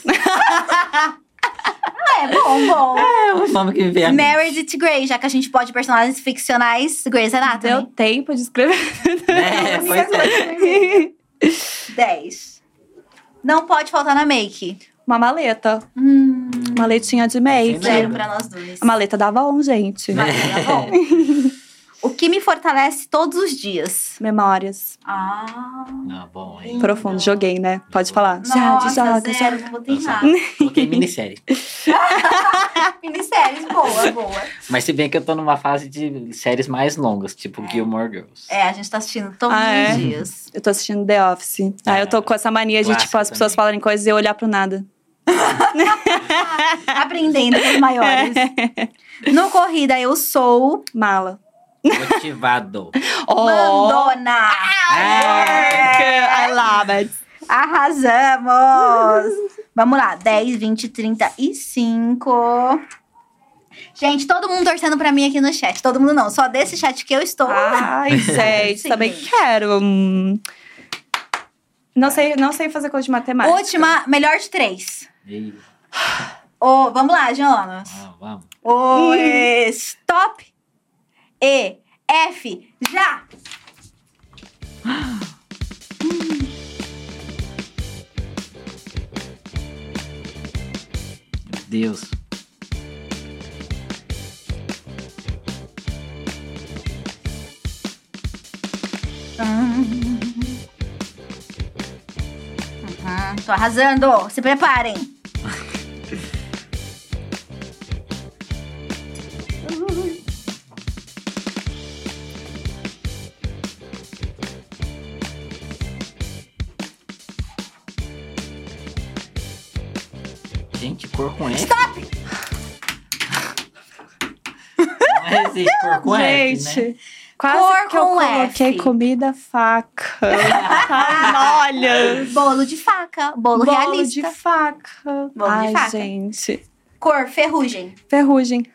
É bom. É o nome que me veio a mente. Meredith Grey, já que a gente pode personagens ficcionais, Grey's Anatomy. Deu tempo de escrever. Pois é. 10. Não pode faltar na make. Uma maleta. Maletinha de make. 0 pra nós dois. A maleta da Avon, gente. Tá bom. O que me fortalece todos os dias? Memórias. Não, bom, hein? Profundo. Joguei, né? Pode falar. Nossa, Joga. 0, não botei nada. Coloquei minissérie. Minisséries, boa. Mas se bem que eu tô numa fase de séries mais longas, tipo Gilmore Girls. É, a gente tá assistindo todos os dias. Eu tô assistindo The Office. Eu tô com essa mania de, Clássico tipo, as pessoas também. falarem coisas e eu olhar pro nada. Aprendendo com os maiores. No Corrida, eu sou Mala. Motivado. Mandona. I love it. Arrasamos! Vamos lá, 10, 20, 35. Gente, todo mundo torcendo pra mim aqui no chat. Todo mundo não, só desse chat que eu estou. Ai, gente, Sim. também quero. Não sei fazer coisa de matemática. Última, melhor de 3. Ei, Vamos lá, Jonas. vamos. Stop. E, F, já! Meu Deus. Tô arrasando. Se preparem. Gente, cor com F. Stop! Não existe cor com F, Gente, né? quase Cor que eu com coloquei F. comida, faca. Olha. Bolo de faca. Bolo realista. de faca. Bolo de Ai, faca. gente. Cor, ferrugem. Ferrugem.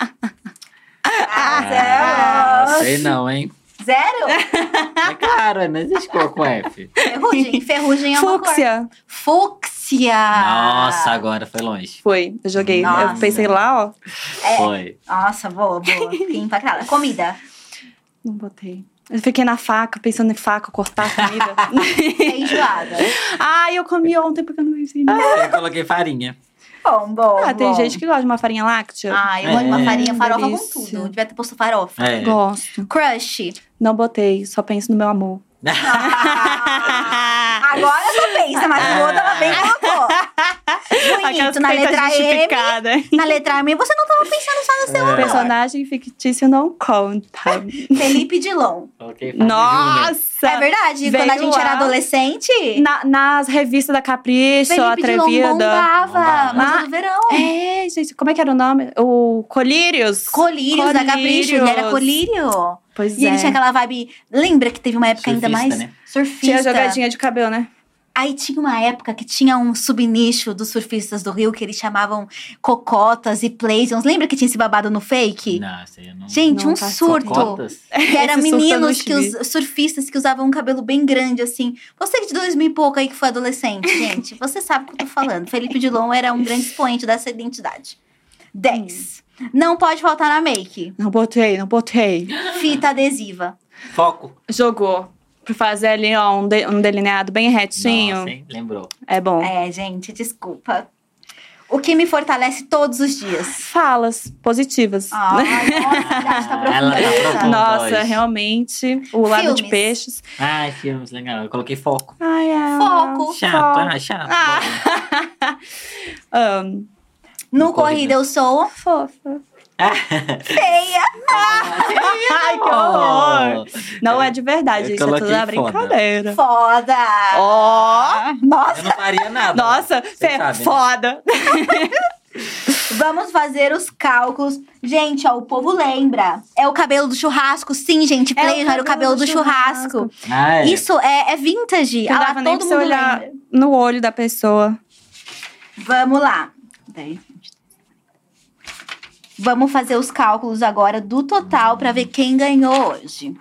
Sei não, hein? 0? É claro, não existe cor com F. Ferrugem. Ferrugem é uma Fúcsia. cor. Fúcsia. Nossa, agora foi longe. Foi, eu joguei. Nossa. Eu pensei lá, ó. Foi. Nossa, boa. Fiquei impactada. Comida. Não botei. Eu fiquei na faca, pensando em faca, cortar a comida. Feijoada. Ai, eu comi ontem porque eu não ensinei. Eu coloquei farinha. Bom. Tem gente que gosta de uma farinha láctea. Eu amo uma farinha farofa com delícia. tudo. Devia ter posto farofa. É. Gosto. Crush. Não botei, só penso no meu amor. Agora não pensa, mas o outro ela bem colocou. Aquelas Bonito, na que letra tá M. justificada. Na letra M, você não tava pensando só no seu amor. Personagem fictício não conta. Felipe Dilon. Coloquei Fábio Júnior. Nossa! É verdade, Veio quando a gente era lá. adolescente, Nas revistas da Capricho, Felipe Dilon Atrevida. bombava. Música Ah, do verão. É, gente, como é que era o nome? O Colírios. Colírios da Capricho, ele era colírio. Pois E é. ele tinha aquela vibe. Lembra que teve uma época ainda Surfista, mais né? surfista? Tinha jogadinha de cabelo, né? Aí tinha uma época que tinha um subnicho dos surfistas do Rio que eles chamavam cocotas e playsons. Lembra que tinha esse babado no fake? Não, sei eu não. Gente, Não um faço surto. Cotas? Que era Esse surto eu meninos não que os surfistas que usavam um cabelo bem grande, assim. Você de 2000 e pouco aí que foi adolescente, gente. Você sabe o que eu tô falando. Felipe Dilon era um grande expoente dessa identidade. 10. Não pode faltar na make. Não botei. Fita adesiva. Foco. Jogou. Pra fazer ali, ó, um delineado bem retinho. Nossa, hein? Lembrou. É bom. É, gente, desculpa. O que me fortalece todos os dias. Falas positivas. Ai, nossa, já está Ela tá profunda. profunda. Nossa, Voz. realmente. O lado de Filmes. peixes. Ai, filmes, legal. Eu coloquei foco. Ai, Foco. Chato, chato. No corrida eu sou Fofa. feia. Ai, que horror. Não é de verdade, Eu isso é tudo coloquei na brincadeira. Foda. Ó. Nossa. Eu não faria nada. Nossa, Vocês sabem, né? foda. Vamos fazer os cálculos. Gente, ó, o povo lembra. É o cabelo do churrasco. Sim, gente, Play era o cabelo do churrasco. Isso é vintage. Não dava nem pra você olhar no olho da pessoa. Vamos lá. 10, 20. Vamos fazer os cálculos agora do total pra ver quem ganhou hoje.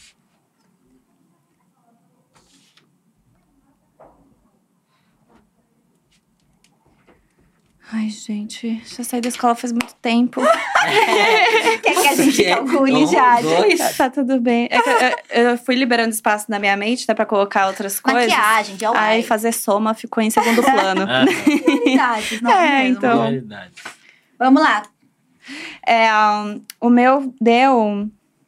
Ai, gente, já saí da escola faz muito tempo. Quer que a gente calcule já? Tá tudo bem. É que eu fui liberando espaço na minha mente, né, pra colocar outras coisas. Maquiagem, de Aí fazer soma ficou em segundo plano. Prioridades, não é mesmo? Então. Vamos lá. O meu deu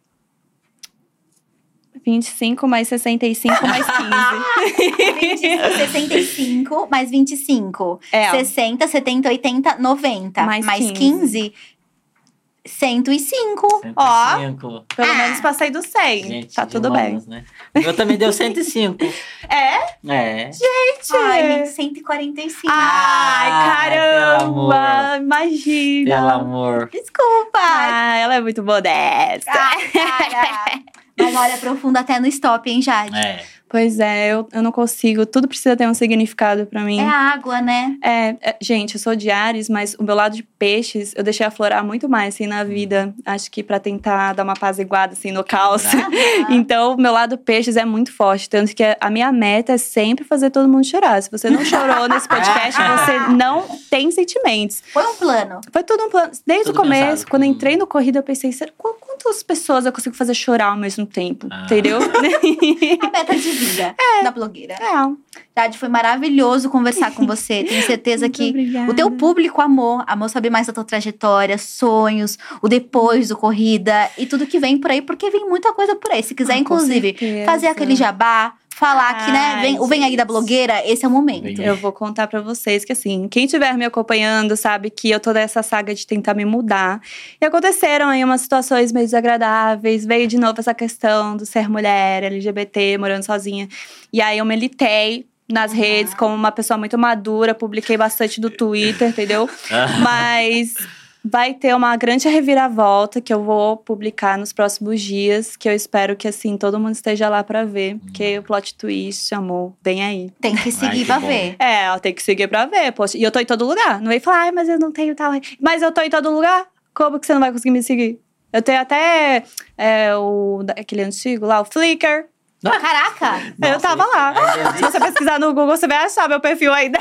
25 mais 65 mais 15. 65 mais 25. 60, 70, 80, 90. Mais 15. 105. Ó, pelo menos passei do 100. Gente, tá tudo bem. Né? O meu também deu 105. É? Gente! Ai, 145. Ai, caramba! Imagina! Pelo amor. Desculpa! Ela é muito modesta. Cara. Mas olha, aprofunda até no stop, hein, Jade? Pois é, eu não consigo. Tudo precisa ter um significado pra mim. É a água, né? Gente, eu sou de Áries, mas o meu lado de peixes, eu deixei aflorar muito mais, assim, na vida. Acho que pra tentar dar uma apaziguada, assim, no caos. Então, o meu lado peixes é muito forte. Tanto que a minha meta é sempre fazer todo mundo chorar. Se você não chorou nesse podcast, você não tem sentimentos. Foi um plano. Foi tudo um plano. Desde o começo, pensado. Quando eu entrei no Corrida, eu pensei, quantas pessoas eu consigo fazer chorar ao mesmo tempo? Entendeu? A meta de vida da blogueira. Jade, foi maravilhoso conversar com você. Tenho certeza que obrigada. O teu público amou saber mais da tua trajetória, sonhos, o depois do Corrida e tudo que vem por aí, porque vem muita coisa por aí. Se quiser, inclusive, fazer aquele jabá, falar que, né, vem aí da blogueira, esse é o momento. Eu vou contar pra vocês que, assim, quem estiver me acompanhando sabe que eu tô nessa saga de tentar me mudar. E aconteceram aí umas situações meio desagradáveis. Veio de novo essa questão do ser mulher, LGBT, morando sozinha. E aí eu militei nas redes como uma pessoa muito madura. Publiquei bastante no Twitter, entendeu? Mas vai ter uma grande reviravolta que eu vou publicar nos próximos dias, que eu espero que, assim, todo mundo esteja lá pra ver. Porque o plot twist, amor, vem aí. Tem que seguir pra ver. Tem que seguir pra ver, poxa. E eu tô em todo lugar. Não vem falar, mas eu não tenho tal. Mas eu tô em todo lugar? Como que você não vai conseguir me seguir? Eu tenho até aquele antigo lá, o Flickr. Caraca! Eu tava lá. Se você pesquisar no Google, você vai achar meu perfil ainda.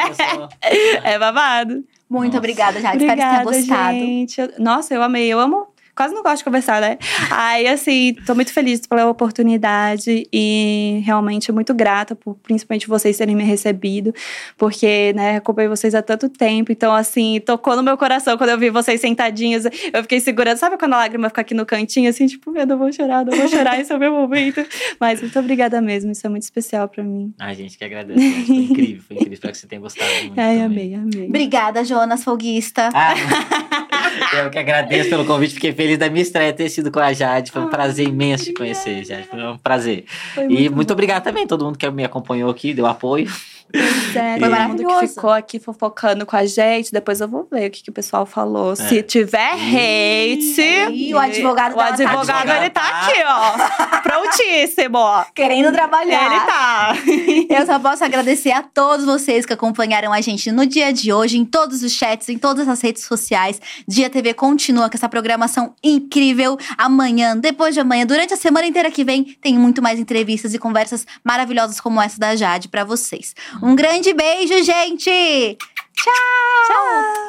É babado. Muito obrigada, Jade. Espero que tenha gostado. Gente. Nossa, eu amei. Eu amo. Quase não gosto de conversar, né? Aí, assim, tô muito feliz pela oportunidade e realmente muito grata por, principalmente, vocês terem me recebido, porque, né, acompanhei vocês há tanto tempo. Então, assim, tocou no meu coração quando eu vi vocês sentadinhos. Eu fiquei segurando. Sabe quando a lágrima fica aqui no cantinho, assim, tipo, eu não vou chorar, esse é o meu momento. Mas muito obrigada mesmo, isso é muito especial pra mim. Ai, gente, que agradeço. Foi incrível. Espero que você tenha gostado muito. Ai, amei. Obrigada, Jonas Folguista. Eu que agradeço pelo convite, fiquei feliz da minha estreia ter sido com a Jade. Foi um prazer imenso te conhecer, Jade. Foi um prazer. E muito obrigado também a todo mundo que me acompanhou aqui, deu apoio. Foi maravilhoso. Que ficou aqui fofocando com a gente. Depois eu vou ver o que o pessoal falou. Se tiver hate… o advogado ele tá aqui, ó. Prontíssimo. Querendo trabalhar. Ele tá. Eu só posso agradecer a todos vocês que acompanharam a gente no dia de hoje, em todos os chats, em todas as redes sociais. Dia TV continua com essa programação incrível. Amanhã, depois de amanhã, durante a semana inteira que vem, tem muito mais entrevistas e conversas maravilhosas como essa da Jade pra vocês. Um grande beijo, gente! Tchau!